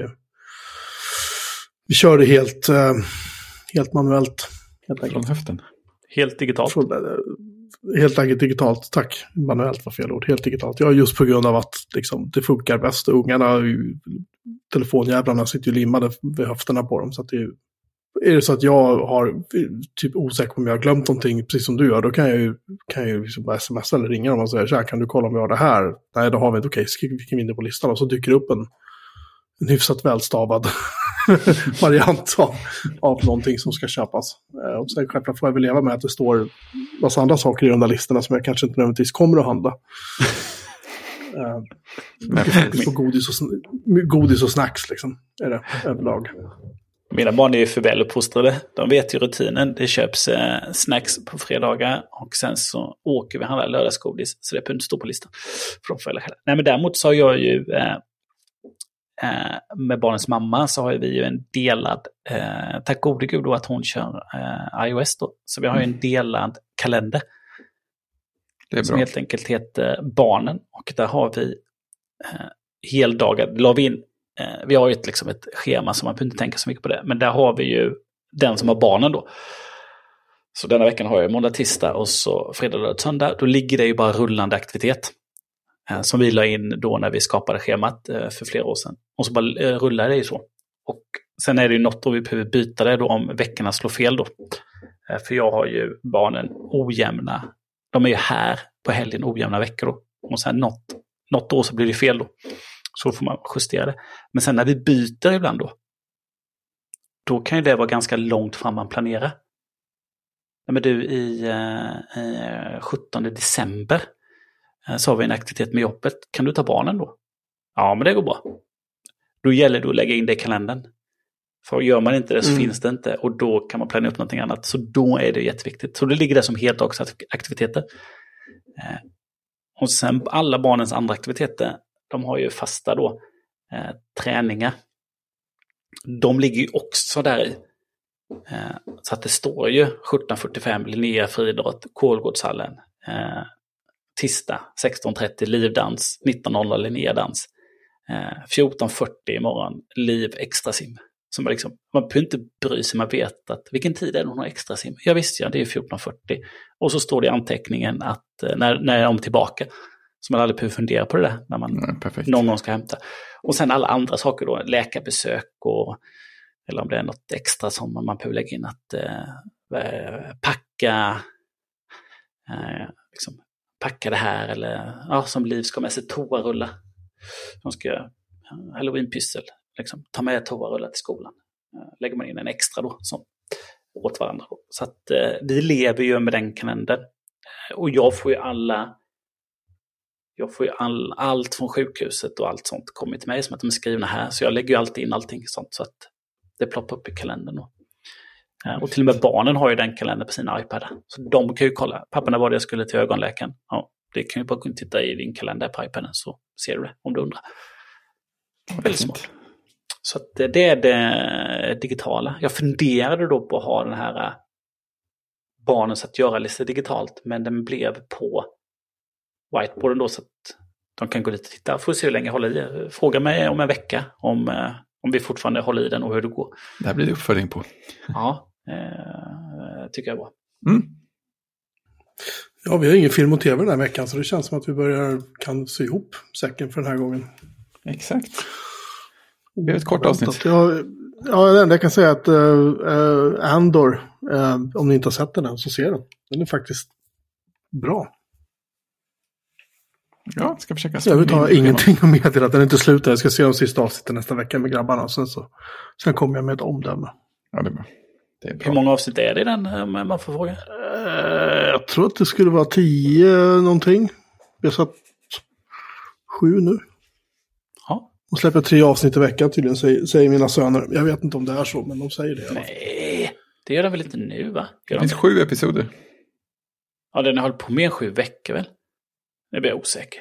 vi kör det helt manuellt. Helt enkelt. Från höften. Helt digitalt. Helt enkelt digitalt, tack. Manuellt var fel ord. Helt digitalt. Ja, just på grund av att liksom, det funkar bäst. Ungarna, telefonjävlarna sitter ju limmade vid höfterna på dem. Så att är det så att jag har typ osäker om jag har glömt någonting, precis som du gör, då kan jag ju liksom bara smsa eller ringa dem och säga, så kan du kolla om vi har det här? Nej, då har vi inte. Okej, skriv in det på listan, och så dyker det upp en hyfsat välstavad variant av någonting som ska köpas. Och sen självklart får jag väl leva med att det står massa andra saker i de där listorna som jag kanske inte nödvändigtvis kommer att handla. Godis och snacks liksom, är det överlag. Mina barn är ju för väl uppfostrade. De vet ju rutinen. Det köps snacks på fredagar och sen så åker vi handla lördagsgodis, så det behöver inte stå på listan. För de får Nej, men däremot så har jag ju med barnens mamma så har vi ju en delad, tack gode gud då att hon kör iOS då. Så vi har ju en delad kalender. Det är som bra. helt enkelt heter Barnen. Och där har vi heldagar. La vi in, vi har ju liksom ett schema som man behöver inte tänka så mycket på det. Men där har vi ju den som har barnen då. Så denna veckan har jag måndag, tisdag och så fredag, lördag, söndag. Då ligger det ju bara rullande aktivitet. Som vi la in då när vi skapade schemat för flera år sedan. Och så bara rullar det ju så. Och sen är det ju något då vi behöver byta det då om veckorna slår fel då. För jag har ju barnen ojämna. De är ju här på helgen ojämna veckor då. Och sen något år så blir det fel då. Så får man justera det. Men sen när vi byter ibland då kan ju det vara ganska långt fram man planerar. Men du, i 17 december så har vi en aktivitet med jobbet. Kan du ta barnen då? Ja, men det går bra. Då gäller det att lägga in det i kalendern. För gör man inte det så finns det inte. Och då kan man planera upp någonting annat. Så då är det jätteviktigt. Så det ligger där som heldagsaktiviteter. Och sen alla barnens andra aktiviteter. De har ju fasta då. Träningar. De ligger ju också där i. Så att det står ju 17:45 Linnea friidrott, Kolgårdshallen. Tisdag 16:30 livdans, 19:00 Linnea dans. 14:40 imorgon liv extrasim. Som liksom, man behöver inte bry sig, man vet att vilken tid är det hon har extrasim. Ja visst, ja, det är 14:40. Och så står det i anteckningen att när de är tillbaka. Så man aldrig behöver fundera på det där när man någon gång ska hämta. Och sen alla andra saker då, läkarbesök och eller om det är något extra som man behöver lägga in att packa det här eller som Liv ska med sig toarullar. De ska halloweenpyssel, liksom, ta med toarullar till skolan. Lägger man in en extra då som åt varandra. Då. Så att vi lever ju med den kalendern. Och jag får ju allt från sjukhuset och allt sånt kommit till mig som att de är skrivna här. Så jag lägger ju alltid in allting sånt så att det ploppar upp i kalendern. Och till och med barnen har ju den kalendern på sina iPadar. Så de kan ju kolla. Pappa, när var det jag skulle till ögonläkaren? Ja, det kan ju bara kunna titta i din kalender på iPaden så ser du det om du undrar. Väldigt smart. Så att det är det digitala. Jag funderade då på att ha den här barnens att göra lite digitalt. Men den blev på whiteboarden då så att de kan gå dit och titta. Får se hur länge jag håller i. Fråga mig om en vecka om vi fortfarande håller i den och hur det går. Det här blir det uppföljning på. Ja, tycker jag var. Ja, vi har ingen film och tv den här veckan så det känns som att vi kan sy ihop säcken för den här gången. Exakt. Vi har ett kort avsnitt. Ja, det enda jag kan säga att Andor, om ni inte har sett den än så ser den. Den är faktiskt bra. Ja, ska försöka. Jag vill ta ingenting om meddela att den inte slutar. Jag ska se de sista avsnitten nästa vecka med grabbarna. Sen kommer jag med ett omdöme. Ja, det är bra. Det är bra. Hur många avsnitt är det i den, om man får fråga? Jag tror att det skulle vara 10 någonting. Vi har satt 7 nu. Ja. De släpper 3 avsnitt i veckan tydligen, säger mina söner. Jag vet inte om det är så, men de säger det. Nej, det gör de väl inte nu, va? Det finns 7 episoder. Ja, den har hållit på med 7 veckor väl? Nu blir jag osäker.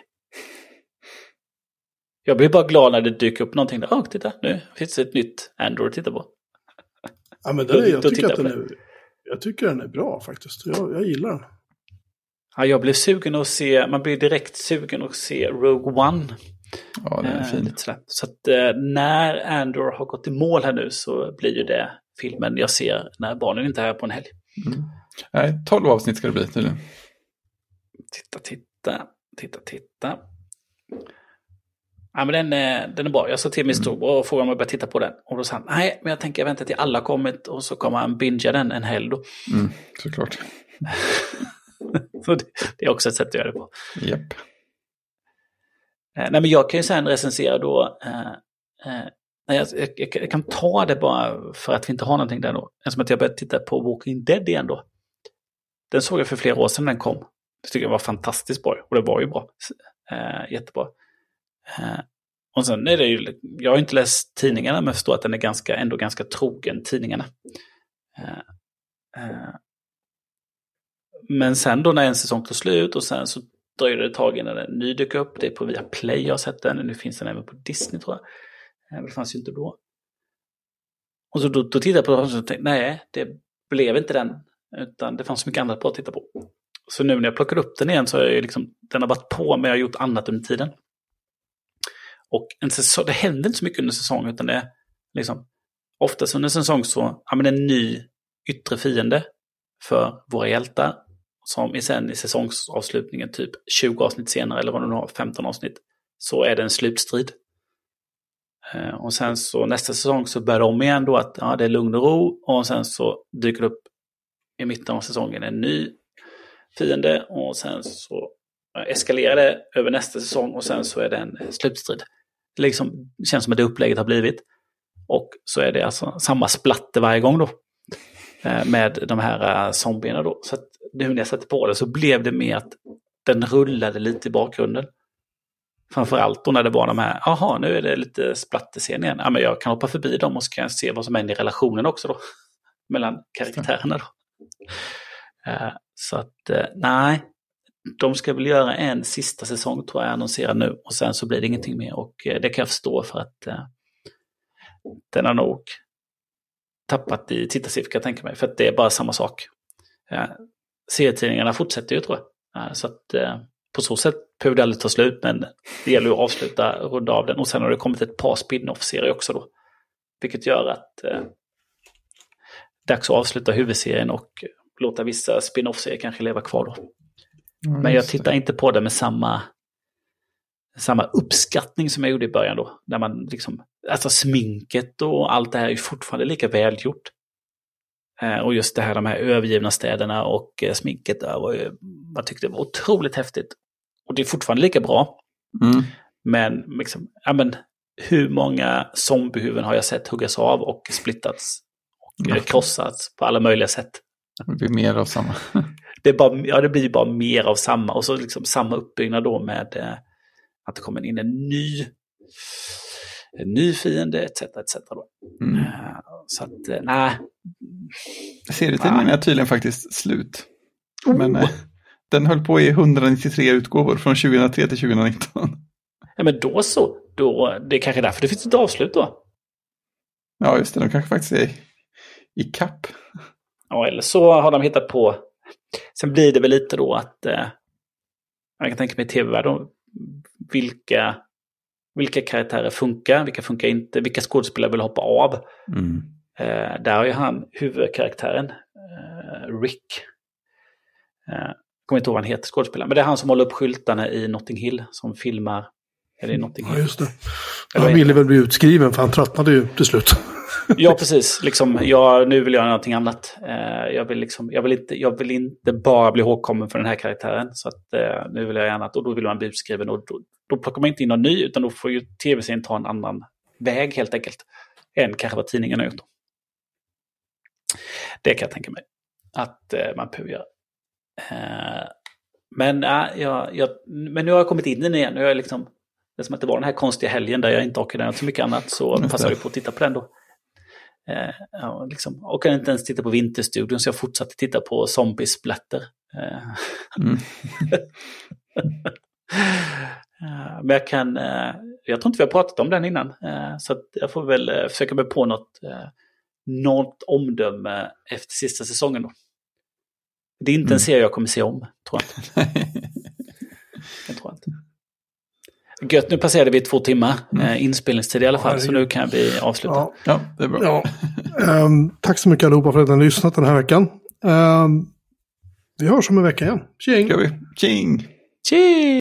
Jag blir bara glad när det dyker upp någonting där. Titta, nu finns det ett nytt Android att titta på. Ja, men jag tycker den är bra faktiskt. Jag gillar den. Ja, jag blev sugen att se, man blir direkt sugen att se Rogue One. Ja, det är fin. Så att när Andor har gått i mål här nu så blir ju det filmen jag ser när barnen inte är här på en helg. Nej, 12 avsnitt ska det bli tydligen. Titta. Ja, men den är bra. Jag sa till min storbror och frågade om jag började titta på den. Och då sa han, nej, men jag tänker jag väntar till alla kommit och så kommer han bingea den en helg då. Såklart. Så det är också ett sätt att göra det på. Japp. Nej, men jag kan ju sen recensera då. Jag kan ta det bara för att vi inte har någonting där då. Eftersom att jag började titta på Walking Dead igen då. Den såg jag för flera år sedan den kom. Det tycker jag var fantastiskt bra. Och det var ju bra. Jättebra. Och sen är det ju, jag har inte läst tidningarna men förstår att den är ändå ganska trogen tidningarna. Men sen då när en säsong tog slut och sen så dröjde det ett tag innan den ny dök upp. Det är på Viaplay jag har sett den. Nu finns den även på Disney tror jag. Det fanns ju inte då. Och så då tittade jag på det och tänkte, nej, det blev inte den. Utan det fanns så mycket annat på att titta på. Så nu när jag plockar upp den igen så är liksom, den har varit på, men jag har gjort annat under tiden. Och det händer inte så mycket under säsong, utan det är liksom, oftast under säsong så, ja men en ny yttre fiende för våra hjältar. Som sen i säsongsavslutningen, typ 20 avsnitt senare, eller vad det nu har, 15 avsnitt, så är det en slutstrid. Och sen så nästa säsong så börjar de igen då att ja, det är lugn och ro. Och sen så dyker det upp i mitten av säsongen en ny fiende. Och sen så eskalerar det över nästa säsong. Och sen så är det en slutstrid. Det liksom känns som att det upplägget har blivit. Och så är det alltså samma splatter varje gång då. Med de här zombierna då. Så att nu när jag satte på det så blev det med att den rullade lite i bakgrunden. Framförallt då när det var de här, aha, nu är det lite splatterscen igen. Ja, men jag kan hoppa förbi dem och så kan jag se vad som händer i relationen också då. Mellan karaktärerna då. Så att, nej. De ska väl göra en sista säsong, tror jag annonserar nu. Och sen så blir det ingenting mer. Och det kan jag förstå för att den har nog tappat i tittarsiffror, kan jag tänka mig. För att det är bara samma sak. Serietidningarna fortsätter ju, tror jag. Så att på så sätt behöver det aldrig ta slut, men det gäller att avsluta, runda av den. Och sen har det kommit ett par spin-off-serier också då. Vilket gör att dags att avsluta huvudserien och låta vissa spin-off-serier kanske leva kvar då. Men jag tittar inte på det med samma uppskattning som jag gjorde i början då. När man liksom, alltså sminket och allt det här är ju fortfarande lika välgjort. Och just det här, de här övergivna städerna och sminket där var ju, man tyckte det var otroligt häftigt. Och det är fortfarande lika bra. Mm. Men liksom, ja men hur många zombiehuvuden har jag sett huggas av och splittats och krossats på alla möjliga sätt. Det blir mer av samma. Det blir bara mer av samma. Och så liksom samma uppbyggnad då med att det kommer in en ny fiende, etc. då. Mm. Så att, nej. Serietidningen är tydligen faktiskt slut. Men den höll på i 193 utgåvor från 2003 till 2019. Ja, men då så. Det är kanske därför det finns ett avslut då. Ja, just det. De kanske faktiskt är i kapp. Ja, eller så har de hittat på. Sen blir det väl lite då att jag kan tänka mig i tv-världen vilka karaktärer funkar, vilka funkar inte, vilka skådespelare vill hoppa av. Mm. Där har ju han huvudkaraktären Rick. Jag kommer inte ihåg vad han heter, skådespelaren, men det är han som håller upp skyltarna i Notting Hill som filmar. Eller i Notting Hill. Ja, just det. Han ville väl bli utskriven för han tröttnade ju till slut. Ja, precis. Liksom, nu vill jag göra någonting annat. Jag vill inte bara bli ihågkommen för den här karaktären. Så att nu vill jag göra annat. Och då vill man bli utskriven. Och då plockar man inte in någon ny. Utan då får ju tv-serien ta en annan väg helt enkelt. Än kanske vad tidningen har gjort. Det kan jag tänka mig. Att man behöver göra. Men nu har jag kommit in i den igen. Nu är jag liksom, det är som att det var den här konstiga helgen där jag inte orkade göra så mycket annat. Så passar jag på att titta på den då. Och kan inte ens titta på Vinterstudion, så jag fortsatte titta på Zombie-splatter. Men jag tror inte vi har pratat om den innan, så att jag får väl försöka mig på något omdöme efter sista säsongen då. Det är inte en serie jag kommer se om, tror jag inte. Jag tror inte. Gött, nu passerade vi 2 timmar inspelningstid i alla fall, så nu kan vi avsluta. Ja, det är bra. Ja. Tack så mycket allihopa för att ni har lyssnat den här veckan. Vi hörs om en vecka igen. Tjing! Tjing! Tjing!